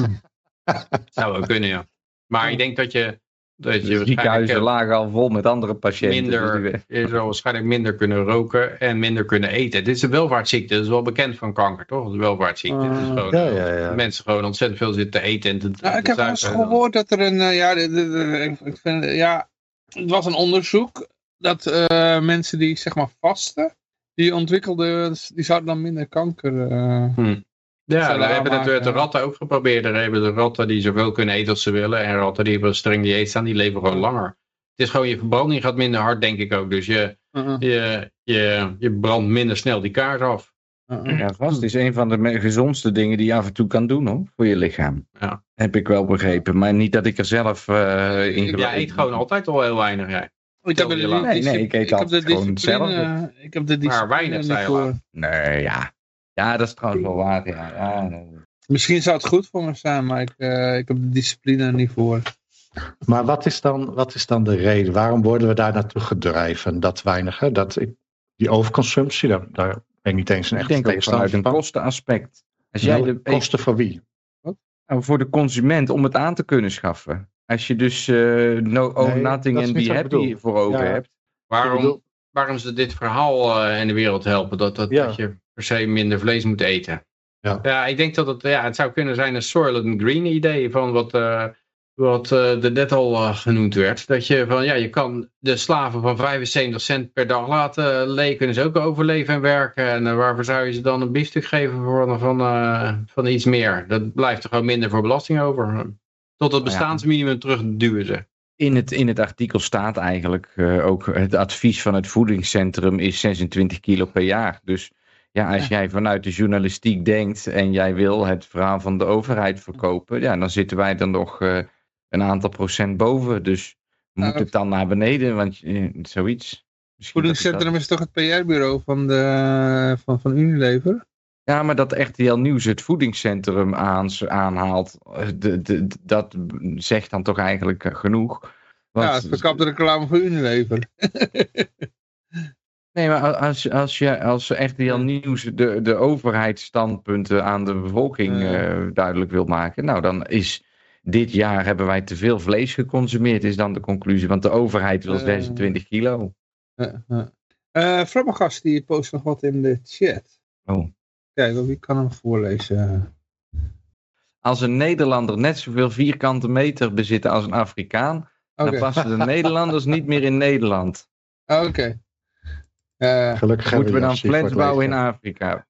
S4: Zou wel kunnen, ja. Maar ik denk dat je... Dat je
S2: de ziekenhuizen lagen al vol met andere patiënten.
S4: Minder, dus je zou waarschijnlijk minder kunnen roken en minder kunnen eten. Dit is een welvaartsziekte, dat is wel bekend van kanker, toch? Een welvaartsziekte. Uh, dus gewoon,
S1: ja, ja, ja.
S4: Mensen gewoon ontzettend veel zitten te eten. En te,
S3: nou, ik heb wel eens gehoord dat er een... Uh, ja, de, de, de, ik vind, ja, het was een onderzoek dat uh, mensen die zeg maar vasten, die ontwikkelden, die zouden dan minder kanker... Uh,
S4: hmm. Ja, we hebben het met de ratten ook geprobeerd. Er hebben de ratten die zoveel kunnen eten als ze willen. En ratten die hebben een streng dieet staan, die leven gewoon langer. Het is gewoon, je verbranding gaat minder hard, denk ik ook. Dus je, uh-uh. je, je, je brandt minder snel die kaart af.
S2: Uh-uh. Ja, vast is een van de gezondste dingen die je af en toe kan doen, hoor, voor je lichaam.
S4: Ja.
S2: Heb ik wel begrepen. Maar niet dat ik er zelf uh, in geloof.
S4: Ja, eet gewoon altijd al heel weinig, jij.
S3: Ik heb de,
S2: nee, nee, ik eet ik altijd gewoon zelf.
S3: Ik heb de discipline
S4: maar weinig, zei je.
S2: Nee, ja. Ja, dat is trouwens wel waar. Ja. Ja, nee.
S3: Misschien zou het goed voor me zijn, maar ik, uh, ik heb de discipline er niet voor.
S1: Maar wat is dan, wat is dan de reden? Waarom worden we daar naartoe gedreven? Dat weinig, hè? Dat, die overconsumptie, daar, daar ben ik niet eens een echt
S2: tegenstander van. Ik denk dat vanuit een kostenaspect. Als jij de,
S1: kosten voor wie?
S2: Wat? Voor de consument, om het aan te kunnen schaffen. Als je dus uh, no own nee, nothing and be happy voor ogen ja. hebt.
S4: Waarom, waarom ze dit verhaal uh, in de wereld helpen? Dat, dat, ja. dat je per se minder vlees moet eten. Ja, ja ik denk dat het, ja, het zou kunnen zijn een Soylent Green idee van wat, uh, wat uh, er net al uh, genoemd werd. Dat je van, ja, je kan de slaven van vijfenzeventig cent per dag laten leven, kunnen ze ook overleven en werken. En uh, waarvoor zou je ze dan een biefstuk geven voor, van, uh, van iets meer? Dat blijft er gewoon minder voor belasting over. Tot het bestaansminimum terugduwen ze.
S2: In het, in het artikel staat eigenlijk uh, ook het advies van het voedingscentrum is zesentwintig kilo per jaar. Dus ja, als ja. jij vanuit de journalistiek denkt en jij wil het verhaal van de overheid verkopen, ja, dan zitten wij er nog uh, een aantal procent boven. Dus moet uh, het dan naar beneden, want uh, zoiets.
S3: Het voedingscentrum is toch het P R-bureau van, de, van, van Unilever?
S2: Ja, maar dat R T L Nieuws het voedingscentrum aans, aanhaalt, de, de, dat zegt dan toch eigenlijk genoeg. Want,
S3: ja, het is verkapte reclame voor Unilever.
S2: Nee, maar als, als je als R T L Nieuws de, de overheidsstandpunten aan de bevolking
S3: Ja.
S2: uh, duidelijk wil maken, nou dan is dit jaar hebben wij te veel vlees geconsumeerd, is dan de conclusie. Want de overheid wil zesentwintig kilo.
S3: Uh, uh. uh, Frammagast die post nog wat in de chat.
S2: Oh.
S3: Kijk, wie kan hem voorlezen?
S2: Als een Nederlander net zoveel vierkante meter bezit als een Afrikaan, okay. dan passen de Nederlanders niet meer in Nederland.
S3: Oké. Okay. Uh,
S1: Gelukkig
S2: moeten we dan flats bouwen in Afrika?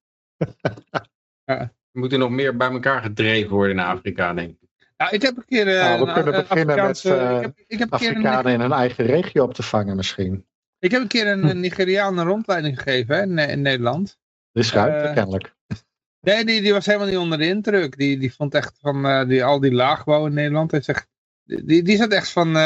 S4: uh, er moeten nog meer bij elkaar gedreven worden in Afrika, denk ik.
S3: Ja, ik heb een keer... Uh,
S1: nou, we kunnen
S3: uh,
S1: beginnen met uh,
S3: ik heb, ik heb
S1: Afrikanen in hun eigen regio op te vangen misschien.
S3: Ik heb een keer een, een Nigeriaan een rondleiding gegeven hè, in, in Nederland.
S1: Er is ruimte, uh, kennelijk.
S3: Nee, die, die was helemaal niet onder de indruk. Die, die vond echt van uh, die, al die laagbouw in Nederland. Hij zegt, die, die zat echt van... Uh,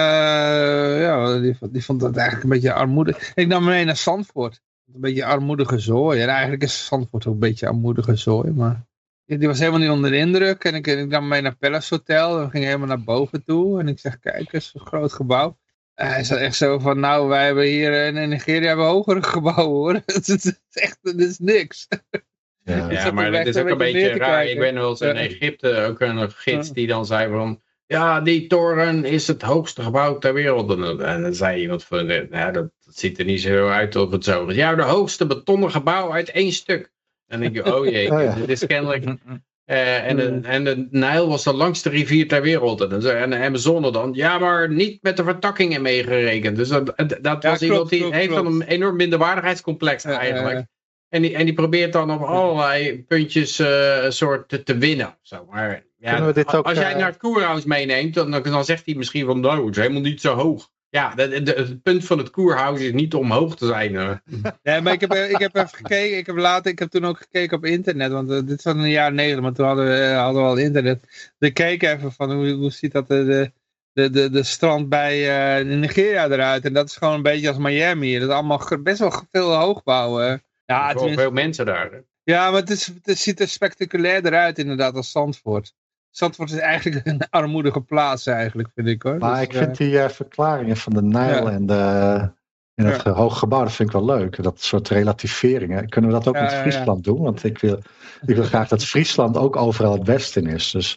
S3: ja, die, die vond dat eigenlijk een beetje armoedig. Ik nam mee naar Zandvoort. Een beetje armoedige zooi. En eigenlijk is Zandvoort ook een beetje armoedige zooi. Maar die was helemaal niet onder de indruk. En ik, ik nam mee naar Palace Hotel. En we gingen helemaal naar boven toe. En ik zeg, kijk, het is een groot gebouw. En hij zat echt zo van, nou, wij hebben hier in Nigeria hebben we hogere gebouwen, hoor. Het is echt, dit is niks.
S4: Ja, ja maar het is ook een beetje, beetje raar. Ik ben wel eens in Egypte ook een gids die dan zei van... Ja, die toren is het hoogste gebouw ter wereld. En dan zei iemand van... Ja, dat, dat ziet er niet zo uit of het zo is. Ja, de hoogste betonnen gebouw uit één stuk. En dan denk je, oh jee, oh ja. dit is kennelijk... Uh, en, de, en de Nijl was de langste rivier ter wereld. En, de, en de Amazone dan. Ja, maar niet met de vertakkingen meegerekend. Dus dat, dat was ja, iemand die klopt, heeft klopt. dan een enorm minderwaardigheidscomplex eigenlijk. Uh, uh, En die, en die probeert dan op allerlei puntjes uh, soort te, te winnen. Zo. Maar ja, als, ook, als jij uh... naar het koerhuis meeneemt, dan, dan zegt hij misschien van nou, het is helemaal niet zo hoog. Ja, de, de, het punt van het koerhuis is niet om hoog te zijn. Uh.
S3: Ja, maar ik heb, ik heb even gekeken, ik heb later, ik heb toen ook gekeken op internet, want uh, dit was in de jaren negentig, maar toen hadden we, uh, hadden we al internet. Ik keek even van hoe, hoe ziet dat de, de, de, de, de strand bij uh, Nigeria eruit. En dat is gewoon een beetje als Miami. Dat is allemaal best wel veel hoogbouw. Uh.
S4: Ja, er zijn veel mensen daar. Hè?
S3: Ja, maar het, is, het ziet er spectaculairder uit inderdaad als Zandvoort. Zandvoort is eigenlijk een armoedige plaats eigenlijk, vind ik hoor.
S1: Maar dus, ik vind uh, die uh, verklaringen van de Nijl ja. en, de, en het ja. hoge gebouw, dat vind ik wel leuk. Dat soort relativeringen. Kunnen we dat ook ja, met Friesland ja. doen? Want ik wil, ik wil graag dat Friesland ook overal het beste is. Dus,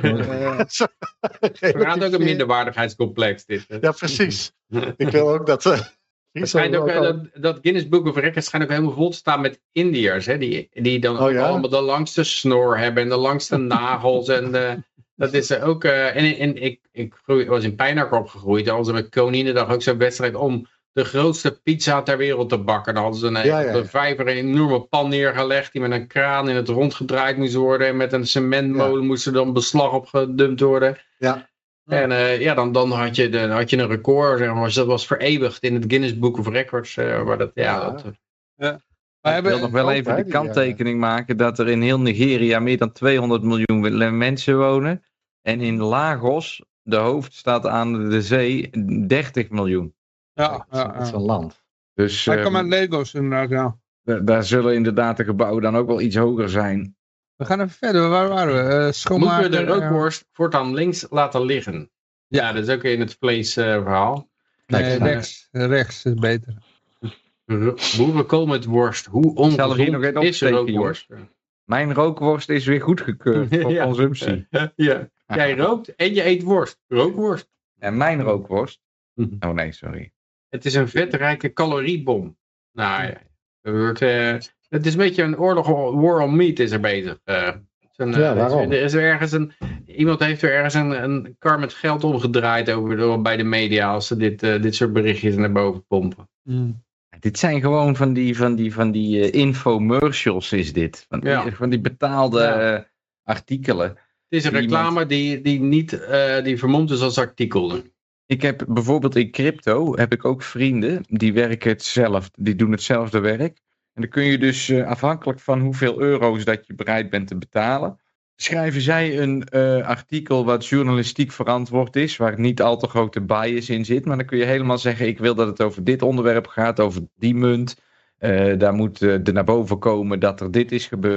S4: het gaat ook een minderwaardigheidscomplex dit. Hè?
S1: Ja, precies. Ik wil ook dat... Uh,
S4: Het schijnt ook, ook dat, dat Guinness Book of Records schijnt ook helemaal vol te staan met Indiërs. Hè, die, die dan oh, ja? allemaal de langste snor hebben en de langste nagels. En de, dat is ook... Uh, en en ik, ik groei, was in Pijnakker opgegroeid. Dan hadden ze met Koninginnedag ook zo'n wedstrijd om de grootste pizza ter wereld te bakken. Dan hadden ze een, ja, ja. een vijver een enorme pan neergelegd die met een kraan in het rond gedraaid moest worden. En met een cementmolen ja. moest er dan beslag op gedumpt worden.
S1: Ja.
S4: En uh, ja, dan, dan, had je de, dan had je een record, zeg maar, dat was vereeuwigd in het Guinness Book of Records. Uh, waar dat, ja, ja. Dat, uh,
S2: ja. Maar ik wil nog wel even de kanttekening maken dat er in heel Nigeria meer dan tweehonderd miljoen mensen wonen. En in Lagos, de hoofdstad aan de zee, dertig miljoen.
S3: Ja, ja, ja.
S1: Dat is een land.
S2: Dus,
S3: Hij kwam uit Lagos inderdaad, ja.
S2: D- daar zullen inderdaad de gebouwen dan ook wel iets hoger zijn.
S3: We gaan even verder, waar waren we? Uh, schoonmaken,
S4: Moeten we de rookworst uh, voortaan links laten liggen? Ja, ja, dat is ook in het vleesverhaal.
S3: Uh, nee, rechts, rechts is beter.
S4: Boerenkool met worst. Hoe ongezond is rookworst?
S2: Mijn rookworst is weer goedgekeurd voor ja. consumptie.
S4: Ja. Jij rookt en je eet worst. Rookworst.
S2: En mijn rookworst? Oh nee, sorry.
S4: Het is een vetrijke caloriebom. Nou ja, er wordt... Uh, Het is een beetje een oorlog, war on meat is er bezig. Uh, een,
S1: ja, waarom?
S4: Er is er ergens een, iemand heeft er ergens een, een kar met geld omgedraaid over, door, bij de media als ze dit, uh, dit soort berichtjes naar boven pompen.
S2: Mm. Dit zijn gewoon van die, van die, van die uh, infomercials is dit. Van die, ja. van die betaalde ja. uh, artikelen.
S4: Het is een reclame die, die niet uh, die vermomd is als artikel.
S2: Ik heb bijvoorbeeld in crypto heb ik ook vrienden die werken hetzelfde, die doen hetzelfde werk. En dan kun je dus uh, afhankelijk van hoeveel euro's dat je bereid bent te betalen, schrijven zij een uh, artikel wat journalistiek verantwoord is, waar niet al te grote bias in zit. Maar dan kun je helemaal zeggen, ik wil dat het over dit onderwerp gaat, over die munt. Uh, daar moet uh, er naar boven komen dat er dit is gebeurd.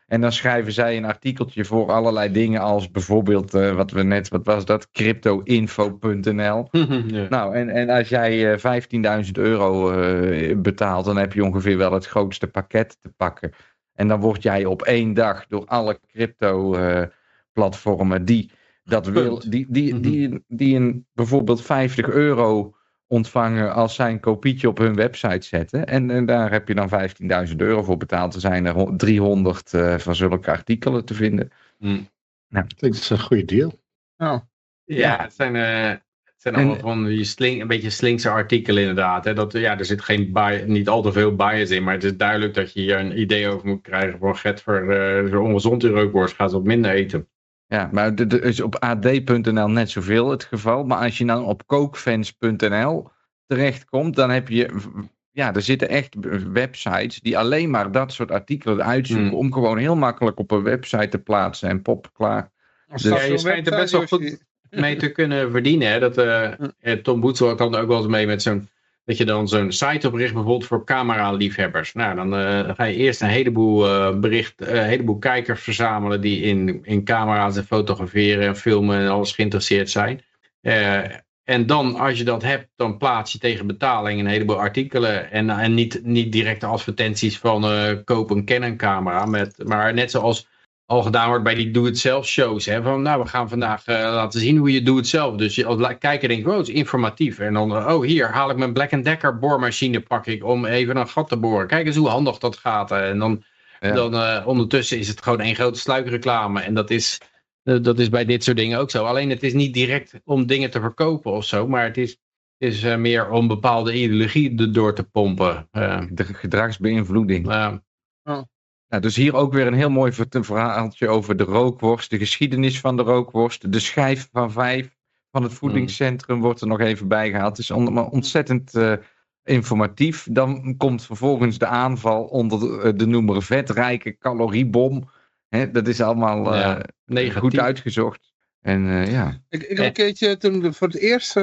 S2: En dan schrijven zij een artikeltje voor allerlei dingen als bijvoorbeeld, uh, wat we net, wat was dat? crypto info punt n l. Ja. Nou, en, en als jij uh, vijftienduizend euro uh, betaalt, dan heb je ongeveer wel het grootste pakket te pakken. En dan word jij op één dag door alle crypto uh, platformen die dat wil, die, die, die, die een bijvoorbeeld vijftig euro ontvangen als zij een kopietje op hun website zetten. En, en daar heb je dan vijftienduizend euro voor betaald. Er zijn er driehonderd uh, van zulke artikelen te vinden.
S4: Mm.
S1: Nou, ik denk dat is een goede deal.
S3: Oh.
S4: Ja, ja, het zijn, uh, het zijn allemaal van die sling, een beetje slinkse artikelen inderdaad. Hè? Dat, ja, er zit geen bias, niet al te veel bias in, maar het is duidelijk dat je hier een idee over moet krijgen voor Getver, uh, zo ongezond die rookworst, gaat ze wat minder eten.
S2: Ja, maar er is op a d punt n l net zoveel het geval. Maar als je dan op kookfans punt n l terechtkomt, dan heb je... Ja, er zitten echt websites die alleen maar dat soort artikelen uitzoeken. Hmm. Om gewoon heel makkelijk op een website te plaatsen en pop, klaar.
S4: Dus ja, je schijnt er best wel goed mee te kunnen verdienen. Hè? Dat, uh, hmm. Tom Boetsel kan er ook wel eens mee met zo'n... Dat je dan zo'n site opricht bijvoorbeeld voor camera-liefhebbers. Nou, dan uh, ga je eerst een heleboel, uh, bericht, uh, een heleboel kijkers verzamelen die in, in camera's en fotograferen en filmen en alles geïnteresseerd zijn. Uh, en dan, als je dat hebt, dan plaats je tegen betaling een heleboel artikelen. En, en niet, niet directe advertenties van uh, koop een Canon camera. Met, maar net zoals al gedaan wordt bij die do-it-zelf shows. Hè, van nou, we gaan vandaag uh, laten zien hoe je doe-het-zelf. Dus je als kijker denkt, oh, het is informatief. En dan, uh, oh, hier haal ik mijn Black and Decker boormachine, pak ik om even een gat te boren. Kijk eens hoe handig dat gaat. Uh, en dan, ja. dan uh, ondertussen is het gewoon één grote sluikreclame. En dat is, uh, dat is bij dit soort dingen ook zo. Alleen het is niet direct om dingen te verkopen of zo. Maar het is, is uh, meer om bepaalde ideologie erdoor te pompen. Uh,
S2: de gedragsbeïnvloeding.
S4: Uh,
S3: oh.
S2: Ja, dus hier ook weer een heel mooi verhaaltje over de rookworst, de geschiedenis van de rookworst, de schijf van vijf van het voedingscentrum wordt er nog even bijgehaald. Het is ontzettend uh, informatief. Dan komt vervolgens de aanval onder de, de noemer vetrijke caloriebom. Hè, dat is allemaal uh, ja, goed uitgezocht. En, uh, ja.
S3: Ik, ik heb een keertje, toen voor het eerst,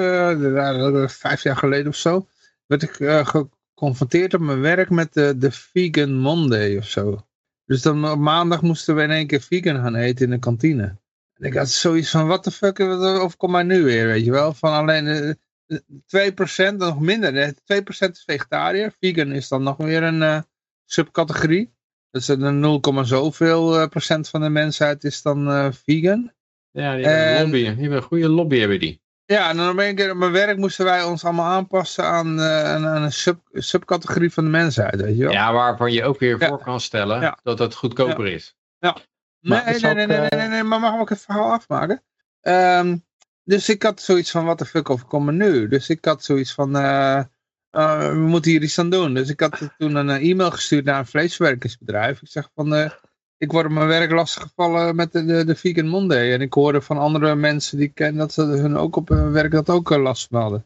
S3: uh, vijf jaar geleden of zo, werd ik uh, geconfronteerd op mijn werk met de, de Vegan Monday of zo. Dus dan op maandag moesten we in één keer vegan gaan eten in de kantine. En ik had zoiets van, what the fuck, of kom maar nu weer, weet je wel. Van alleen uh, twee procent, nog minder. twee procent is vegetariër. Vegan is dan nog weer een uh, subcategorie. Dus een nul, zoveel uh, procent van de mensheid is dan uh, vegan.
S4: Ja, die hebben, en, een lobby. Die hebben een goede lobby, hebben die.
S3: Ja, en dan op een keer op mijn werk moesten wij ons allemaal aanpassen aan, uh, aan een sub, subcategorie van de mensheid, weet je wel.
S4: Ja, waarvan je ook weer ja. voor kan stellen ja. dat het goedkoper ja. is.
S3: Ja. Nee, nee, nee, nee, nee, nee, nee, maar mag ik het verhaal afmaken? Um, dus ik had zoiets van, wat de fuck overkomen nu? Dus ik had zoiets van, uh, uh, we moeten hier iets aan doen. Dus ik had toen een uh, e-mail gestuurd naar een vleesverwerkingsbedrijf. Ik zeg van, uh, ik word op mijn werk lastiggevallen met de, de, de Vegan Monday. En ik hoorde van andere mensen die ik ken dat ze hun ook op hun werk dat ook uh, last van hadden.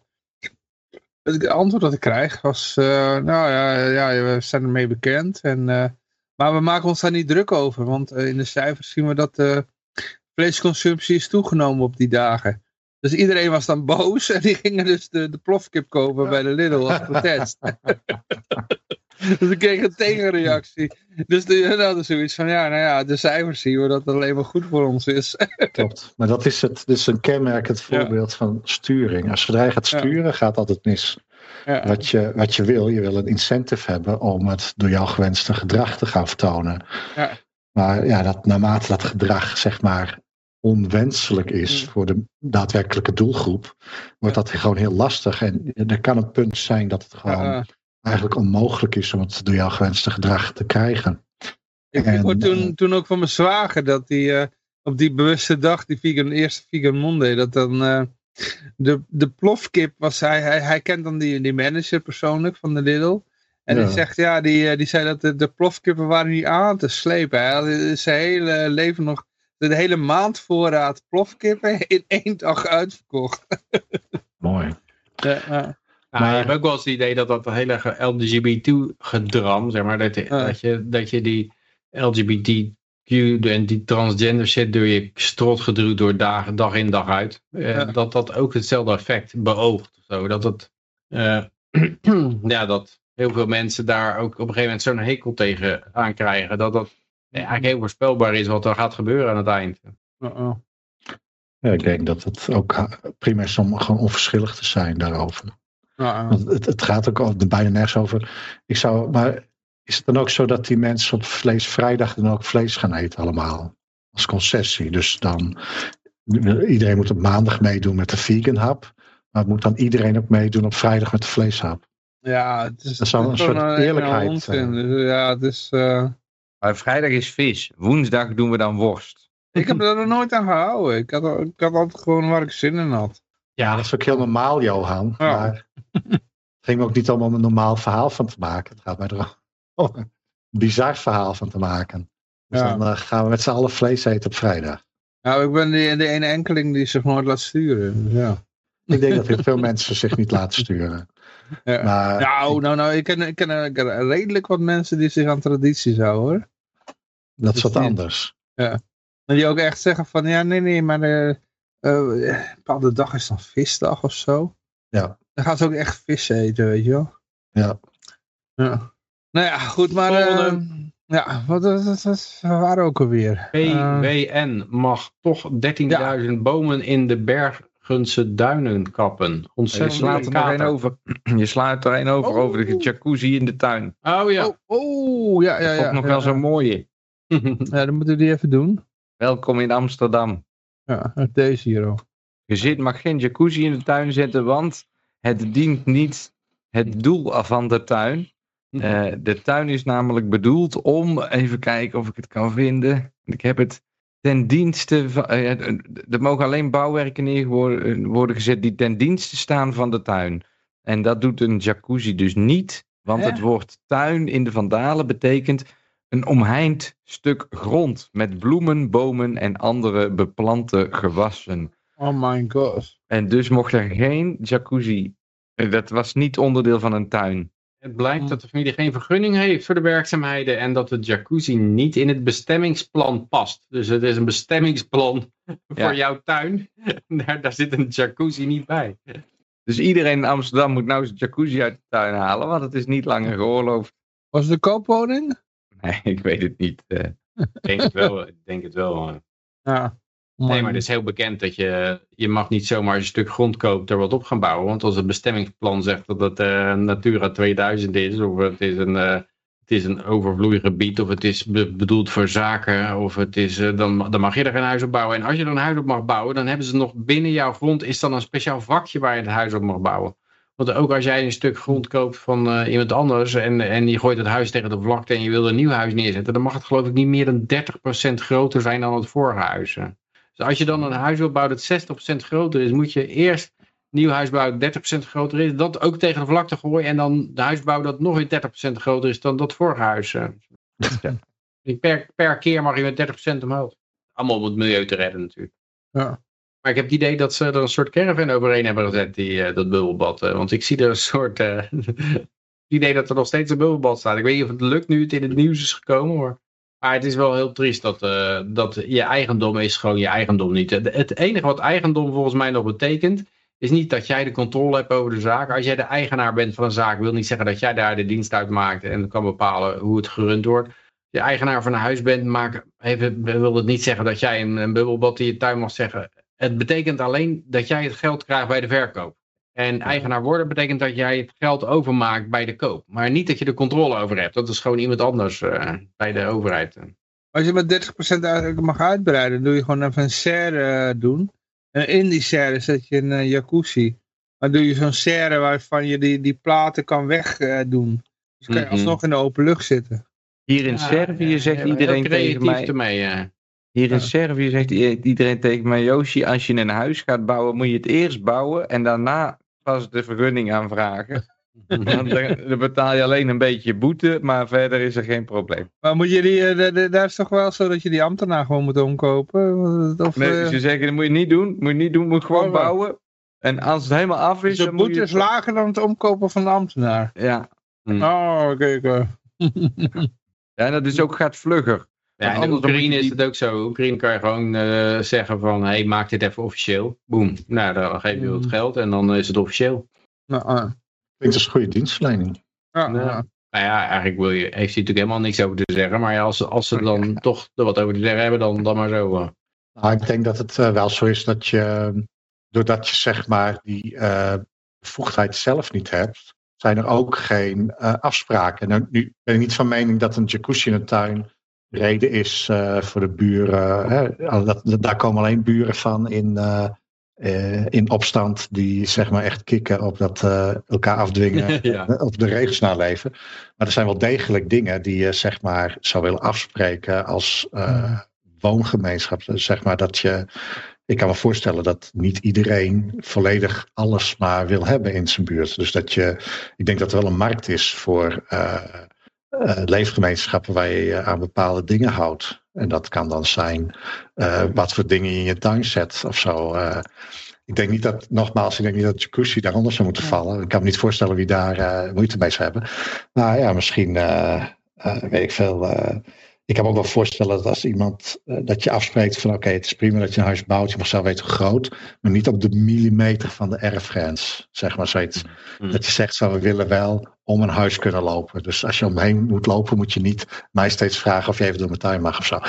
S3: Het antwoord dat ik krijg was, uh, nou ja, ja, we zijn ermee bekend. En, uh, maar we maken ons daar niet druk over. Want uh, in de cijfers zien we dat de uh, vleesconsumptie is toegenomen op die dagen. Dus iedereen was dan boos en die gingen dus de, de plofkip kopen ja. bij de Lidl als protest. Dus ik kreeg een tegenreactie. Dus de, hadden zoiets van, ja, nou ja, de cijfers zien we dat het alleen maar goed voor ons is.
S1: Klopt. Maar dat is, het, dit is een kenmerkend voorbeeld ja. van sturing. Als zodra je gaat sturen, ja. gaat altijd mis. Ja. Wat, je, wat je wil, je wil een incentive hebben om het door jou gewenste gedrag te gaan vertonen. Ja. Maar ja, dat, naarmate dat gedrag, zeg maar, onwenselijk is mm. voor de daadwerkelijke doelgroep, wordt ja. dat gewoon heel lastig. En er kan een punt zijn dat het gewoon ja. eigenlijk onmogelijk is om het door jou gewenste gedrag te krijgen.
S3: Ik hoorde toen, toen ook van mijn zwager dat hij uh, op die bewuste dag, die vegan, eerste Vegan Monday, dat dan uh, de, de plofkip was, hij, hij, hij kent dan die, die manager persoonlijk van de Lidl. En ja. die zegt, ja, die, die zei dat de, de plofkippen waren niet aan te slepen. Hij had zijn hele leven nog, de hele maand voorraad plofkippen in één dag uitverkocht.
S1: Mooi.
S3: Ja, uh,
S4: Ja, maar je hebt ook wel eens het idee dat dat hele L G B T-gedram, zeg maar, dat, uh. dat, je, dat je die L G B T Q en die transgender shit door je strot gedrukt door dag, dag in dag uit, uh, uh. dat dat ook hetzelfde effect beoogt. Zo. Dat het, uh, ja, dat heel veel mensen daar ook op een gegeven moment zo'n hekel tegen aan krijgen, dat dat eigenlijk heel voorspelbaar is wat er gaat gebeuren aan het eind.
S3: Uh-uh.
S1: Ja, ik denk dat het ook prima is om gewoon onverschillig te zijn daarover.
S3: Uh-uh.
S1: Want het, het gaat ook al bijna nergens over. Ik zou, maar is het dan ook zo dat die mensen op vleesvrijdag dan ook vlees gaan eten allemaal? Als concessie. Dus dan, iedereen moet op maandag meedoen met de vegan hap. Maar moet dan iedereen ook meedoen op vrijdag met de vleeshap?
S3: Ja, het is,
S1: dat zou een soort
S3: een,
S1: eerlijkheid
S3: een
S1: zijn.
S3: Dus, ja, het is... Uh...
S2: Maar vrijdag is vis. Woensdag doen we dan worst.
S3: Ik heb er nooit aan gehouden. Ik had, ik had altijd gewoon waar ik zin in had.
S1: Ja, dat is ook heel normaal, Johan. Ja. Maar het ging me ook niet om een normaal verhaal van te maken. Het gaat mij er om een bizar verhaal van te maken. Dus ja. dan uh, gaan we met z'n allen vlees eten op vrijdag.
S3: Nou, ik ben de, de ene enkeling die zich nooit laat sturen. Dus ja.
S1: Ik denk dat heel veel mensen zich niet laten sturen.
S3: Ja.
S1: Maar,
S3: nou, nou, nou, ik ken, ik, ken, ik ken redelijk wat mensen die zich aan tradities houden, hoor.
S1: Dat is wat anders.
S3: Ja. En die ook echt zeggen van, ja, nee, nee, maar de, uh, een bepaalde dag is dan visdag of zo.
S1: Ja.
S3: Dan gaan ze ook echt vis eten, weet je wel.
S1: Ja.
S3: Ja. Nou ja, goed, maar... Uh, ja, wat, wat, wat, wat waren ook alweer?
S4: P W N mag toch dertienduizend ja. bomen in de Bergense duinen kappen. Ontzettend
S2: je slaat er nog een over. Je slaat er een over, oh. over de jacuzzi in de tuin.
S4: Oh ja.
S3: Oh, oh ja, ja, ja.
S2: Dat vond ik nog
S3: ja,
S2: wel
S3: ja.
S2: zo'n mooie.
S3: Ja, dan moeten we die even doen.
S2: Welkom in Amsterdam.
S3: Ja, deze hier ook.
S2: Gezin mag geen jacuzzi in de tuin zetten, want het dient niet het doel van de tuin. Uh, de tuin is namelijk bedoeld om, even kijken of ik het kan vinden. Ik heb het ten dienste van, uh, er mogen alleen bouwwerken neer worden, worden gezet die ten dienste staan van de tuin. En dat doet een jacuzzi dus niet, want Hè? Het woord tuin in de Vandalen betekent een omheind stuk grond met bloemen, bomen en andere beplante gewassen.
S3: Oh my god.
S2: En dus mocht er geen jacuzzi, dat was niet onderdeel van een tuin.
S4: Het blijkt dat de familie geen vergunning heeft voor de werkzaamheden en dat de jacuzzi niet in het bestemmingsplan past. Dus het is een bestemmingsplan voor ja. jouw tuin. Daar, daar zit een jacuzzi niet bij.
S2: Dus iedereen in Amsterdam moet nou zijn jacuzzi uit de tuin halen, want het is niet langer geoorloofd.
S3: Was het een koopwoning?
S2: Nee, ik weet het niet. Uh.
S4: Ik denk het wel. Ik denk het wel.
S3: Ja.
S4: Nee, maar het is heel bekend dat je, je mag niet zomaar een stuk grond koopt er wat op gaan bouwen. Want als het bestemmingsplan zegt dat het uh, Natura tweeduizend is, of het is een, uh, het is een overvloeigebied, of het is be- bedoeld voor zaken, of het is, uh, dan, dan mag je er geen huis op bouwen. En als je er een huis op mag bouwen, dan hebben ze nog binnen jouw grond, is dan een speciaal vakje waar je het huis op mag bouwen. Want ook als jij een stuk grond koopt van uh, iemand anders en, en je gooit het huis tegen de vlakte en je wil een nieuw huis neerzetten, dan mag het geloof ik niet meer dan dertig procent groter zijn dan het vorige huis. Dus als je dan een huis wil bouwen dat zestig procent groter is, moet je eerst een nieuw huis bouwen dat dertig procent groter is, dat ook tegen de vlakte gooien en dan de huis bouwen dat nog weer dertig procent groter is dan dat vorige huis. Ja. Per, per keer mag je met dertig procent omhoog. Allemaal om het milieu te redden natuurlijk.
S3: Ja.
S4: Maar ik heb het idee dat ze er een soort caravan overheen hebben gezet, die, uh, dat bubbelbad. Uh, want ik zie er een soort... Uh, het idee dat er nog steeds een bubbelbad staat. Ik weet niet of het lukt nu het in het nieuws is gekomen, maar... Maar het is wel heel triest dat, uh, dat je eigendom is gewoon je eigendom niet. Het enige wat eigendom volgens mij nog betekent, is niet dat jij de controle hebt over de zaak. Als jij de eigenaar bent van een zaak, wil niet zeggen dat jij daar de dienst uit maakt en kan bepalen hoe het gerund wordt. Als je eigenaar van een huis bent, maak, even, wil het niet zeggen dat jij een, een bubbelbad in je tuin mag zeggen. Het betekent alleen dat jij het geld krijgt bij de verkoop. En eigenaar worden betekent dat jij het geld overmaakt bij de koop. Maar niet dat je er controle over hebt. Dat is gewoon iemand anders uh, bij de overheid.
S3: Als je met dertig procent eigenlijk mag uitbreiden, doe je gewoon even een serre uh, doen. En in die serre zet je een uh, jacuzzi. Dan doe je zo'n serre waarvan je die, die platen kan wegdoen. Uh, dus kan je mm-hmm. alsnog in de open lucht zitten.
S2: Hier in ja, Servië zegt ja, iedereen tegen mij...
S4: Ermee, ja.
S2: Hier in ja. Servië zegt iedereen tegen mij, Yoshi, als je een huis gaat bouwen, moet je het eerst bouwen en daarna pas de vergunning aanvragen. Want dan, dan betaal je alleen een beetje boete, maar verder is er geen probleem.
S3: Maar moet je die, uh, de, de, daar is toch wel zo dat je die ambtenaar gewoon moet omkopen? Of,
S2: nee, uh... ze zeggen, dat moet je niet doen, moet je niet doen, moet gewoon oh, bouwen. En als het helemaal af is...
S3: Dus de boete is lager dan het omkopen van de ambtenaar?
S2: Ja.
S3: Hm. Oh, oké. Okay,
S2: ja, en dat is ook gaat vlugger.
S4: Ja, in de Oekraïne is het ook zo. Oekraïne kan je gewoon uh, zeggen van, hé, hey, maak dit even officieel. Boom. Nou, dan geef je het geld en dan is het officieel.
S3: Nou, uh.
S1: Ik denk dat is een goede dienstverlening.
S3: Ja, ja.
S4: Nou ja, eigenlijk wil je, heeft hij natuurlijk helemaal niks over te zeggen. Maar ja, als, als ze dan ja. toch er wat over te zeggen hebben, dan, dan maar zo. Uh.
S1: Nou, ik denk dat het uh, wel zo is dat je, doordat je zeg maar die uh, bevoegdheid zelf niet hebt, zijn er ook geen uh, afspraken. Nou, nu ben ik niet van mening dat een jacuzzi in een tuin reden is uh, voor de buren. Hè? Dat, daar komen alleen buren van in, uh, uh, in opstand die zeg maar echt kicken op dat uh, elkaar afdwingen, ja. uh, op de regels naleven. Maar er zijn wel degelijk dingen die je zeg maar zou willen afspreken als uh, mm. woongemeenschap. Zeg maar dat je, ik kan me voorstellen dat niet iedereen volledig alles maar wil hebben in zijn buurt. Dus dat je, ik denk dat er wel een markt is voor uh, uh, leefgemeenschappen waar je je aan bepaalde dingen houdt. En dat kan dan zijn uh, wat voor dingen je in je tuin zet of zo. Uh, ik denk niet dat, nogmaals, ik denk niet dat jacuzzi daaronder zou moeten vallen. Ik kan me niet voorstellen wie daar uh, moeite mee zou hebben. Maar ja, misschien, uh, uh, weet ik veel... Uh, Ik kan me ook wel voorstellen dat als iemand uh, dat je afspreekt van oké, okay, het is prima dat je een huis bouwt, je mag zelf weten hoe groot, maar niet op de millimeter van de erfgrens, zeg maar zoiets. Mm. Dat je zegt van we willen wel om een huis kunnen lopen. Dus als je omheen moet lopen, moet je niet mij steeds vragen of je even door mijn tuin mag of zo.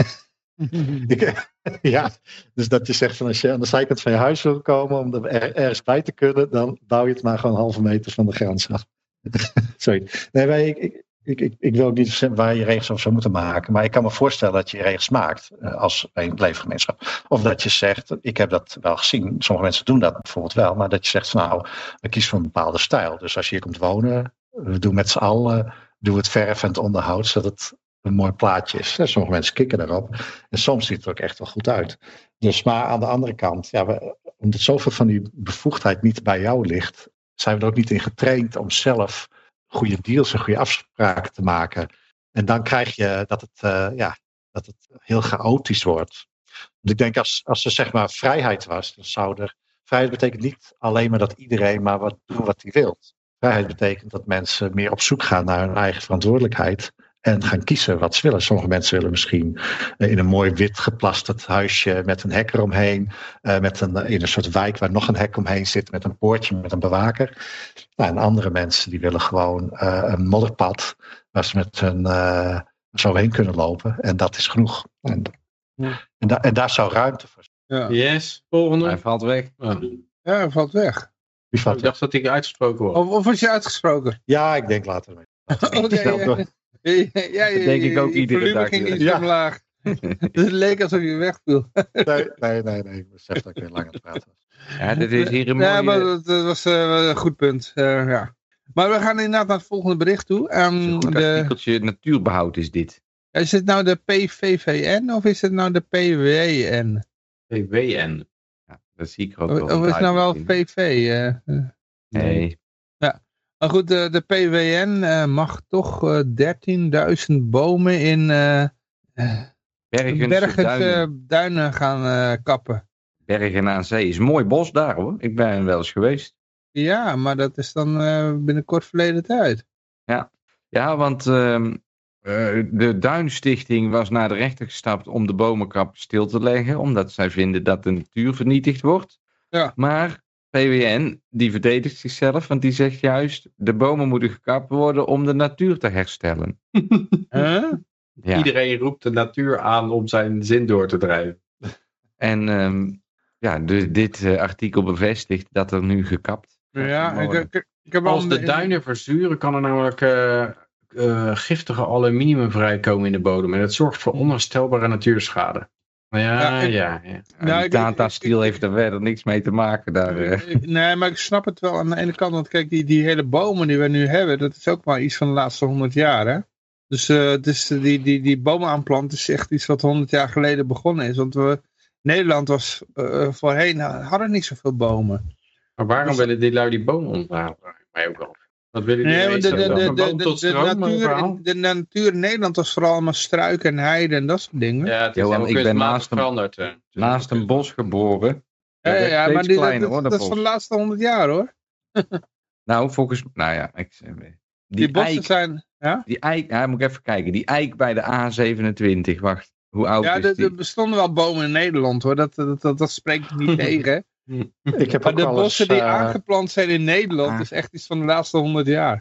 S1: Ik, ja, dus dat je zegt van als je aan de zijkant van je huis wil komen om er ergens bij te kunnen, dan bouw je het maar gewoon een halve meter van de grens af. Sorry. Nee, maar ik, ik Ik, ik, ik wil ook niet waar je regels over zou moeten maken. Maar ik kan me voorstellen dat je regels maakt uh, als een leefgemeenschap. Of dat je zegt, ik heb dat wel gezien. Sommige mensen doen dat bijvoorbeeld wel. Maar dat je zegt, nou, we kiezen voor een bepaalde stijl. Dus als je hier komt wonen, we doen met z'n allen, doen we het verf en het onderhoud. Zodat het een mooi plaatje is. Ja, sommige mensen kikken erop. En soms ziet het er ook echt wel goed uit. Dus maar aan de andere kant, ja, we, omdat zoveel van die bevoegdheid niet bij jou ligt, zijn we er ook niet in getraind om zelf goede deals en goede afspraken te maken. En dan krijg je dat het, uh, ja, dat het heel chaotisch wordt. Dus ik denk als, als er zeg maar vrijheid was, dan zou er... Vrijheid betekent niet alleen maar dat iedereen maar wat doet wat hij wil. Vrijheid betekent dat mensen meer op zoek gaan naar hun eigen verantwoordelijkheid en gaan kiezen wat ze willen. Sommige mensen willen misschien in een mooi wit geplasterd huisje met een hek eromheen. Uh, met een, in een soort wijk waar nog een hek omheen zit met een poortje met een bewaker. Nou, en andere mensen die willen gewoon uh, een modderpad waar ze met hun uh, zo heen kunnen lopen. En dat is genoeg. En, ja. en, da- en daar zou ruimte voor zijn.
S4: Ja. Yes, volgende.
S2: Hij valt weg.
S3: Ja, ja hij valt weg.
S1: Wie valt
S4: ik
S1: weg?
S4: dacht dat ik uitgesproken was.
S3: Of, of was je uitgesproken?
S1: Ja, ik denk later mee.
S3: Oké, ja. Ja, ja, ja,
S2: dat denk ik ook iedere dag.
S3: Ging iets ja. omlaag. Dus het leek alsof je wegviel.
S1: Nee, nee, nee, nee. Ik besef dat ik weer lang aan het praten was.
S2: Ja, dit is hier een mooie...
S3: Ja, maar dat, dat was uh, een goed punt. Uh, ja. Maar we gaan inderdaad naar het volgende bericht toe. Um,
S2: een goed
S3: de...
S2: artikeltje natuurbehoud is dit.
S3: Is het nou de P V V N of is het nou de P W N?
S4: P W N.
S2: Ja, dat zie ik ook
S3: of,
S2: wel.
S3: Of is het nou wel V V? Uh, uh,
S2: nee.
S3: Ja. Maar goed, de, de P W N uh, mag toch uh, dertienduizend bomen in uh,
S2: Bergense
S3: Bergense
S2: duinen.
S3: duinen gaan uh, kappen.
S2: Bergen aan zee is een mooi bos daar hoor. Ik ben wel eens geweest.
S3: Ja, maar dat is dan uh, binnenkort verleden tijd.
S2: Ja, ja want uh, uh, de Duinstichting was naar de rechter gestapt om de bomenkap stil te leggen. Omdat zij vinden dat de natuur vernietigd wordt.
S3: Ja.
S2: Maar P W N die verdedigt zichzelf, want die zegt juist, de bomen moeten gekapt worden om de natuur te herstellen.
S3: Huh?
S4: Ja. Iedereen roept de natuur aan om zijn zin door te drijven.
S2: En um, ja, dus dit uh, artikel bevestigt dat er nu gekapt
S3: ja, ik, ik, ik heb
S4: Als de in... duinen verzuren, kan er namelijk uh, uh, giftige aluminium vrijkomen in de bodem. En dat zorgt voor onherstelbare natuurschade. Ja, ja.
S3: ik,
S4: ja, ja.
S2: Nou, Tata Steel heeft er verder niks mee te maken. Daar, uh.
S3: Nee, maar ik snap het wel aan de ene kant. Want kijk, die, die hele bomen die we nu hebben, dat is ook maar iets van de laatste honderd jaar, hè? Dus, uh, dus die, die, die bomenaanplant is echt iets wat honderd jaar geleden begonnen is. Want we, Nederland was uh, voorheen, hadden niet zoveel bomen.
S4: Maar waarom dus, willen die lui die bomen omdraaien? Mij ook al. Wat willen die
S3: nee, de, de, de, de, de,
S4: tot
S3: de, natuur in, de natuur in Nederland was vooral allemaal struiken en heiden en dat soort dingen.
S4: Ja, het is
S2: Johan, ik ben naast een,
S4: veranderd. Hè.
S2: Naast een bos geboren.
S3: Ja, ja, ja maar die,
S2: kleiner,
S3: dat,
S2: hoor,
S3: dat,
S2: dat
S3: is van de laatste honderd jaar hoor.
S2: Nou, volgens nou ja, ik, die,
S3: die bossen
S2: eik,
S3: zijn... Ja?
S2: Die eik, ja, moet ik even kijken. Die eik bij de A zevenentwintig, wacht. Hoe oud
S3: ja,
S2: is die? Ja,
S3: er bestonden wel bomen in Nederland hoor, dat, dat, dat, dat spreekt niet tegen.
S1: Ik heb
S3: maar
S1: ook
S3: de
S1: alles,
S3: bossen die
S1: uh...
S3: aangeplant zijn in Nederland ah. is echt iets van de laatste honderd jaar.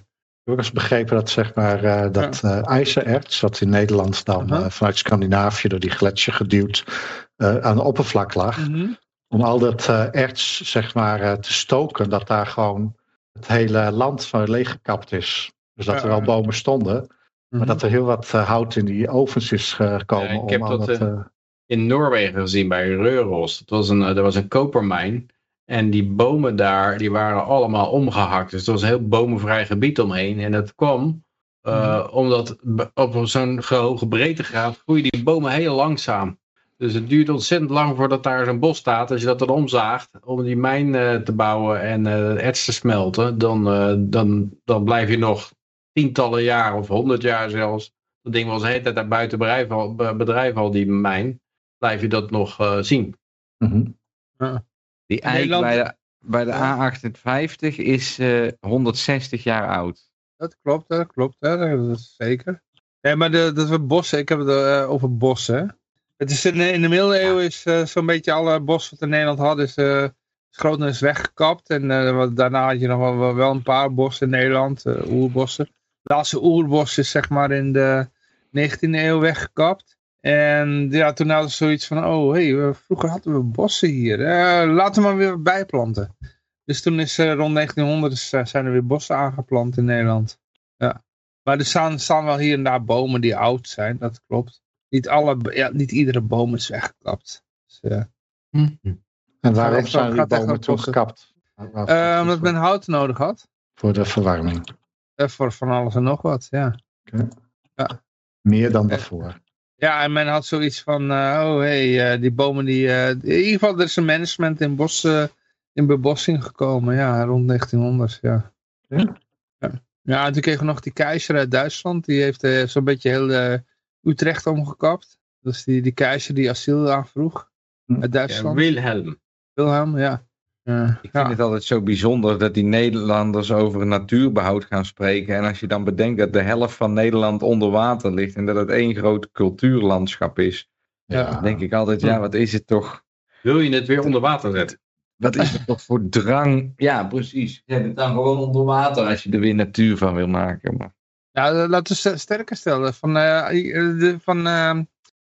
S1: heb ook eens begrepen dat, zeg maar, uh, dat uh, ijzererts, dat in Nederland dan uh-huh. uh, vanuit Scandinavië door die gletsjer geduwd uh, aan de oppervlak lag. Uh-huh. Om al dat uh, erts, zeg maar, uh, te stoken, dat daar gewoon het hele land van leeggekapt is. Dus dat ja, er wel bomen stonden, uh-huh. maar dat er heel wat uh, hout in die ovens is gekomen.
S4: Ja, ik heb
S1: om
S4: dat
S1: dat, uh,
S4: in Noorwegen gezien bij Røros. Dat was een, uh, er was een kopermijn. En die bomen daar, die waren allemaal omgehakt. Dus er was een heel bomenvrij gebied omheen. En dat kwam uh, mm. omdat op zo'n hoge breedtegraad groeien die bomen heel langzaam. Dus het duurt ontzettend lang voordat daar zo'n bos staat. Als je dat dan omzaagt om die mijn uh, te bouwen en uh, erts te smelten, dan, uh, dan, dan blijf je nog tientallen jaar of honderd jaar zelfs. Dat ding was de hele tijd daar buiten bedrijf al, bedrijf al die mijn. Blijf je dat nog uh, zien.
S1: Mm-hmm.
S2: Ja. Die eik bij de, bij de A achtenvijftig is uh, honderdzestig jaar oud.
S3: Dat klopt, dat klopt. Hè? Dat is zeker. Ja, maar de, dat we bossen, ik heb het uh, over bossen. Het is in, in de middeleeuwen is uh, zo'n beetje alle bossen wat in Nederland hadden, is, uh, is grotendeels weggekapt. En uh, daarna had je nog wel, wel een paar bossen in Nederland, uh, oerbossen. De laatste oerbos is zeg maar in de negentiende eeuw weggekapt. En ja, toen hadden ze zoiets van, oh hey, vroeger hadden we bossen hier. Uh, laten we maar weer bijplanten. Dus toen is uh, rond negentienhonderd is, uh, zijn er weer bossen aangeplant in Nederland. Ja. Maar er staan, staan wel hier en daar bomen die oud zijn, dat klopt. Niet, alle, ja, niet iedere boom is weggekapt. Dus, uh,
S1: mm-hmm. En waarom zijn die bomen toen gekapt?
S3: Uh, omdat men hout nodig had.
S1: Voor de verwarming.
S3: Uh, voor van alles en nog wat, ja.
S1: Okay.
S3: Ja.
S1: Meer dan daarvoor.
S3: Ja, en men had zoiets van, uh, oh hé, hey, uh, die bomen die... Uh, in ieder geval, er is een management in, bos, uh, in bebossing gekomen, ja, rond negentienhonderd, ja.
S1: Ja,
S3: ja. ja en toen kregen we nog die keizer uit Duitsland, die heeft uh, zo'n beetje heel uh, Utrecht omgekapt. Dus die, die keizer die asiel aanvroeg uit Duitsland.
S4: Ja, Wilhelm.
S3: Wilhelm, ja. Uh,
S2: ik vind ja. het altijd zo bijzonder dat die Nederlanders over natuurbehoud gaan spreken. En als je dan bedenkt dat de helft van Nederland onder water ligt en dat het één groot cultuurlandschap is. Ja. Dan denk ik altijd, ja, wat is het toch...
S4: Wil je het weer onder water zetten?
S2: Wat is het toch voor drang? Ja, precies. Zet het dan gewoon onder water als je er weer natuur van wil maken. Maar...
S3: Nou, laten we sterker stellen. Van, uh, de, van uh,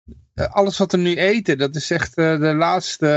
S3: alles wat we nu eten, dat is echt uh, de laatste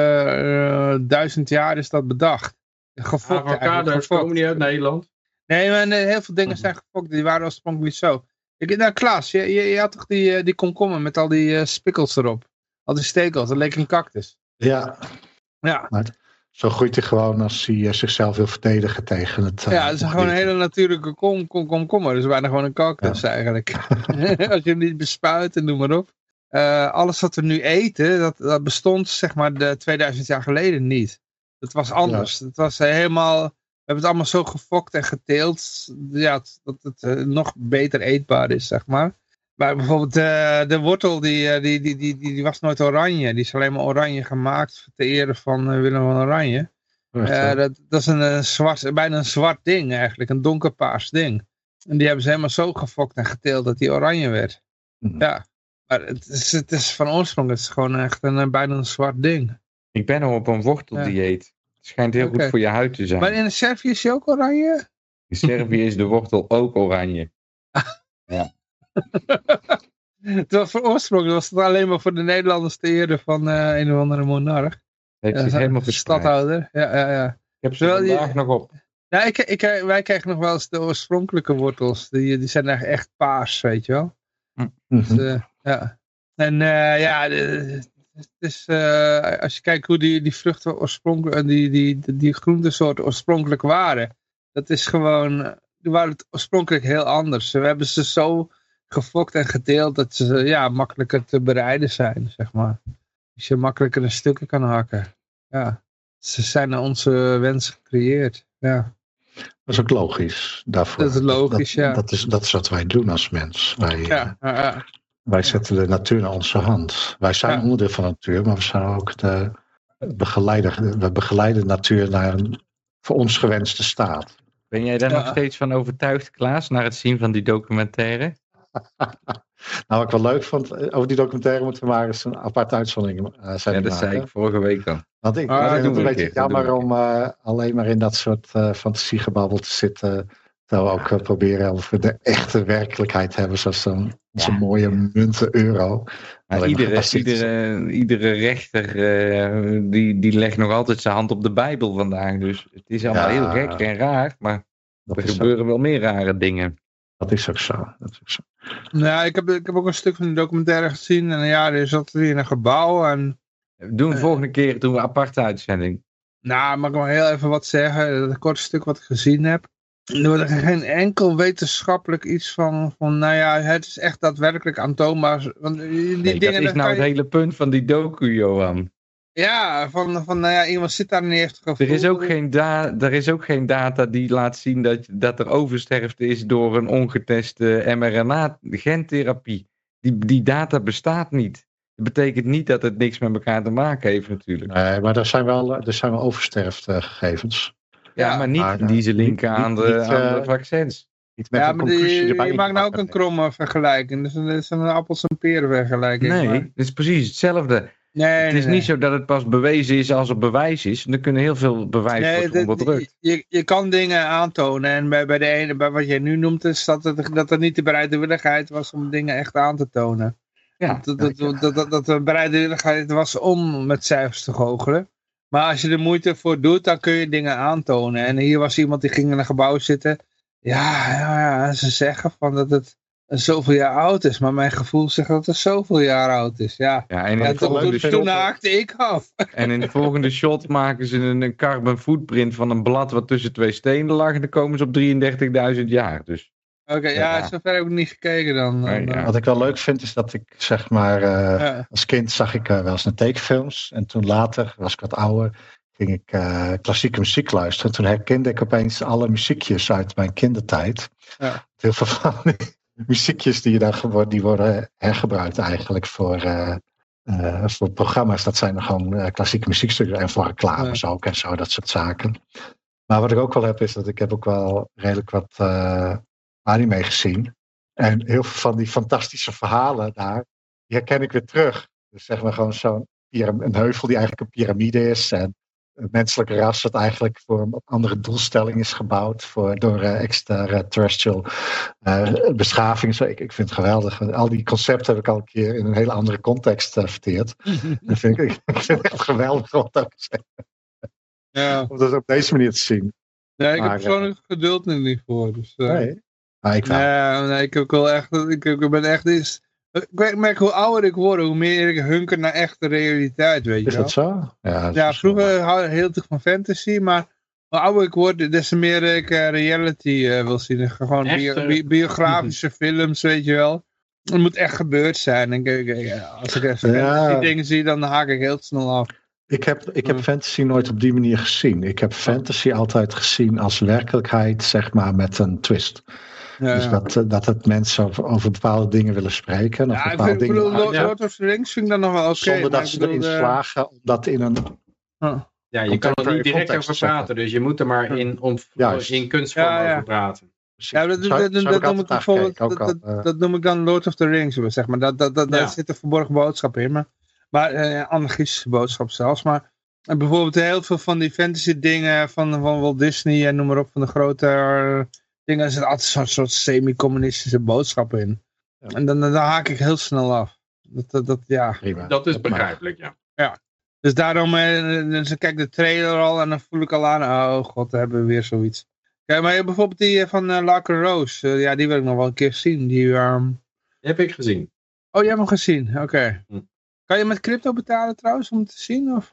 S3: uh, duizend jaar is dat bedacht. Gefokt,
S4: avocado's komen niet uit Nederland?
S3: Nee, maar uh, heel veel dingen zijn gefokt. Die waren oorspronkelijk zo. Ik, nou, Klaas, je, je, je had toch die, uh, die komkommer met al die uh, spikkels erop? Al die stekels, dat leek een cactus.
S1: Ja.
S3: Ja.
S1: Maar zo groeit hij gewoon als hij uh, zichzelf wil verdedigen tegen het... Uh,
S3: ja, het is gewoon een hele natuurlijke kom, kom, komkommer. Dus bijna gewoon een cactus ja. eigenlijk. Als je hem niet bespuit en noem maar op. Uh, alles wat we nu eten, dat, dat bestond zeg maar de tweeduizend jaar geleden niet. Dat was anders. Ja. Het was uh, helemaal... We hebben het allemaal zo gefokt en geteeld. Ja, dat het uh, nog beter eetbaar is, zeg maar. Maar bijvoorbeeld uh, de wortel, die, die, die, die, die was nooit oranje. Die is alleen maar oranje gemaakt ter ere van uh, Willem van Oranje. Uh, dat, dat is een, een zwart, bijna een zwart ding eigenlijk. Een donkerpaars ding. En die hebben ze helemaal zo gefokt en geteeld dat die oranje werd. Mm. Ja. Maar het is, het is van oorsprong, het is gewoon echt een, bijna een zwart ding.
S2: Ik ben al op een worteldieet. Ja. Het schijnt heel okay. goed voor je huid te zijn.
S3: Maar in Servië is hij ook oranje?
S2: In Servië is de wortel ook oranje. Ja.
S3: Het was voor oorsprong was het alleen maar voor de Nederlanders te ere van uh, een of andere monarch.
S2: Heeft zich uh, helemaal verspreid.
S3: Stadhouder. Ja, ja, ja.
S2: Ik heb ze Terwijl vandaag die... nog op.
S3: Ja, ik, ik, wij krijgen nog wel eens de oorspronkelijke wortels. Die, die zijn echt, echt paars, weet je wel. Mm-hmm. Dus, uh, ja. En uh, ja, het is, uh, als je kijkt hoe die, die vruchten oorspronkelijk, die, die, die, die groentesoorten oorspronkelijk waren. Dat is gewoon, die waren het oorspronkelijk heel anders. We hebben ze zo gefokt en gedeeld dat ze ja, makkelijker te bereiden zijn, zeg maar. Dus je makkelijker in stukken kan hakken. Ja, ze zijn naar onze wens gecreëerd. Ja.
S1: Dat is ook logisch daarvoor.
S3: Dat is logisch,
S1: dat,
S3: ja.
S1: Dat is, dat is wat wij doen als mens. Wij,
S3: ja, ja, ja.
S1: wij zetten de natuur naar onze hand. Wij zijn ja. onderdeel van de natuur, maar we zijn ook de begeleider. We begeleiden de natuur naar een voor ons gewenste staat.
S2: Ben jij daar
S3: ja.
S2: nog steeds van overtuigd, Klaas, naar het zien van die documentaire?
S1: Nou, wat ik wel leuk vond, over die documentaire moeten we maar eens een aparte uitzondering uh, zijn.
S2: Ja, dat
S1: maken.
S2: zei ik vorige week al.
S1: Want ik
S2: ah,
S1: vind het een beetje
S2: keer,
S1: jammer om uh, alleen maar in dat soort uh, fantasiegebabbel te zitten. Dat we ook uh, proberen over de echte werkelijkheid hebben, zoals zo'n
S2: Ja.
S1: mooie munten euro.
S2: Maar iedere, iedere, iedere rechter uh, die, die legt nog altijd zijn hand op de Bijbel vandaag. Dus het is allemaal
S1: Ja,
S2: heel gek en raar, maar
S1: dat
S2: er
S1: is
S2: gebeuren
S1: ook,
S2: wel meer rare dingen.
S1: dat is ook zo. Dat is ook zo.
S3: Nou, ik heb, ik heb ook een stuk van de documentaire gezien. En ja, er zat hier in een gebouw. En,
S2: We doen de
S3: uh,
S2: volgende keer doen we een aparte uitzending.
S3: nou, mag ik maar heel even wat zeggen. Dat korte stuk wat ik gezien heb. Er wordt geen enkel wetenschappelijk iets van, van, nou ja, het is echt daadwerkelijk aantoonbaar. Want die
S2: Nee,
S3: dingen,
S2: dat is nou
S3: kan
S2: het
S3: je,
S2: hele punt van die docu, Johan.
S3: ja, van, van, nou ja, iemand zit daar en die heeft het gevoel.
S2: Er is ook geen, da er is ook geen data die laat zien dat, dat er oversterfte is door een ongeteste M R N A-gentherapie. Die, die data bestaat niet. Dat betekent niet dat het niks met elkaar te maken heeft natuurlijk.
S1: Nee, maar er zijn wel, er zijn wel oversterftgegevens.
S2: Ja,
S3: Ja,
S2: maar niet
S1: maar, uh,
S2: die ze linken
S1: niet-
S2: aan, de,
S1: niet, uh,
S2: aan de vaccins.
S1: Niet met
S3: Ja,
S1: een
S3: maar
S1: conclusie
S3: die,
S1: erbij.
S3: je maakt nou ook
S1: ingepakt.
S3: een kromme vergelijking. Dus het is een appels en peren vergelijking.
S2: Nee,
S3: maar,
S2: het is precies hetzelfde.
S3: nee,
S2: Het is
S3: nee,
S2: niet zo dat het pas bewezen is als er bewijs is. Er kunnen heel veel bewijs
S3: nee,
S2: worden
S3: dat-
S2: onderdrukt.
S3: je, je kan dingen aantonen. En bij, bij de ene, bij wat jij nu noemt, is dat, het, dat er niet de bereidwilligheid was om dingen echt aan te tonen.
S2: Ja,
S3: Dat, dat, dat, dat, dat, dat de bereidwilligheid was om met cijfers te goochelen. Maar als je er moeite voor doet, dan kun je dingen aantonen. En hier was iemand die ging in een gebouw zitten. Ja, ja, ja, ze zeggen van dat het zoveel jaar oud is. Maar mijn gevoel zegt dat het zoveel jaar oud is. Ja,
S2: ja en in
S3: ja
S2: de
S3: toen,
S2: volgende
S3: toen,
S2: shot,
S3: toen haakte ik af.
S2: en in de volgende shot maken ze een, een carbon footprint van een blad wat tussen twee stenen lag. En dan komen ze op drieëndertigduizend jaar. Dus
S3: Oké, ja,
S2: Ja.
S3: zover heb ik niet gekeken dan.
S2: Nee,
S3: dan,
S2: ja.
S1: Wat ik wel leuk vind is dat ik zeg maar, uh,
S3: ja.
S1: als kind zag ik uh, wel eens naar tekenfilms. En toen later, was ik wat ouder, ging ik uh, klassieke muziek luisteren. Toen herkende ik opeens alle muziekjes uit mijn kindertijd.
S3: Ja.
S1: Heel veel van die muziekjes die, dan geworden, die worden hergebruikt eigenlijk voor, uh, uh, voor programma's. Dat zijn dan gewoon uh, klassieke muziekstukken. En voor reclames ja. ook en zo, dat soort zaken. Maar wat ik ook wel heb is dat ik heb ook wel redelijk wat uh, anime gezien. En heel veel van die fantastische verhalen daar, die herken ik weer terug. Dus zeg maar gewoon zo'n een heuvel die eigenlijk een piramide is. En een menselijk ras dat eigenlijk voor een andere doelstelling is gebouwd. Voor, door uh, extraterrestrial uh, beschaving. Zo, ik, ik vind het geweldig. Al die concepten heb ik al een keer in een hele andere context uh, verteerd. Dat vind ik, ik vind het echt geweldig om dat,
S3: ja.
S1: om dat op deze manier te zien.
S3: Nee, ik
S1: maar,
S3: heb persoonlijk uh, geduld er niet voor. Dus, uh,
S1: nee. Maar ik,
S3: nee, nee, ik heb wel echt, ik, ik ben echt eens, ik merk hoe ouder ik word, hoe meer ik hunker naar echte realiteit, weet je
S1: is
S3: wel.
S1: dat zo? Ja, dat
S3: ja vroeger hou ik heel veel van fantasy, maar hoe ouder ik word, des te meer ik uh, reality uh, wil zien. Gewoon bio, bi biografische films, weet je wel. Het moet echt gebeurd zijn. En ik, ik, als ik fantasy ja. dingen zie, dan haak ik heel snel af.
S1: Ik heb, ik heb fantasy nooit op die manier gezien. Ik heb fantasy altijd gezien als werkelijkheid, zeg maar, met een twist. Ja, dus ja. Dat, dat het mensen over, over bepaalde dingen willen spreken.
S3: Ja,
S1: of
S3: ik
S1: bepaalde
S3: vind,
S1: dingen
S3: Lord, Lord of the Rings vind ik dan nog wel oké. Okay,
S1: zonder dat ze
S3: bedoel,
S1: erin slagen om dat in een...
S4: Huh. Ja, je kan er niet direct over praten, dus je moet er maar in, om, in kunstvorm ja, ja. over praten.
S3: Ja, dat, dat, dat, dat, noem ik bijvoorbeeld, dat, dat, uh, dat noem ik dan Lord of the Rings, zeg maar. Dat, dat, dat, ja. Daar zit een verborgen boodschap in, maar, maar uh, anarchistische boodschap zelfs. Maar uh, bijvoorbeeld heel veel van die fantasy dingen van, van Walt Disney en noem maar op, van de grote uh, dingen, er zit altijd zo'n soort semi-communistische boodschap in. Ja. En dan, dan haak ik heel snel af. Dat, dat, dat, ja.
S4: Prima. Dat is begrijpelijk, ja.
S3: Ja. Dus daarom, uh, dus ik kijk de trailer al en dan voel ik al aan, oh god, dan hebben we weer zoiets. Ja, maar bijvoorbeeld die van uh, Laker Rose, uh, ja, die wil ik nog wel een keer zien. Die, um...
S4: die heb ik gezien.
S3: Oh, jij hebt hem gezien, oké. Okay. Hm. Kan je met crypto betalen trouwens, om te zien? Of?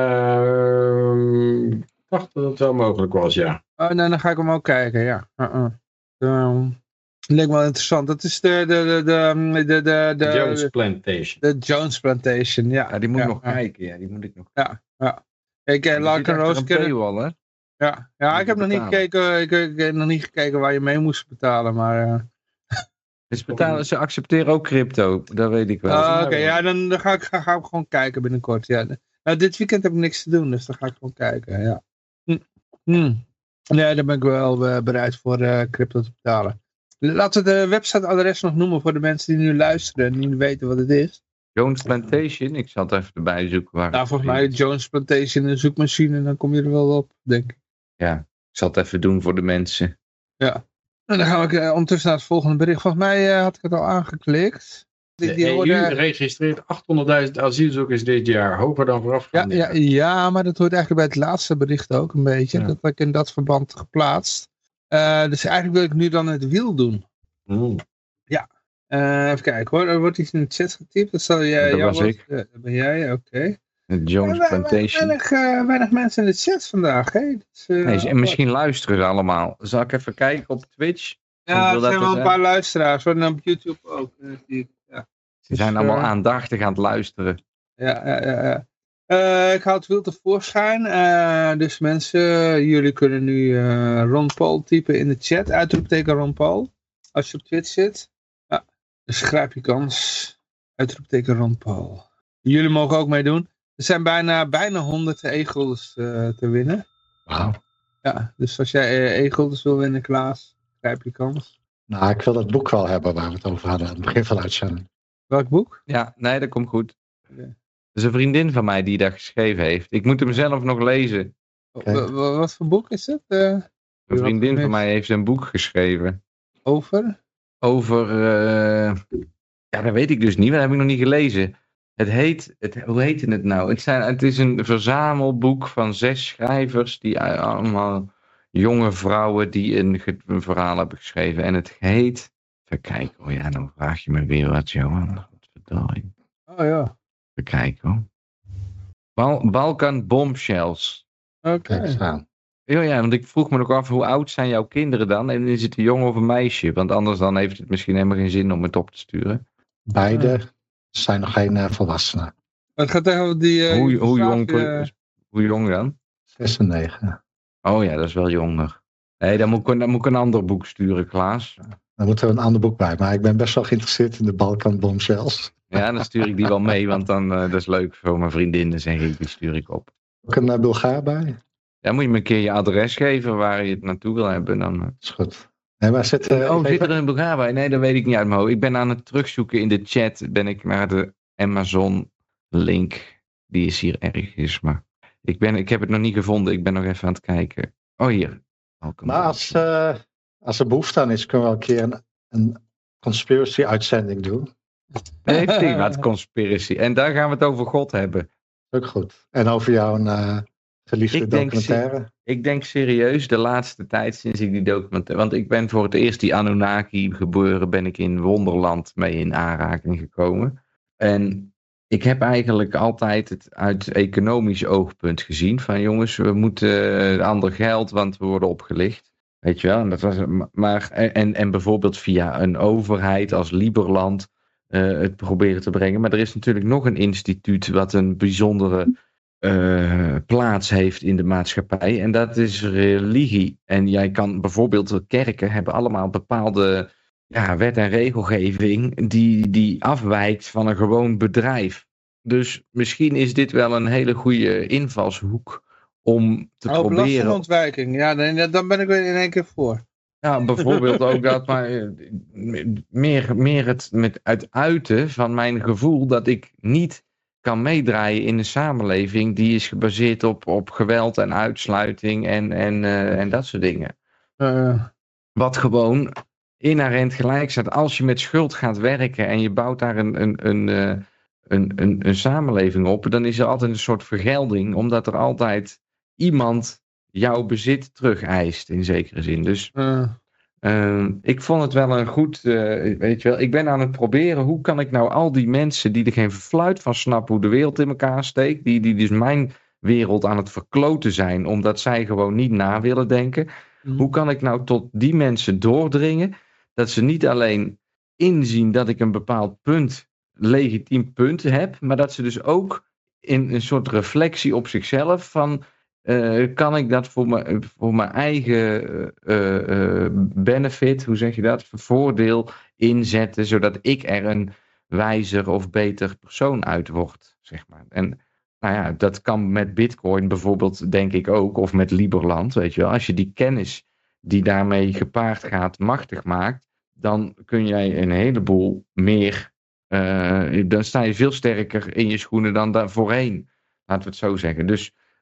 S4: Uh, ik dacht dat het wel mogelijk was, ja.
S3: Oh, nee, dan ga ik hem ook kijken, ja. Uh -uh. Um, dat lijkt me wel interessant. Dat is de... de, de, de, de, de, de
S4: Jones Plantation.
S3: De Jones Plantation, ja.
S2: Ja, die moet
S3: ja,
S2: ik nog
S3: ja.
S2: kijken, ja, die moet ik nog
S3: Ja, ja. Ik uh, Laker Rose kennen... Ja, ja ik heb nog niet, gekeken, ik, ik heb nog niet gekeken waar je mee moest betalen, maar... Uh...
S2: Dus betalen, ze accepteren ook crypto, dat weet ik wel.
S3: Uh, Oké, okay, ja, dan, dan ga, ik, ga, ga ik gewoon kijken binnenkort, ja. Nou, dit weekend heb ik niks te doen, dus dan ga ik gewoon kijken, ja. Hm. Hm. Nee, daar ben ik wel uh, bereid voor uh, crypto te betalen. Laten we de websiteadres nog noemen voor de mensen die nu luisteren en niet weten wat het is.
S2: Jones Plantation, ik zal het even erbij zoeken. Waar
S3: nou, volgens mij Jones Plantation in de zoekmachine, dan kom je er wel op, denk ik.
S2: Ja, ik zal het even doen voor de mensen.
S3: Ja. En dan gaan we uh, ondertussen naar het volgende bericht. Volgens mij uh, had ik het al aangeklikt.
S4: De die E U hoorde... registreert achthonderdduizend asielzoekers dit jaar. Hoger dan voorafgaande.
S3: Ja, ja, ja, maar dat hoort eigenlijk bij het laatste bericht ook een beetje. Ja. Dat heb ik in dat verband geplaatst. Uh, dus eigenlijk wil ik nu dan het wiel doen.
S4: Mm.
S3: Ja. Uh, even kijken hoor. Er wordt iets in de chat getypt. Dat zal jij.
S2: Dat was
S3: wordt,
S2: ik.
S3: Uh, dat ben jij, oké. Okay.
S2: Jones ja, Plantation.
S3: Weinig, uh, weinig mensen in de chat vandaag. Hè? Dus, uh,
S2: nee, en misschien luisteren ze allemaal. Zal ik even kijken op Twitch?
S3: Ja, er zijn wel een paar luisteraars. En op YouTube ook. Uh, die, ja.
S2: Ze zijn dus, allemaal uh, aandachtig aan het luisteren.
S3: Ja, ja, ja. ja. Uh, ik haal het wiel tevoorschijn. Uh, dus mensen, jullie kunnen nu uh, Ron Paul typen in de chat. Uitroepteken Ron Paul. Als je op Twitch zit. Ja, dus grijp je kans. Uitroepteken Ron Paul. Jullie mogen ook meedoen. Er zijn bijna, bijna honderd e-guldens uh, te winnen.
S1: Wauw.
S3: Ja, dus als jij uh, e-guldens wil winnen, Klaas, grijp je kans.
S1: Nou, ik wil dat boek wel hebben waar we het over hadden aan het begin van de uitzending.
S3: Welk boek?
S2: Ja, nee, dat komt goed. Okay. Dat is een vriendin van mij die dat geschreven heeft. Ik moet hem zelf nog lezen.
S3: Okay. Wat voor boek is het? Uh,
S2: een vriendin van mij heeft een boek geschreven.
S3: Over?
S2: Over, uh, ja, dat weet ik dus niet, want dat heb ik nog niet gelezen. Het heet, het, hoe heet het nou? Het, zijn, het is een verzamelboek van zes schrijvers, die allemaal jonge vrouwen die een, een verhaal hebben geschreven. En het heet, even kijken, oh ja, dan vraag je me weer wat, Johan. Wat verdorie.
S3: Oh ja.
S2: Even kijken hoor. Bal, Balkan Bombshells.
S3: Oké.
S1: Okay.
S2: Ja, ja, want ik vroeg me nog af, hoe oud zijn jouw kinderen dan? En is het een jongen of een meisje? Want anders dan heeft het misschien helemaal geen zin om het op te sturen.
S1: Beide zijn nog geen uh, volwassenen.
S3: Het gaat tegen die... Uh,
S2: hoe, hoe, jong,
S3: uh...
S2: hoe jong dan?
S1: zes en negen.
S2: Oh ja, dat is wel jonger. Nee, dan moet ik, dan moet ik een ander boek sturen, Klaas.
S1: Dan moet er een ander boek bij. Maar ik ben best wel geïnteresseerd in de Balkan Bombshells.
S2: Ja, dan stuur ik die wel mee, want dan, uh, dat is leuk voor mijn vriendinnen, zeg ik. Die stuur ik op.
S1: Ook een uh, Bulgaar bij?
S2: Ja, moet je me een keer je adres geven waar je het naartoe wil hebben. Dan, uh...
S1: Dat is goed. Nee, maar zit, uh,
S2: oh, zit
S1: even...
S2: er een Bulgaar bij? Nee, dat weet ik niet uit mijn hoofd. Ik ben aan het terugzoeken in de chat. Ben ik naar de Amazon link. Die is hier ergens, maar ik, ben, ik heb het nog niet gevonden. Ik ben nog even aan het kijken. Oh, hier.
S1: Maar als, uh, als er behoefte aan is, kunnen we wel een keer een, een conspiracy uitzending doen.
S2: Nee, prima, conspiracy. En daar gaan we het over God hebben.
S1: Ook goed. En over jouw uh, geliefde
S2: ik
S1: documentaire.
S2: Denk, ik denk serieus de laatste tijd sinds ik die documentaire... Want ik ben voor het eerst die Anunnaki gebeuren... ben ik in Wonderland mee in aanraking gekomen. En ik heb eigenlijk altijd het uit economisch oogpunt gezien. Van jongens, we moeten uh, ander geld, want we worden opgelicht. Weet je wel? En, dat was, maar, en, en bijvoorbeeld via een overheid als Liberland... Uh, het proberen te brengen. Maar er is natuurlijk nog een instituut wat een bijzondere uh, plaats heeft in de maatschappij. En dat is religie. En jij kan bijvoorbeeld, de kerken hebben allemaal bepaalde ja, wet en regelgeving die, die afwijkt van een gewoon bedrijf. Dus misschien is dit wel een hele goede invalshoek om te
S3: oh,
S2: proberen...
S3: belastingontwijking. Ja, dan, dan ben ik weer in één keer voor.
S2: Ja, bijvoorbeeld ook dat, maar meer, meer het met het uiten van mijn gevoel dat ik niet kan meedraaien in een samenleving die is gebaseerd op, op geweld en uitsluiting en, en, uh, en dat soort dingen.
S3: Uh.
S2: Wat gewoon inherent gelijk staat. Als je met schuld gaat werken en je bouwt daar een, een, een, uh, een, een, een samenleving op, dan is er altijd een soort vergelding, omdat er altijd iemand jouw bezit terug eist, in zekere zin. Dus
S3: uh.
S2: uh, ik vond het wel een goed, uh, weet je wel, ik ben aan het proberen, hoe kan ik nou al die mensen die er geen fluit van snappen hoe de wereld in elkaar steekt, die, die dus mijn wereld aan het verkloten zijn, omdat zij gewoon niet na willen denken, mm. hoe kan ik nou tot die mensen doordringen, dat ze niet alleen inzien dat ik een bepaald punt, legitiem punt heb, maar dat ze dus ook in een soort reflectie op zichzelf van... Uh, kan ik dat voor, me, voor mijn eigen uh, uh, benefit, hoe zeg je dat, voordeel inzetten, zodat ik er een wijzer of beter persoon uit word, zeg maar. En nou ja, dat kan met Bitcoin bijvoorbeeld, denk ik ook, of met Liberland, weet je wel. Als je die kennis die daarmee gepaard gaat machtig maakt, dan kun jij een heleboel meer, uh, dan sta je veel sterker in je schoenen dan daar voorheen, laten we het zo zeggen. Dus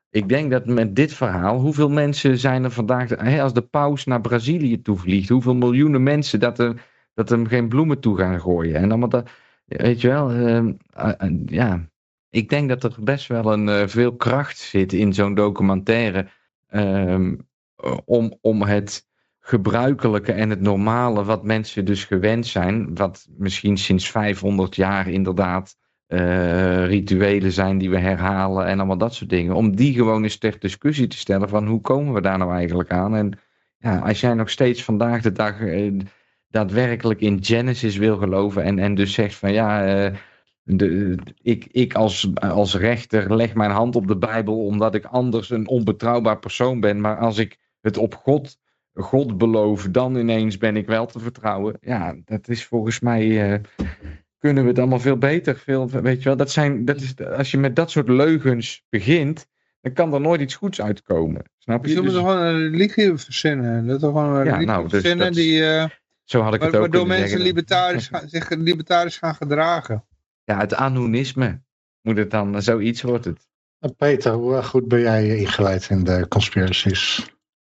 S2: ik denk dat met dit verhaal, hoeveel mensen zijn er vandaag, hè, als de paus naar Brazilië toevliegt, hoeveel miljoenen mensen dat, er, dat hem geen bloemen toe gaan gooien. En allemaal dat, weet je wel, uh, uh, uh, ja, ik denk dat er best wel een uh, veel kracht zit in zo'n documentaire uh, om, om het gebruikelijke en het normale, wat mensen dus gewend zijn, wat misschien sinds vijfhonderd jaar inderdaad uh, rituelen zijn die we herhalen en allemaal dat soort dingen, om die gewoon eens ter discussie te stellen van hoe komen we daar nou eigenlijk aan? En ja, als jij nog steeds vandaag de dag uh, daadwerkelijk in Genesis wil geloven en, en dus zegt van ja, uh, de, ik, ik als, als rechter leg mijn hand op de Bijbel omdat ik anders een onbetrouwbaar persoon ben, maar als ik het op God God beloof, dan ineens ben ik wel te vertrouwen. Ja, dat is volgens mij, uh, kunnen we het allemaal veel beter. Veel, weet je wel, dat zijn, dat is, als je met dat soort leugens begint, dan kan er nooit iets goeds uitkomen. Snap je?
S3: Je moet
S2: dus,
S3: gewoon een religie verzinnen. Dat is gewoon een religie
S2: ja, nou, dus
S3: verzinnen
S2: dat,
S3: die, uh,
S2: zo had ik het ook
S3: waardoor
S2: kunnen
S3: mensen
S2: zeggen.
S3: libertarisch gaan, zich libertarisch gaan gedragen.
S2: Ja, het anonisme moet het dan, zoiets wordt het.
S1: Peter, hoe goed ben jij ingewijd in de conspiracies?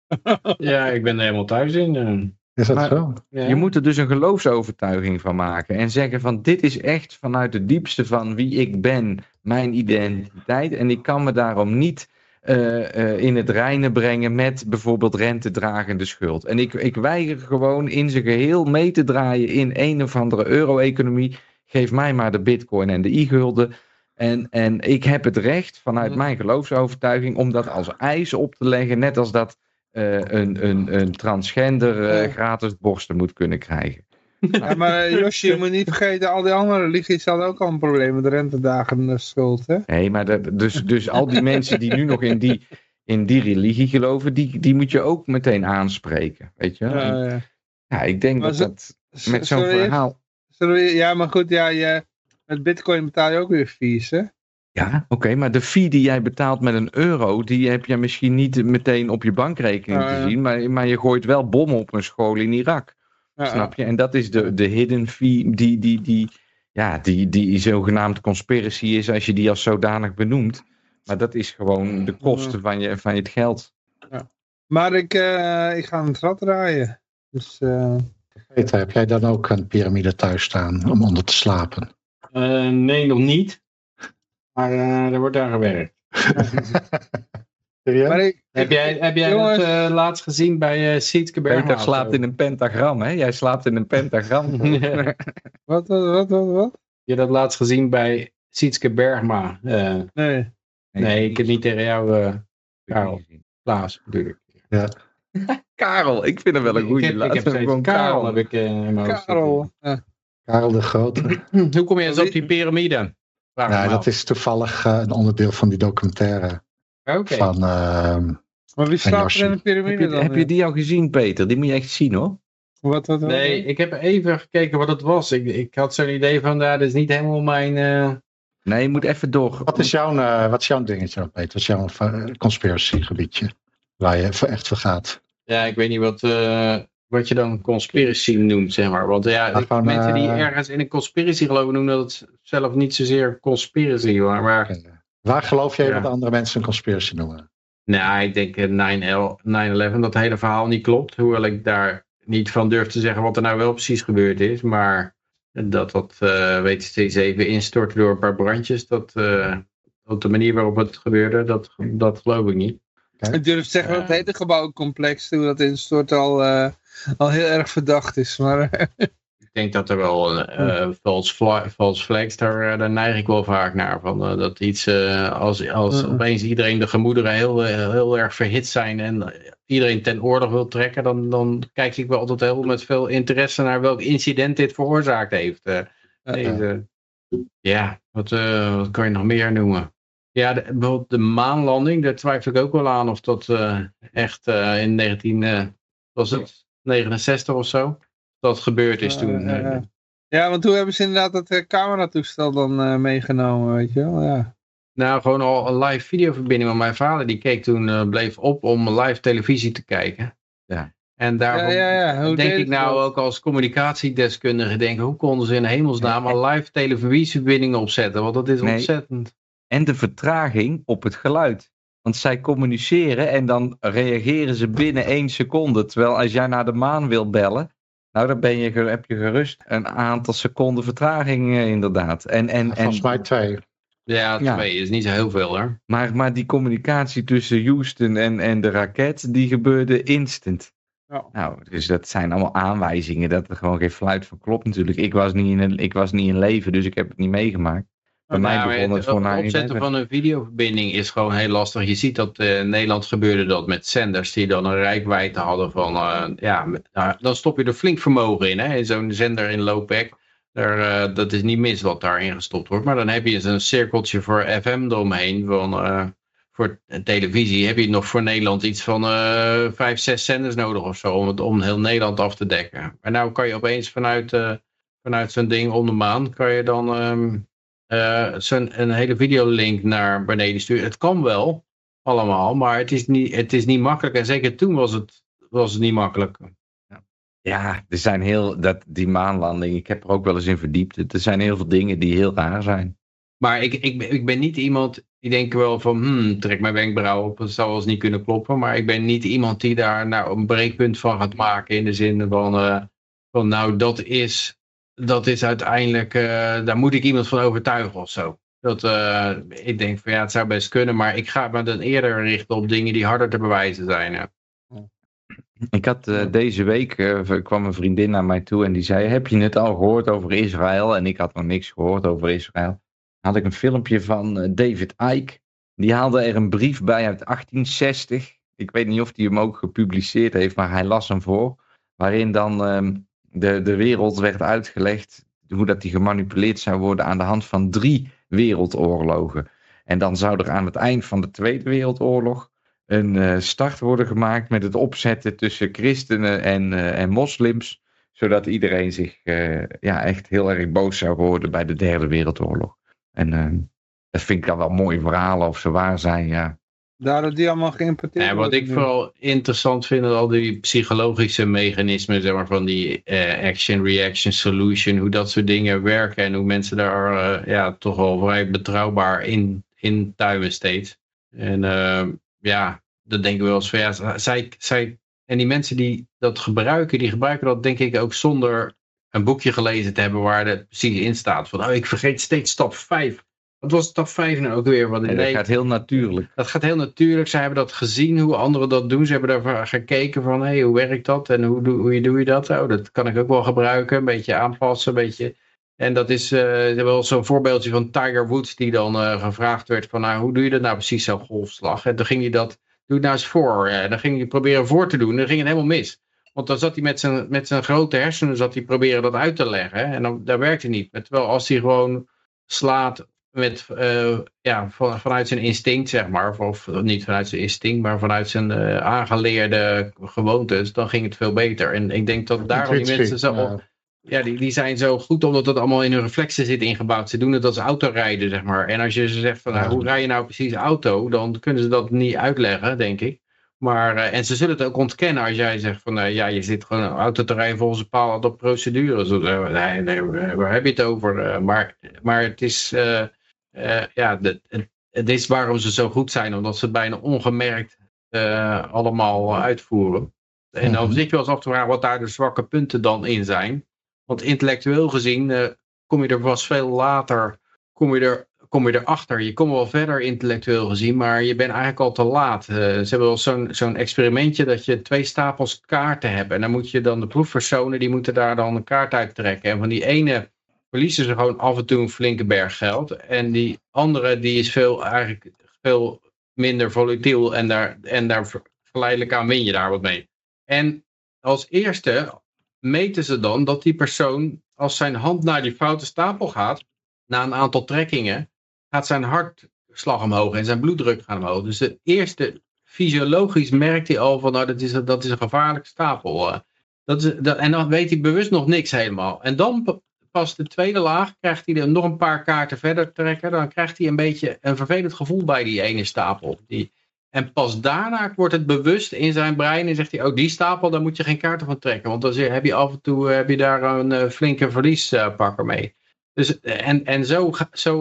S4: Ja, ik ben er helemaal thuis in. Uh.
S1: Is dat
S2: maar,
S1: zo?
S4: Ja.
S2: Je moet er dus een geloofsovertuiging van maken. En zeggen van dit is echt vanuit het diepste van wie ik ben. Mijn identiteit. En ik kan me daarom niet uh, uh, in het reine brengen met bijvoorbeeld rentedragende schuld. En ik, ik weiger gewoon in zijn geheel mee te draaien in een of andere euro-economie. Geef mij maar de bitcoin en de e-gulden. En, en ik heb het recht vanuit mijn geloofsovertuiging om dat als eis op te leggen. Net als dat Uh, een, een, een transgender uh, gratis borsten moet kunnen krijgen.
S3: Ja, maar uh, Josje, je moet niet vergeten, al die andere religies hadden ook al een probleem met de rentedagen schuld, hè?
S2: Nee, maar dat, dus, dus al die mensen die nu nog in die, in die religie geloven, die, die moet je ook meteen aanspreken, weet je wel?
S3: Ja, ja.
S2: Ja, ik denk
S3: maar
S2: dat
S3: zo,
S2: dat met zo'n verhaal...
S3: We, ja, maar goed, ja, je, met bitcoin betaal je ook weer fees, hè?
S2: Ja, oké, okay, maar de fee die jij betaalt met een euro, die heb je misschien niet meteen op je bankrekening
S3: ja,
S2: te
S3: ja.
S2: zien, maar, maar je gooit wel bommen op een school in Irak. Ja, snap je? En dat is de, de hidden fee die, die, die, ja, die, die zogenaamd conspiracy is als je die als zodanig benoemt. Maar dat is gewoon de kosten van je, van je het geld.
S3: Ja. Maar ik, uh, ik ga aan het rad draaien. Dus, uh...
S1: Peter, heb jij dan ook een piramide thuis staan om onder te slapen?
S4: Uh, nee, nog niet. Maar uh, er wordt aan gewerkt.
S3: maar ik,
S4: heb jij, heb jij
S3: jongens,
S4: het uh, laatst gezien bij uh, Sietske Bergma?
S2: Peter slaapt in een pentagram, hè? Jij slaapt in een pentagram.
S3: wat, wat, wat, wat, wat?
S4: Heb je dat laatst gezien bij Sietske Bergma? Uh,
S3: nee.
S4: Nee, ik heb niet tegen jou, uh, Karel. Klaas, natuurlijk.
S1: Ja.
S2: Karel, ik vind hem wel een goede.
S4: Ik heb, ik heb gewoon Karel. Karel heb ik, uh,
S3: Karel. Ja.
S1: Karel de Grote.
S4: Hoe kom je eens op die piramide?
S1: Ja, dat is toevallig uh, een onderdeel van die documentaire.
S4: Okay.
S1: Van, uh,
S3: maar wie slaapt er in een piramide
S2: heb je,
S3: dan?
S2: Heb je die al gezien, Peter? Die moet je echt zien, hoor.
S3: Wat, wat, wat?
S4: Nee, ik heb even gekeken wat het was. Ik, ik had zo'n idee van, nou, dat is niet helemaal mijn... Uh...
S2: Nee, je moet even door.
S1: Wat is jouw, uh, wat is jouw dingetje, Peter? Wat is jouw uh, conspiracy gebiedje? Waar je voor echt voor gaat?
S4: Ja, ik weet niet wat... Uh... wat je dan conspiracy noemt, zeg maar. Want ja, ik, van, mensen die ergens in een conspiracy geloven, noemen dat het zelf niet zozeer conspiracy. Maar, maar
S1: okay. Waar geloof jij ja. dat andere mensen een conspiracy noemen?
S4: Nou, ik denk nine eleven, dat hele verhaal niet klopt. Hoewel ik daar niet van durf te zeggen wat er nou wel precies gebeurd is. Maar dat dat, uh, weet je, steeds even instortte door een paar brandjes. Dat, uh, op de manier waarop het gebeurde, dat, dat geloof ik niet.
S3: Okay. Ik durf te zeggen dat het hele gebouwcomplex, hoe dat instort, al, uh, al heel erg verdacht is. Maar
S4: ik denk dat er wel uh, false, flag, false flags, daar, daar neig ik wel vaak naar. Van, uh, dat iets, uh, als, als uh-uh. opeens iedereen de gemoederen heel, heel, heel erg verhit zijn en iedereen ten oorlog wil trekken, dan, dan kijk ik wel altijd heel met veel interesse naar welk incident dit veroorzaakt heeft. Uh, deze, ja, wat, uh, wat kan je nog meer noemen? Ja, de, bijvoorbeeld de maanlanding, daar twijfel ik ook wel aan of dat uh, echt uh, in negentien negenenzestig of zo, dat gebeurd is toen.
S3: Uh, uh, ja, want toen hebben ze inderdaad dat uh, cameratoestel dan uh, meegenomen, weet je wel, ja.
S4: Nou, gewoon al een live videoverbinding, want mijn vader die keek toen, uh, bleef op om live televisie te kijken.
S2: Ja.
S4: En daarom
S3: ja, ja, ja. Hoe
S4: denk ik nou
S3: wel?
S4: ook als communicatiedeskundige denken, hoe konden ze in hemelsnaam al live televisieverbindingen opzetten, want dat is nee. ontzettend.
S2: En de vertraging op het geluid. Want zij communiceren en dan reageren ze binnen één seconde. Terwijl als jij naar de maan wil bellen, nou dan ben je, heb je gerust een aantal seconden vertraging uh, inderdaad. En, en, en,
S1: Volgens mij twee.
S4: Ja, twee
S2: Ja.
S4: is niet zo heel veel hoor.
S2: Maar, maar die communicatie tussen Houston en, en de raket, die gebeurde instant.
S3: Ja.
S2: Nou, dus dat zijn allemaal aanwijzingen dat er gewoon geen fluit van klopt natuurlijk. Ik was niet in, ik was niet in leven, dus ik heb het niet meegemaakt. Bij
S4: Ja,
S2: mij
S4: maar
S2: begon het
S4: het
S2: voor
S4: het
S2: negen
S4: opzetten
S2: eleven.
S4: van een videoverbinding is gewoon heel lastig. Je ziet dat uh, in Nederland gebeurde dat met zenders die dan een reikwijdte hadden van, uh, ja, met, nou, dan stop je er flink vermogen in, hè, in zo'n zender in low-pack. Daar, uh, dat is niet mis wat daarin gestopt wordt. Maar dan heb je zo'n cirkeltje voor F M eromheen. Van, uh, voor televisie heb je nog voor Nederland iets van uh, vijf, zes zenders nodig of zo. Om, het, om heel Nederland af te dekken. Maar nou kan je opeens vanuit, uh, vanuit zo'n ding om de maan. Kan je dan um, uh, zo'n, een hele videolink naar beneden sturen. Het kan wel allemaal. Maar het is niet, het is niet makkelijk. En zeker toen was het, was het niet makkelijk.
S2: Ja, er zijn heel, dat, die maanlanding, ik heb er ook wel eens in verdiept. Er zijn heel veel dingen die heel raar zijn.
S4: Maar ik, ik, ik ben niet iemand die denkt wel van, hmm, trek mijn wenkbrauw op, dat zou wel eens niet kunnen kloppen. Maar ik ben niet iemand die daar nou een breekpunt van gaat maken in de zin van, uh, van nou dat is, dat is uiteindelijk, uh, daar moet ik iemand van overtuigen of zo. Dat, uh, ik denk van ja, het zou best kunnen, maar ik ga me dan eerder richten op dingen die harder te bewijzen zijn. Ja.
S2: Ik had uh, deze week, uh, kwam een vriendin naar mij toe en die zei, heb je het al gehoord over Israël? En ik had nog niks gehoord over Israël. Had ik een filmpje van uh, David Icke. Die haalde er een brief bij uit achttien zestig. Ik weet niet of hij hem ook gepubliceerd heeft, maar hij las hem voor. Waarin dan um, de, de wereld werd uitgelegd, hoe dat die gemanipuleerd zou worden aan de hand van drie wereldoorlogen. En dan zou er aan het eind van de Tweede Wereldoorlog een uh, start worden gemaakt met het opzetten tussen christenen en, uh, en moslims. Zodat iedereen zich uh, ja, echt heel erg boos zou worden bij de Derde Wereldoorlog. En uh, dat vind ik dan wel mooie verhalen of ze waar zijn, ja.
S3: Daar dat die allemaal geïmporteerd
S4: Ja, wat ik vooral interessant vind, al die psychologische mechanismen, zeg maar, van die uh, action, reaction, solution, hoe dat soort dingen werken en hoe mensen daar uh, ja, toch wel vrij betrouwbaar in, in tuimen steeds. En uh, ja, dat denk ik wel eens van, ja, zij, zij, en die mensen die dat gebruiken, die gebruiken dat denk ik ook zonder een boekje gelezen te hebben waar het precies in staat. Van, oh, ik vergeet steeds stap vijf. Wat was stap vijf nou ook weer? Wat
S2: En dat gaat heel natuurlijk.
S4: Dat gaat heel natuurlijk. Ze hebben dat gezien, hoe anderen dat doen. Ze hebben daar gekeken van, hé, hey, hoe werkt dat? En hoe doe, hoe doe je dat? Oh, dat kan ik ook wel gebruiken. Een beetje aanpassen, een beetje. En dat is uh, wel zo'n voorbeeldje van Tiger Woods die dan uh, gevraagd werd van, nou, hoe doe je dat nou precies, zo'n golfslag? En dan ging hij dat, doe het nou eens voor. En dan ging hij proberen voor te doen. En dan ging het helemaal mis. Want dan zat hij met zijn, met zijn grote hersenen, zat hij proberen dat uit te leggen. En dan, dat werkte niet. Terwijl als hij gewoon slaat met, uh, ja, van, vanuit zijn instinct, zeg maar, of, of niet vanuit zijn instinct, maar vanuit zijn uh, aangeleerde gewoontes, dan ging het veel beter. En ik denk dat daarom die mensen zo, ja. Ja, die, die zijn zo goed omdat dat allemaal in hun reflexen zit ingebouwd. Ze doen het als autorijden, zeg maar. En als je ze zegt van, nou, hoe rij je nou precies auto, dan kunnen ze dat niet uitleggen, denk ik. Maar, uh, en ze zullen het ook ontkennen als jij zegt van, uh, ja, je zit gewoon een auto te rijden volgens een bepaalde procedures. Uh, nee, nee, waar heb je het over? Uh, maar, maar het is, uh, uh, ja, de, het, het is waarom ze zo goed zijn, omdat ze het bijna ongemerkt uh, allemaal uitvoeren. En dan zit je wel eens af te vragen wat daar de zwakke punten dan in zijn. Want intellectueel gezien uh, kom je er pas veel later, kom je er... kom je erachter. Je komt wel verder intellectueel gezien, maar je bent eigenlijk al te laat. Uh, ze hebben wel zo'n zo'n experimentje dat je twee stapels kaarten hebt. En dan moet je dan de proefpersonen, die moeten daar dan een kaart uit trekken. En van die ene verliezen ze gewoon af en toe een flinke berg geld. En die andere, die is veel, eigenlijk veel minder volatiel. En daar, en daar geleidelijk aan win je daar wat mee. En als eerste meten ze dan dat die persoon, als zijn hand naar die foute stapel gaat, na een aantal trekkingen, gaat zijn hartslag omhoog en zijn bloeddruk gaat omhoog. Dus de eerste, fysiologisch merkt hij al van, nou, dat is, dat is een gevaarlijke stapel. Dat is, dat, en dan weet hij bewust nog niks helemaal. En dan pas de tweede laag, krijgt hij er nog een paar kaarten verder trekken, dan krijgt hij een beetje een vervelend gevoel bij die ene stapel. Die, en pas daarna wordt het bewust in zijn brein en zegt hij, oh, die stapel, daar moet je geen kaarten van trekken. Want dan heb je af en toe heb je daar een uh, flinke verliespakker uh, mee. Dus, en en zo, zo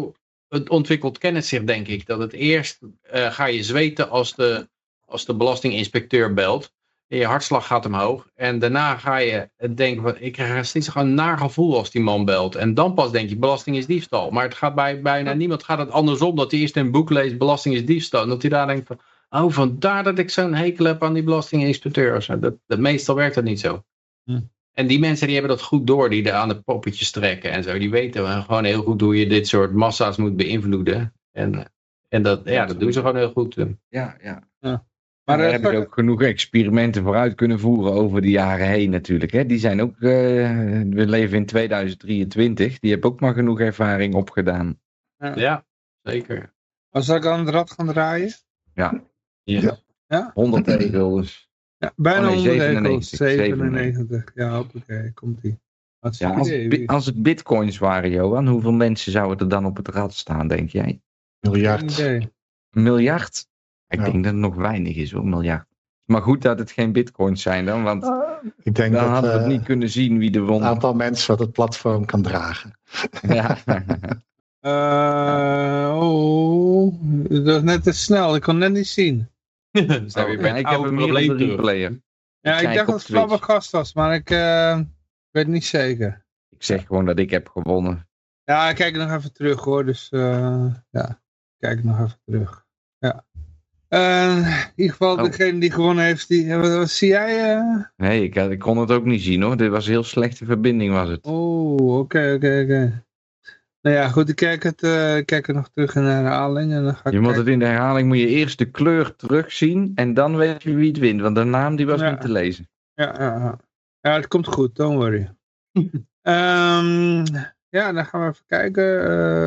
S4: het ontwikkelt kennis zich, denk ik. Dat het eerst uh, ga je zweten als de, als de belastinginspecteur belt. En je hartslag gaat omhoog. En daarna ga je denken, van, ik krijg steeds gewoon een naar gevoel als die man belt. En dan pas denk je, belasting is diefstal. Maar het gaat bij bijna niemand gaat het andersom. Dat hij eerst een boek leest, belasting is diefstal. En dat hij daar denkt van, oh, vandaar dat ik zo'n hekel heb aan die belastinginspecteur. Dat, dat, meestal werkt dat niet zo. Hm. En die mensen die hebben dat goed door, die er aan de poppetjes trekken en zo. Die weten gewoon heel goed hoe je dit soort massa's moet beïnvloeden. En, en dat, ja, dat doen ze gewoon heel goed.
S2: Ja, ja.
S3: ja.
S2: Maar daar hebben ze ook genoeg experimenten vooruit kunnen voeren over de jaren heen natuurlijk. Hè. Die zijn ook, uh, we leven in tweeduizend drieëntwintig, die hebben ook maar genoeg ervaring opgedaan.
S4: Ja, ja zeker.
S3: Als ik aan het rad gaan draaien?
S2: Ja.
S4: Ja.
S3: ja.
S2: honderd egels.
S3: Ja, bijna
S2: oh, nee,
S3: honderd
S2: zevenennegentig,
S3: egels. zevenennegentig. Ja, oké, komt ie.
S2: Ja, als, als het bitcoins waren, Johan, hoeveel mensen zouden er dan op het rad staan, denk jij?
S1: Miljard.
S2: Een miljard? Ik
S1: ja.
S2: denk dat het nog weinig is hoor, een miljard. Maar goed dat het geen bitcoins zijn dan, want uh,
S1: ik denk
S2: dan
S1: dat,
S2: hadden we het
S1: uh,
S2: niet kunnen zien wie de won.
S1: Een aantal mensen wat het platform kan dragen.
S2: Ja.
S3: uh, oh, dat was net te snel, ik kon net niet zien.
S4: oh,
S2: ja, ik heb hem hier op de replayer.
S3: Ja, ik, ik dacht dat het Flabbe gast was, maar ik uh, weet niet zeker.
S2: Ik zeg gewoon dat ik heb gewonnen.
S3: Ja, ik kijk nog even terug hoor, dus uh, ja, kijk nog even terug. Ja. Uh, in ieder geval oh. degene die gewonnen heeft, die, wat, wat zie jij? Uh?
S2: Nee, ik, ik kon het ook niet zien hoor, dit was een heel slechte verbinding was het.
S3: Oh, oké, okay, oké, okay, oké. Okay. Nou ja, goed, ik kijk het, uh, ik kijk het nog terug in de herhaling. En dan ga ik
S2: je moet
S3: kijken.
S2: het in de herhaling, moet je eerst de kleur terugzien en dan weet je wie het wint, want de naam die was
S3: ja.
S2: niet te lezen.
S3: Ja, ja, ja. ja, het komt goed, don't worry. um, ja, dan gaan we even kijken.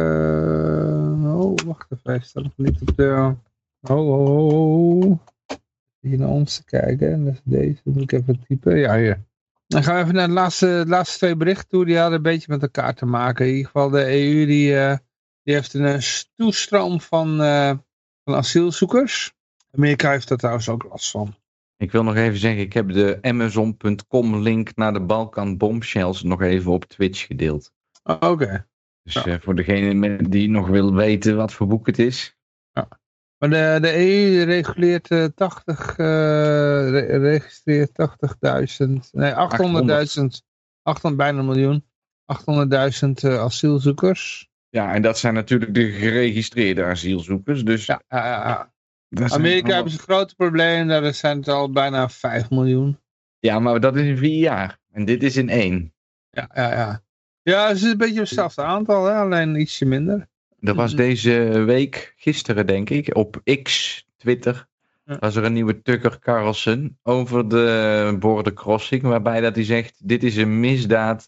S3: Uh, oh, wacht even, ik sta nog niet op de... Oh, oh, oh. Hier naar ons te kijken, en dat is deze, moet ik even typen. Ja, hier. Dan gaan we even naar de laatste, de laatste twee berichten toe. Die hadden een beetje met elkaar te maken. In ieder geval de E U die, uh, die heeft een toestroom van, uh, van asielzoekers. Amerika heeft daar trouwens ook last van.
S2: Ik wil nog even zeggen, ik heb de Amazon punt com link naar de Balkan Bombshells nog even op Twitch gedeeld.
S3: Oh, Oké. Okay.
S2: Dus ja. uh, voor degene die nog wil weten wat voor boek het is.
S3: Ja. Maar de, de E U reguleert uh, tachtig, uh, re registreert tachtigduizend, nee achthonderdduizend, achthonderd, bijna een miljoen, achthonderdduizend uh, asielzoekers.
S2: Ja, en dat zijn natuurlijk de geregistreerde asielzoekers. Dus
S3: ja, uh, uh, Amerika allemaal... hebben ze een groot probleem, daar zijn het al bijna vijf miljoen.
S2: Ja, maar dat is in vier jaar en dit is in één.
S3: Ja, ja, ja. Ja, het is een beetje hetzelfde aantal, hè? Alleen ietsje minder.
S2: Er was deze week, gisteren denk ik, op X, Twitter, ja. was er een nieuwe Tucker Carlson over de border crossing, waarbij dat hij zegt, dit is een misdaad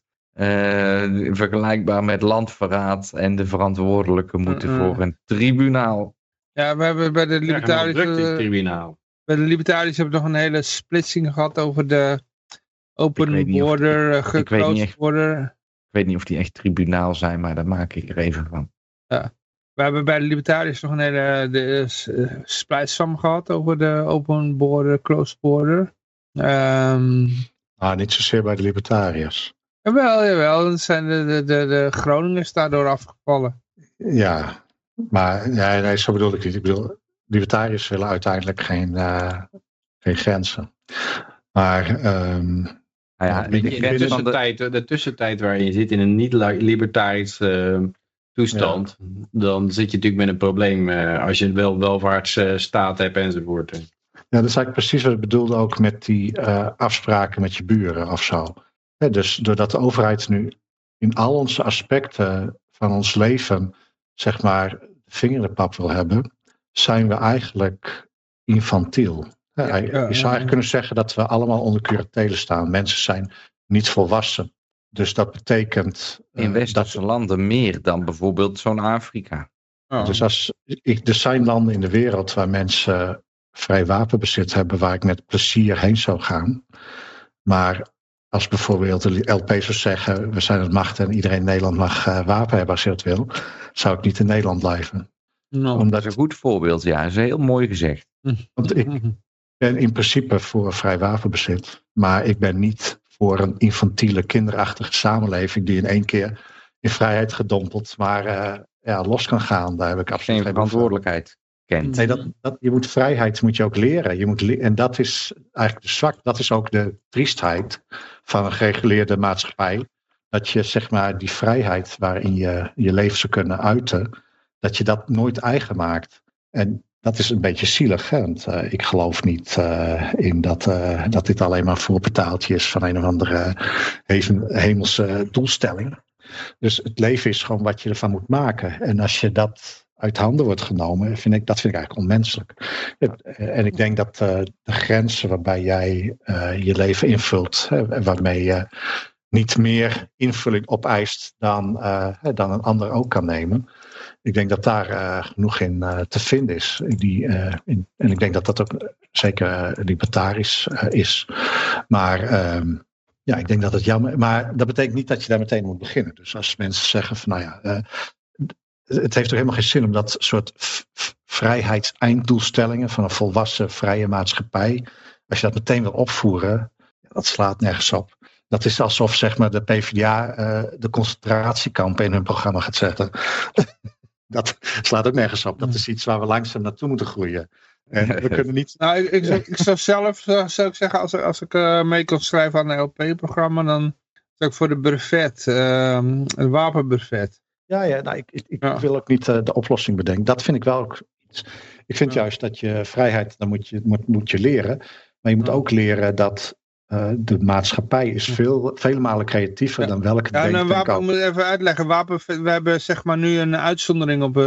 S2: uh, vergelijkbaar met landverraad en de verantwoordelijken moeten uh, uh. voor een tribunaal.
S3: Ja, we hebben bij de libertariërs
S4: ja, tribunaal.
S3: Bij de libertariërs hebben we nog een hele splitsing gehad over de open border,
S2: of, ik, weet niet echt,
S3: border.
S2: Ik weet niet of die echt tribunaal zijn, maar daar maak ik er even van.
S3: Ja. We hebben bij de libertariërs nog een hele de, uh, splijtsam gehad over de open border, closed border. Um,
S1: ah, niet zozeer bij de libertariërs.
S3: Jawel, jawel. Dan zijn de, de, de, de Groningers daardoor afgevallen.
S1: Ja, maar ja, nee, zo bedoel ik niet. Ik bedoel, libertariërs willen uiteindelijk geen, uh, geen grenzen. Maar... Um,
S4: nou ja, de, de, tussentijd, de tussentijd waar je zit in een niet-libertarisch... Uh, toestand, ja. Dan zit je natuurlijk met een probleem uh, als je wel welvaartsstaat hebt enzovoort.
S1: Ja, dat is eigenlijk precies wat ik bedoelde ook met die uh, afspraken met je buren of zo. Ja, dus doordat de overheid nu in al onze aspecten van ons leven, zeg maar, de vinger in de pap wil hebben, zijn we eigenlijk infantiel. Ja, ja, je zou eigenlijk ja. kunnen zeggen dat we allemaal onder curatele staan. Mensen zijn niet volwassen. Dus dat betekent...
S2: Uh, in westerse dat, landen meer dan bijvoorbeeld zo'n Afrika.
S1: Oh. Dus als, ik, er zijn landen in de wereld waar mensen vrij wapenbezit hebben, waar ik met plezier heen zou gaan. Maar als bijvoorbeeld de L P zou zeggen, we zijn het macht en iedereen in Nederland mag uh, wapen hebben als je dat wil, zou ik niet in Nederland blijven.
S2: No, Omdat, dat is een goed voorbeeld, ja. Dat is heel mooi gezegd.
S1: Want ik ben in principe voor vrij wapenbezit, maar ik ben niet voor een infantiele, kinderachtige samenleving die in één keer in vrijheid gedompeld, maar uh, ja, los kan gaan. Daar heb ik absoluut
S2: geen verantwoordelijkheid kent.
S1: Nee, dat, dat, je moet vrijheid moet je ook leren. Je moet le- en dat is eigenlijk de zwak. Dat is ook de triestheid van een gereguleerde maatschappij. Dat je zeg maar die vrijheid waarin je je leven zou kunnen uiten, dat je dat nooit eigen maakt. En dat is een beetje zielig. Hè? Want uh, ik geloof niet uh, in dat, uh, dat dit alleen maar een voorbetaaltje is van een of andere heven, hemelse doelstelling. Dus het leven is gewoon wat je ervan moet maken. En als je dat uit handen wordt genomen, vind ik, dat vind ik eigenlijk onmenselijk. En ik denk dat uh, de grenzen waarbij jij uh, je leven invult, hè, waarmee je niet meer invulling opeist dan, uh, dan een ander ook kan nemen. Ik denk dat daar uh, genoeg in uh, te vinden is. Die, uh, in, en ik denk dat dat ook zeker uh, libertarisch uh, is. Maar um, ja, ik denk dat het jammer. Maar dat betekent niet dat je daar meteen moet beginnen. Dus als mensen zeggen van nou ja, uh, het heeft toch helemaal geen zin om dat soort v- v- vrijheidseinddoelstellingen van een volwassen vrije maatschappij, als je dat meteen wil opvoeren, dat slaat nergens op. Dat is alsof zeg maar de P v d A uh, de concentratiekampen in hun programma gaat zetten. Dat slaat ook nergens op. Dat is iets waar we langzaam naartoe moeten groeien. En we kunnen niet...
S3: Nou, ik, ik, zou, ik zou zelf zou, zou ik zeggen, als, als ik uh, mee kon schrijven aan een L P-programma, dan zou ik voor de brevet, uh, een wapenbrevet.
S1: Ja, ja, nou, ik, ik, ik
S3: ja.
S1: wil ook niet uh, de oplossing bedenken. Dat vind ik wel ook iets. Ik vind ja. juist dat je vrijheid, dan moet je, moet, moet je leren. Maar je moet ja. ook leren dat uh, de maatschappij is veel, vele malen creatiever ja. dan welke
S3: ja,
S1: denktank
S3: wapen, ik moet even uitleggen. Wapen, we hebben zeg maar nu een uitzondering op, uh,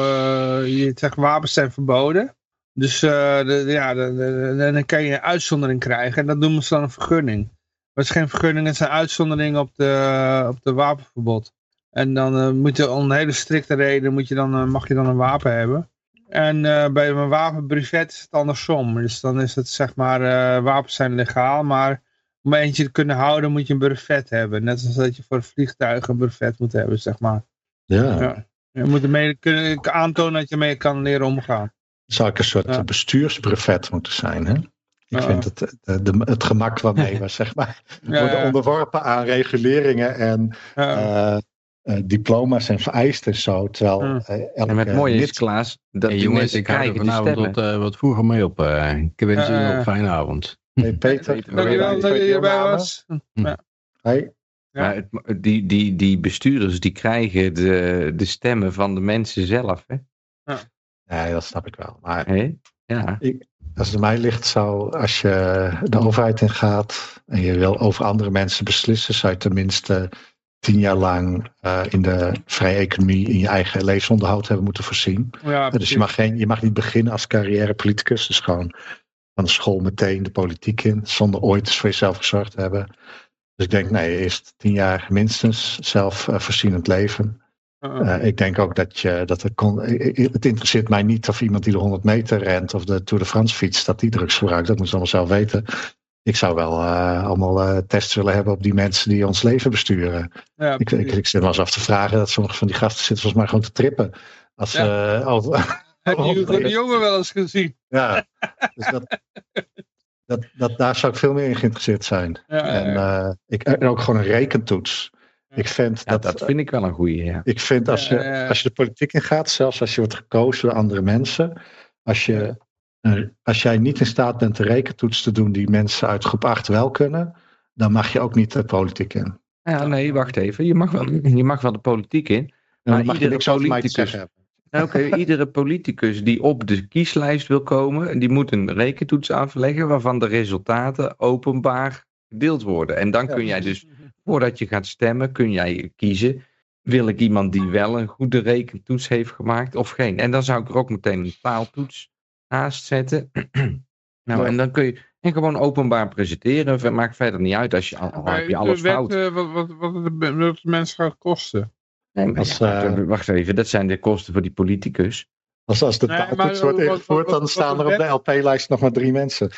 S3: je zegt wapens zijn verboden. Dus uh, de, ja, de, de, de, dan kan je een uitzondering krijgen en dat noemen ze dan een vergunning. Maar het is geen vergunning, het is een uitzondering op de, op de wapenverbod. En dan uh, moet je om een hele strikte reden moet je dan, uh, mag je dan een wapen hebben. En uh, bij een wapenbrevet is het andersom. Dus dan is het zeg maar, uh, wapens zijn legaal, maar om eentje te kunnen houden moet je een brevet hebben. Net zoals dat je voor vliegtuigen een brevet moet hebben, zeg maar.
S1: Ja.
S3: Ja. Je moet ermee kunnen aantonen dat je ermee kan leren omgaan.
S1: Zou ik een soort ja. bestuursbrevet moeten zijn, hè? Ik
S3: ja.
S1: vind het, de, de, het gemak waarmee we zeg maar, ja, worden ja. onderworpen aan reguleringen en ja. uh, uh, diploma's en vereisten en zo. Terwijl
S2: ja. uh, elke, en het mooie is, Klaas, dat
S4: hey, jongens, ik ga er vanavond tot uh, wat vroeger mee op. Uh, ik wens jullie uh, nog een fijne avond.
S1: Hey Peter,
S3: dankjewel dat je hierbij was.
S1: Ja. Hey.
S2: Ja. Maar het, die, die, die bestuurders die krijgen de, de stemmen van de mensen zelf, hè?
S1: Ja. Ja, dat snap ik wel. Maar
S2: hey? ja.
S1: ik, als het aan mij ligt, zou als je de overheid ingaat en je wil over andere mensen beslissen, zou je tenminste tien jaar lang uh, in de vrije economie in je eigen levensonderhoud hebben moeten voorzien.
S3: Ja,
S1: dus je mag, geen, je mag niet beginnen als carrière politicus. Dus gewoon van de school meteen de politiek in, zonder ooit eens voor jezelf gezorgd te hebben. Dus ik denk, nee, eerst tien jaar minstens zelfvoorzienend leven. Uh, ik denk ook dat je, dat het, kon, het interesseert mij niet of iemand die de honderd meter rent of de Tour de France fietst, dat die drugs gebruikt. Dat moet ze allemaal zelf weten. Ik zou wel uh, allemaal uh, tests willen hebben op die mensen die ons leven besturen. Ja, ik, ik, ik zit wel eens af te vragen dat sommige van die gasten zitten volgens mij gewoon te trippen. Als, ja. uh, al,
S3: heb je de jongen wel eens gezien?
S1: Ja, dus dat, dat, dat, daar zou ik veel meer in geïnteresseerd zijn. Ja, en, uh, ik, en ook gewoon een rekentoets. Ik vind
S2: ja,
S1: dat,
S2: dat vind ik wel een goeie, ja.
S1: Ik vind als je, als je de politiek ingaat, zelfs als je wordt gekozen door andere mensen, als, je, als jij niet in staat bent de rekentoets te doen die mensen uit groep acht wel kunnen, dan mag je ook niet de politiek in.
S2: Ja, nee, wacht even. Je mag wel, je mag wel de politiek in.
S1: Maar mag je niks over mij te zeggen hebben.
S2: Oké, okay, iedere politicus die op de kieslijst wil komen, die moet een rekentoets afleggen waarvan de resultaten openbaar gedeeld worden. En dan kun jij dus, voordat je gaat stemmen, kun jij kiezen, wil ik iemand die wel een goede rekentoets heeft gemaakt of geen. En dan zou ik er ook meteen een taaltoets naast zetten. nou, ja. En dan kun je en gewoon openbaar presenteren. Het maakt verder niet uit als je, al, al heb je alles
S3: wet,
S2: fout.
S3: Uh, wat, wat, wat het de mensen gaat kosten.
S2: Nee, maar als, ja, uh, wacht even, dat zijn de kosten voor die politicus.
S1: Als, als de taaltoets nee, wordt ingevoerd, dan staan er op de L P-lijst nog maar drie mensen.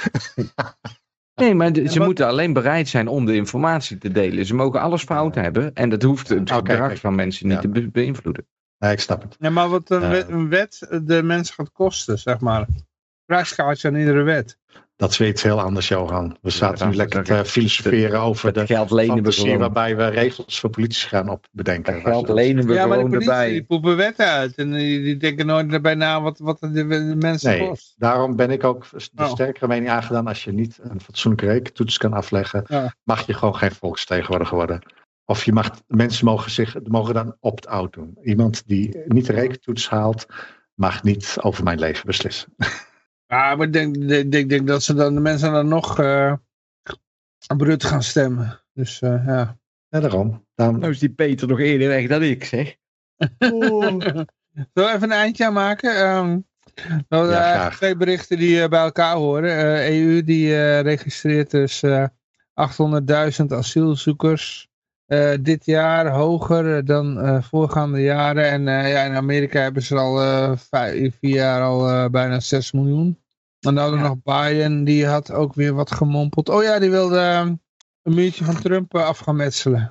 S2: Nee, maar de, ze wat... moeten alleen bereid zijn om de informatie te delen. Ze mogen alles fout hebben en dat hoeft het okay, gedrag okay. van mensen niet ja. te be- beïnvloeden.
S1: Nee, ik snap het.
S3: Ja, maar wat een, uh, wet, een wet de mensen gaat kosten, zeg maar. Prijskaartje aan iedere wet.
S1: Dat is weer iets heel anders, Johan. We zaten
S2: Ja,
S1: nu lekker
S2: dat-
S1: te filosoferen over de
S2: Het geld lenen we
S1: fantasie
S2: gewoon.
S1: waarbij we regels voor politie gaan op bedenken.
S2: Het geld lenen we
S3: Ja, maar de
S2: gewoon
S3: politie die
S2: erbij.
S3: poepen wetten uit. En die, die denken nooit erbij na wat, wat de, de mensen
S1: Nee,
S3: kost.
S1: daarom ben ik ook de
S3: Oh.
S1: sterkere mening aangedaan. Als je niet een fatsoenlijke rekentoets kan afleggen,
S3: Ja.
S1: mag je gewoon geen volksvertegenwoordiger worden. Of je mag, mensen mogen, zich, mogen dan opt-out doen. Iemand die niet de rekentoets haalt, mag niet over mijn leven beslissen.
S3: Ja, maar ik denk, ik denk, denk dat ze dan, de mensen dan nog uh, op Rutte gaan stemmen. Dus uh, ja.
S1: Ja, daarom. daarom.
S2: Nou is die Peter nog eerder weg dan ik, zeg.
S3: Zullen we even een eindje aan maken? Um, nou,
S1: Ja,
S3: uh,
S1: graag.
S3: twee berichten die uh, bij elkaar horen. Uh, E U die uh, registreert dus uh, achthonderdduizend asielzoekers uh, dit jaar, hoger dan uh, voorgaande jaren. En uh, ja, in Amerika hebben ze al uh, vijf, vier jaar al uh, bijna zes miljoen. En dan hadden we
S2: Ja.
S3: nog Biden, die had ook weer wat gemompeld. Oh ja, die wilde uh, een muurtje van Trump uh, af gaan metselen.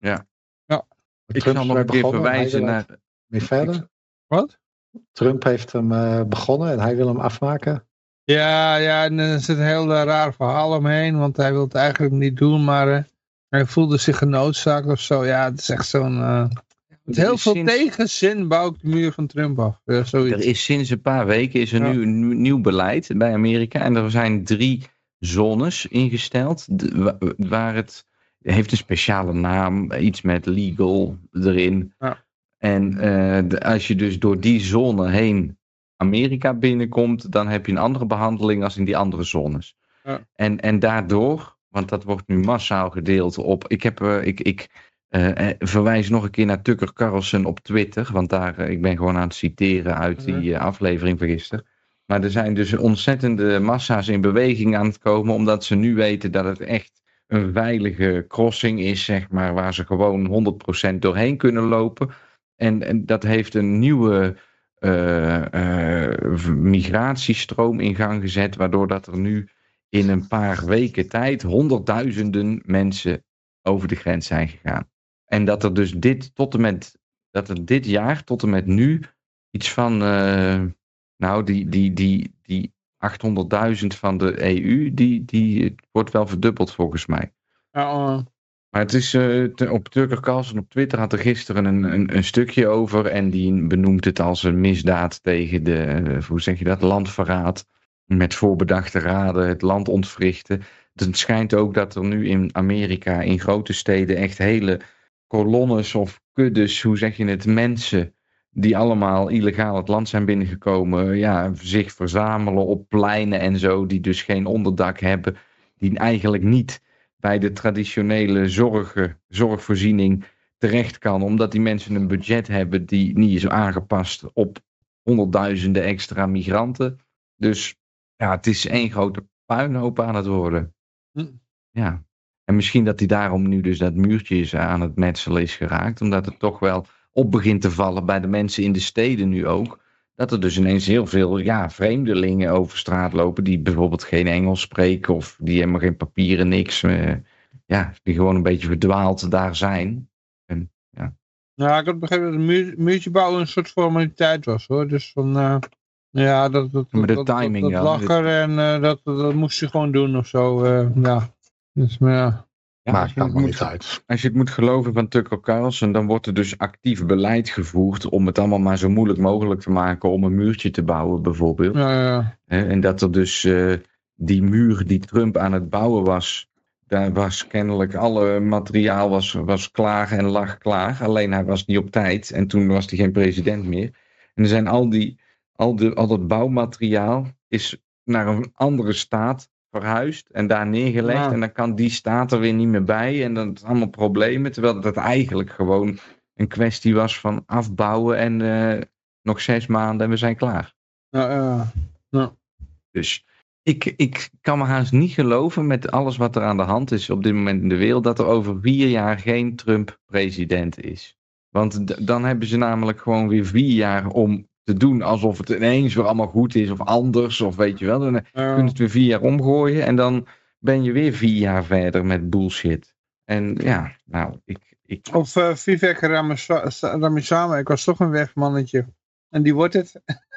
S2: Ik
S1: Trump
S2: zal nog
S1: is
S2: een keer
S1: begonnen,
S2: verwijzen
S1: hij wil
S2: naar...
S1: Weer verder.
S3: Wat?
S1: Trump heeft hem uh, begonnen en hij wil hem afmaken.
S3: Ja, ja, en er zit een heel uh, raar verhaal omheen, want hij wil het eigenlijk niet doen, maar uh, hij voelde zich genoodzaakt of zo. Ja, het is echt zo'n... Uh, met heel veel
S2: sinds-
S3: tegenzin bouw ik de muur van Trump af. Ja, zoiets.
S2: Er is sinds een paar weken is er
S3: Ja.
S2: nu een nieuw- nieuw beleid bij Amerika. En er zijn drie zones ingesteld. de- wa- Waar het heeft een speciale naam. Iets met legal erin.
S3: Ja.
S2: En eh, de- als je dus door die zone heen Amerika binnenkomt. Dan heb je een andere behandeling als in die andere zones.
S3: Ja.
S2: En, en daardoor, want dat wordt nu massaal gedeeld op... Ik, heb, eh, ik, ik eh, eh, verwijs nog een keer naar Tucker Carlson op Twitter. Want daar, eh, ik ben gewoon aan het citeren uit die eh, aflevering van gisteren. Maar er zijn dus ontzettende massa's in beweging aan het komen. Omdat ze nu weten dat het echt een veilige crossing is, zeg maar. Waar ze gewoon honderd procent doorheen kunnen lopen. En, en dat heeft een nieuwe uh, uh, migratiestroom in gang gezet. Waardoor dat er nu in een paar weken tijd honderdduizenden mensen over de grens zijn gegaan. En dat er dus dit tot en met, dat er dit jaar tot en met nu iets van, uh, nou die, die, die, die achthonderdduizend van de E U, die, die wordt wel verdubbeld volgens mij.
S3: Ja, uh,
S2: Maar het is, uh, te, op Tucker Carlson op Twitter had er gisteren een, een, een stukje over en die benoemt het als een misdaad tegen de, uh, hoe zeg je dat, landverraad. Met voorbedachte raden het land ontwrichten. Het schijnt ook dat er nu in Amerika in grote steden echt hele kolonnes of kuddes, hoe zeg je het, mensen die allemaal illegaal het land zijn binnengekomen, ja, zich verzamelen op pleinen en zo, die dus geen onderdak hebben, die eigenlijk niet bij de traditionele zorgen, zorgvoorziening terecht kan, omdat die mensen een budget hebben die niet is aangepast op honderdduizenden extra migranten. Dus ja, het is één grote puinhoop aan het worden.
S3: Hm.
S2: Ja. En misschien dat hij daarom nu dus dat muurtje is aan het metselen is geraakt. Omdat het toch wel op begint te vallen bij de mensen in de steden nu ook. Dat er dus ineens heel veel ja, vreemdelingen over straat lopen. Die bijvoorbeeld geen Engels spreken. Of die helemaal geen papieren, niks. Uh, ja, die gewoon een beetje verdwaald daar zijn. En, ja.
S3: Nou, ik had begrepen dat een muur, muurtje bouwen een soort formaliteit was, hoor. Dus van... Uh... Ja, dat, dat,
S2: Maar de
S3: dat,
S2: timing,
S3: dat, dat
S2: ja.
S3: lag er en uh, dat, dat moest je gewoon doen of zo. Uh, ja. Dus, maar ja.
S2: Ja,
S1: Maakt
S2: als je het
S1: allemaal
S2: moet-
S1: niet uit.
S2: Als je het moet geloven van Tucker Carlson, dan wordt er dus actief beleid gevoerd om het allemaal maar zo moeilijk mogelijk te maken om een muurtje te bouwen bijvoorbeeld.
S3: Ja, ja.
S2: Hè, En dat er dus uh, die muur die Trump aan het bouwen was, daar was kennelijk alle materiaal was, was klaar en lag klaar. Alleen hij was niet op tijd en toen was hij geen president meer. En er zijn al die, al, de, al dat bouwmateriaal is naar een andere staat verhuisd en daar neergelegd.
S3: Ja.
S2: En dan kan die staat er weer niet meer bij. En dan is allemaal problemen. Terwijl dat eigenlijk gewoon een kwestie was van afbouwen en uh, nog zes maanden en we zijn klaar.
S3: Ja, ja.
S2: Dus ik, ik kan me haast niet geloven met alles wat er aan de hand is op dit moment in de wereld, dat er over vier jaar geen Trump president is. Want d- dan hebben ze namelijk gewoon weer vier jaar om te doen alsof het ineens weer allemaal goed is of anders of weet je wel. Dan
S3: Ja.
S2: kun je het weer vier jaar omgooien en dan ben je weer vier jaar verder met bullshit. En ja, nou, ik... ik...
S3: Of uh, Vivek Ramaswamy, ik was toch een wegmannetje. En die wordt het.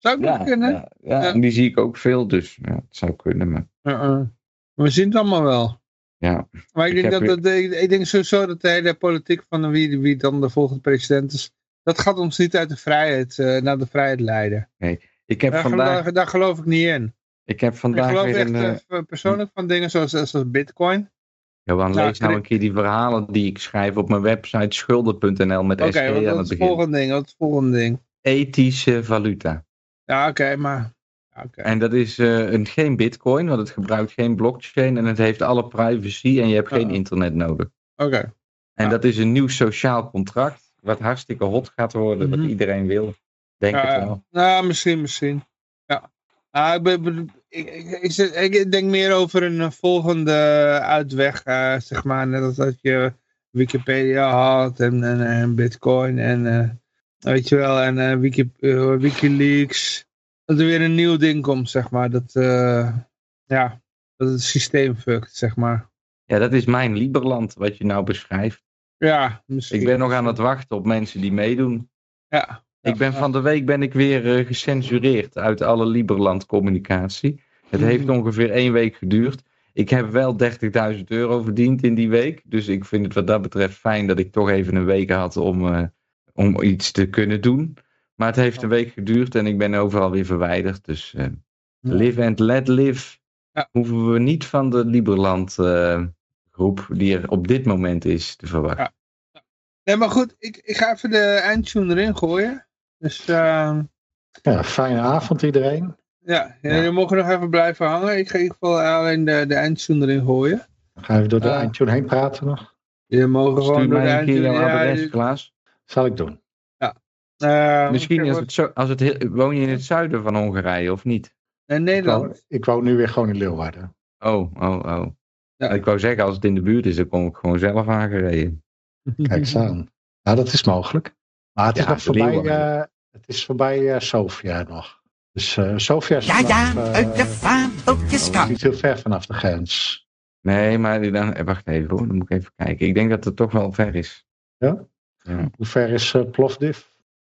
S3: Zou ik
S2: Ja,
S3: nog kunnen?
S2: ja, ja,
S3: Ja.
S2: en die zie ik ook veel, dus ja, het zou kunnen. Maar,
S3: Uh-uh. We zien het allemaal wel.
S2: ja.
S3: Maar ik,
S2: Ik
S3: denk
S2: heb
S3: dat, dat, ik, ik denk sowieso dat de hele politiek van wie, wie dan de volgende president is, dat gaat ons niet uit de vrijheid, uh, naar de vrijheid leiden.
S2: Ik heb
S3: Daar,
S2: vandaag,
S3: geloof, daar geloof ik niet in.
S2: ik heb
S3: Ik
S2: vandaag
S3: geloof
S2: weer
S3: echt
S2: een...
S3: uh,
S2: Uh,
S3: persoonlijk van dingen zoals, zoals bitcoin.
S2: Johan,
S3: Nou,
S2: lees nou een keer die verhalen die ik schrijf op mijn website schulden punt n l met
S3: Oké,
S2: S G
S3: okay, wat
S2: aan
S3: is
S2: het
S3: het
S2: begin.
S3: volgende ding? Wat is het volgende ding?
S2: Ethische valuta.
S3: Ja, oké, okay, maar... Okay.
S2: En dat is uh, een, geen bitcoin, want het gebruikt geen blockchain en het heeft alle privacy en je hebt geen uh-uh. internet nodig.
S3: Oké. Okay.
S2: En
S3: ja.
S2: dat is een nieuw sociaal contract, wat hartstikke hot gaat worden, mm-hmm. wat iedereen wil. Denk
S3: ja,
S2: het wel.
S3: Nou, misschien, misschien. Ja. Nou, ik, ben, ik, ik, ik, ik denk meer over een volgende uitweg, uh, zeg maar, net als dat je Wikipedia had en, en, en bitcoin en uh, weet je wel, en uh, Wiki, uh, Wikileaks. Dat er weer een nieuw ding komt, zeg maar, dat, uh, ja, dat het systeem fuckt, zeg maar.
S2: Ja, dat is mijn Liberland, wat je nou beschrijft.
S3: Ja, misschien.
S2: Ik ben nog aan het wachten op mensen die meedoen.
S3: Ja.
S2: Ik ben van de week ben ik weer uh, gecensureerd uit alle Liberland communicatie. Het mm. heeft ongeveer één week geduurd. Ik heb wel dertigduizend euro verdiend in die week. Dus ik vind het wat dat betreft fijn dat ik toch even een week had om, uh, om iets te kunnen doen. Maar het heeft een week geduurd en ik ben overal weer verwijderd. Dus uh, ja. Live and let live. Ja. Hoeven we niet van de Liberland uh, groep die er op dit moment is te verwachten.
S3: Ja. Nee, maar goed, ik, ik ga even de eindtune erin gooien. Dus, uh...
S1: ja, fijne avond iedereen.
S3: Ja, jullie ja. mogen nog even blijven hangen. Ik ga in ieder geval alleen de, de eindtune erin gooien.
S1: Ga even door de uh, eindtune heen praten nog.
S3: Je mogen
S2: Stuur
S3: gewoon door de
S2: mij een keer jouw
S3: ja,
S2: adres, Klaas.
S1: Zal ik doen.
S3: Ja. Uh,
S2: Misschien als het zo, als het heel, woon je in het zuiden van Hongarije of niet?
S3: In Nederland.
S1: Ik woon, ik woon nu weer gewoon in Leeuwarden.
S2: Oh, oh, oh. Ja. Ik wou zeggen, als het in de buurt is, dan kom ik gewoon zelf aangereden.
S1: Kijk eens aan. Nou, dat is mogelijk. Maar het is ja, nog voorbij, uh, het is voorbij uh, Sofia nog. Dus uh, Sofia is
S5: ja,
S1: vanaf,
S5: ja,
S1: uh,
S5: uit de vaandeltjes kan.
S1: niet heel ver vanaf de grens.
S2: Nee, maar dan, wacht even hoor, dan moet ik even kijken. Ik denk dat het toch wel ver is.
S1: Ja? Ja. Hoe ver is uh, Plovdiv?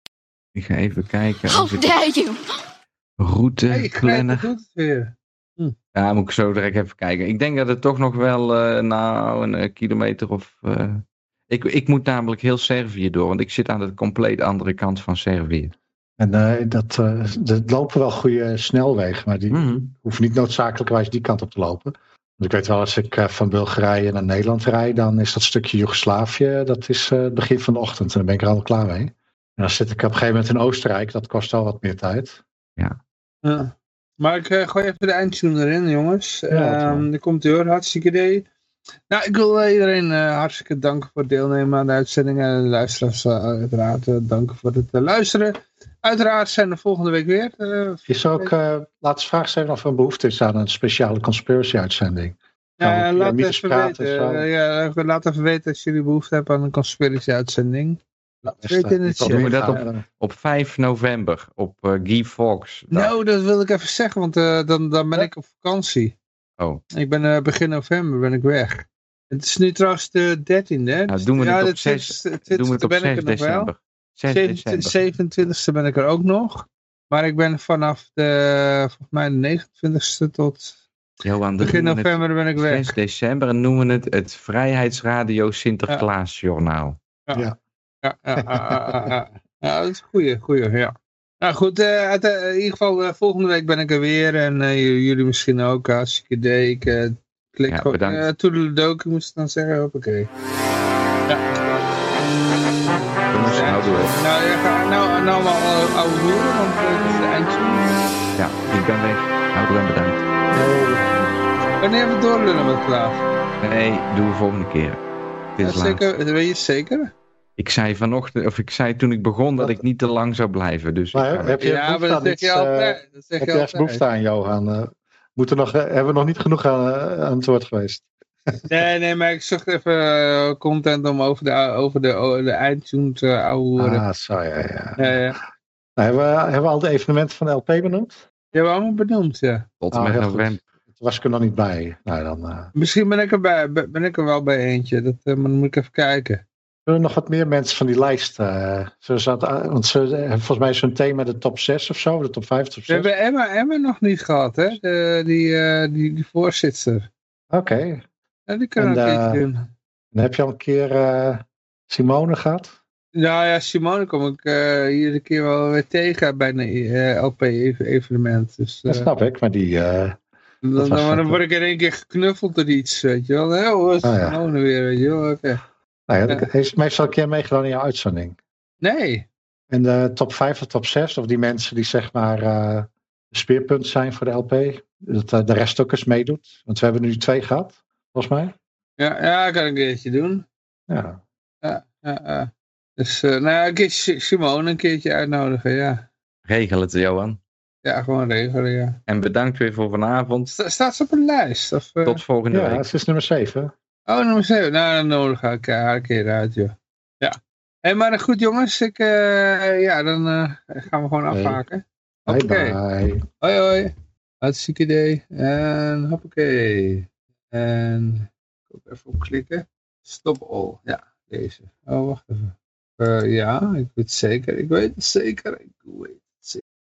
S2: Ik ga even kijken.
S5: How dare you!
S2: Route,
S3: hey,
S2: planner.
S3: Het weer. Hm.
S2: Ja, moet ik zo direct even kijken. Ik denk dat het toch nog wel, uh, nou, een uh, kilometer of... Uh... Ik, ik moet namelijk heel Servië door, want ik zit aan de compleet andere kant van Servië.
S1: En uh, dat, uh, er lopen wel goede snelwegen, maar die
S2: mm-hmm.
S1: hoeven niet noodzakelijkerwijs die kant op te lopen. Want ik weet wel, als ik uh, van Bulgarije naar Nederland rijd, dan is dat stukje Joegoslavië, dat is uh, het begin van de ochtend en dan ben ik er al klaar mee. En dan zit ik op een gegeven moment in Oostenrijk, dat kost al wat meer tijd.
S2: Ja.
S3: ja. Maar ik uh, gooi even de eindtune erin, jongens. Ja, um, er komt door, hartstikke idee. Nou, ik wil uh, iedereen uh, hartstikke danken voor het deelnemen aan de uitzending. En de luisteraars uh, uiteraard uh, danken voor het uh, luisteren. Uiteraard zijn we volgende week weer. Uh,
S1: is er ook, uh, laatste vraag zijn of er een behoefte is aan een speciale conspiracy-uitzending?
S3: Ja, uh, laat, even weten, uh, ja, laat even weten als jullie behoefte hebben aan een conspiracy-uitzending.
S2: Laat weten in het chat. Doen we dat op, op vijf november, op uh, Guy Fawkes.
S3: Nou, dat wil ik even zeggen, want uh, dan, dan ben ja? ik op vakantie.
S2: Oh.
S3: Ik ben uh, begin november ben ik weg. Het is nu trouwens de dertiende. Hè?
S2: Nou, doen we
S3: ja,
S2: het op zes december.
S3: zevenentwintigste ben ik er ook nog. Maar ik ben vanaf de, volgens mij de negenentwintigste tot
S2: Johan,
S3: begin november ben ik weg.
S2: zes december en noemen we het het Vrijheidsradio Sinterklaasjournaal.
S3: Ja. Ja. Ja, ja, ja, ja, ja. ja, dat is een goeie, goeie, ja. Nou goed, uh, uit, uh, in ieder geval uh, volgende week ben ik er weer en uh, jullie misschien ook, hartstikke idee. Ik uh, klik
S2: ja,
S3: gewoon, uh, toedeledokie moest ik dan zeggen, hoppakee. Ja.
S2: Jongens, ja. Nou,
S3: nou, ja, ga, nou, nou maar uh, oude hoeren, want uh, het is de eindtune.
S2: Ja, ik ben weg. Nou, ben bedankt.
S3: Nee. Kan je even doorlullen met Klaas?
S2: Nee, doen we volgende keer.
S3: Het is ja, zeker, weet je het zeker?
S2: Ik zei vanochtend, of ik zei toen ik begon dat ik niet te lang zou blijven. Dus
S1: maar,
S2: ik
S1: heb je
S3: ja, maar dat zeg je altijd. Dat zeg
S1: heb
S3: je
S1: je echt behoefte aan, Johan? Uh, moeten nog, hebben we nog niet genoeg aan, uh, aan het woord geweest?
S3: nee, nee, maar ik zocht even uh, content om over de, over de, over de eindtune te uh, ouwen.
S1: Ah, zo, ja, ja.
S3: ja, ja.
S1: Nou, hebben, we, hebben we al de evenementen van de L P benoemd?
S3: Die hebben we allemaal benoemd, ja.
S2: Tot en met november.
S1: Toen was ik er nog niet bij. Nou, dan, uh...
S3: Misschien ben ik er, bij, ben ik er wel bij eentje, dat, uh, maar dan moet ik even kijken.
S1: Zullen er nog wat meer mensen van die lijst? Uh, ze zat, want ze hebben volgens mij zo'n thema de top zes of zo, de top vijf, top zes.
S3: We hebben Emma, Emma nog niet gehad, hè? De, die, uh, die, die voorzitter.
S1: Oké. Okay.
S3: Ja, die kunnen we een keertje doen.
S1: Dan heb je al een keer uh, Simone gehad?
S3: Nou ja, Simone kom ik uh, hier een keer wel weer tegen bij een uh, L P-evenement. Dus, uh,
S1: dat snap ik, maar die... Uh,
S3: dan, dan, dan word ik in één keer geknuffeld door iets, weet je wel. Hè? Oh, is oh, Simone ja. weer, weet je wel. Okay.
S1: Nou ja, ja. Heeft meestal een keer meegedaan in jouw uitzending?
S3: Nee.
S1: En de top vijf of top zes, of die mensen die zeg maar uh, de speerpunt zijn voor de L P, dat uh, de rest ook eens meedoet? Want we hebben nu twee gehad, volgens mij.
S3: Ja, ja, kan ik een keertje doen.
S1: Ja.
S3: Ja, ja, ja. Dus, uh, nou ja, een keertje Simone een keertje uitnodigen, ja.
S2: Regel het, Johan.
S3: Ja, gewoon regelen, ja.
S2: En bedankt weer voor vanavond.
S3: Sta, staat ze op een lijst? Of, uh...
S2: Tot volgende
S1: ja,
S2: week.
S1: Ja, het is nummer zeven.
S3: Oh, nummer zeven. Nou, dan nodig ga ik haar een keer uit, joh. Ja. Hé, maar goed jongens, ik, uh, ja, dan uh, gaan we gewoon afhaken.
S1: Hey.
S3: Oké.
S1: Bye, bye.
S3: Hoi, hoi. Hartstikke idee. En hoppakee. En ik ook even opklikken. Stop all. Ja, deze. Oh, wacht even. Uh, ja, ik weet het zeker. Ik weet het zeker. Ik weet het zeker.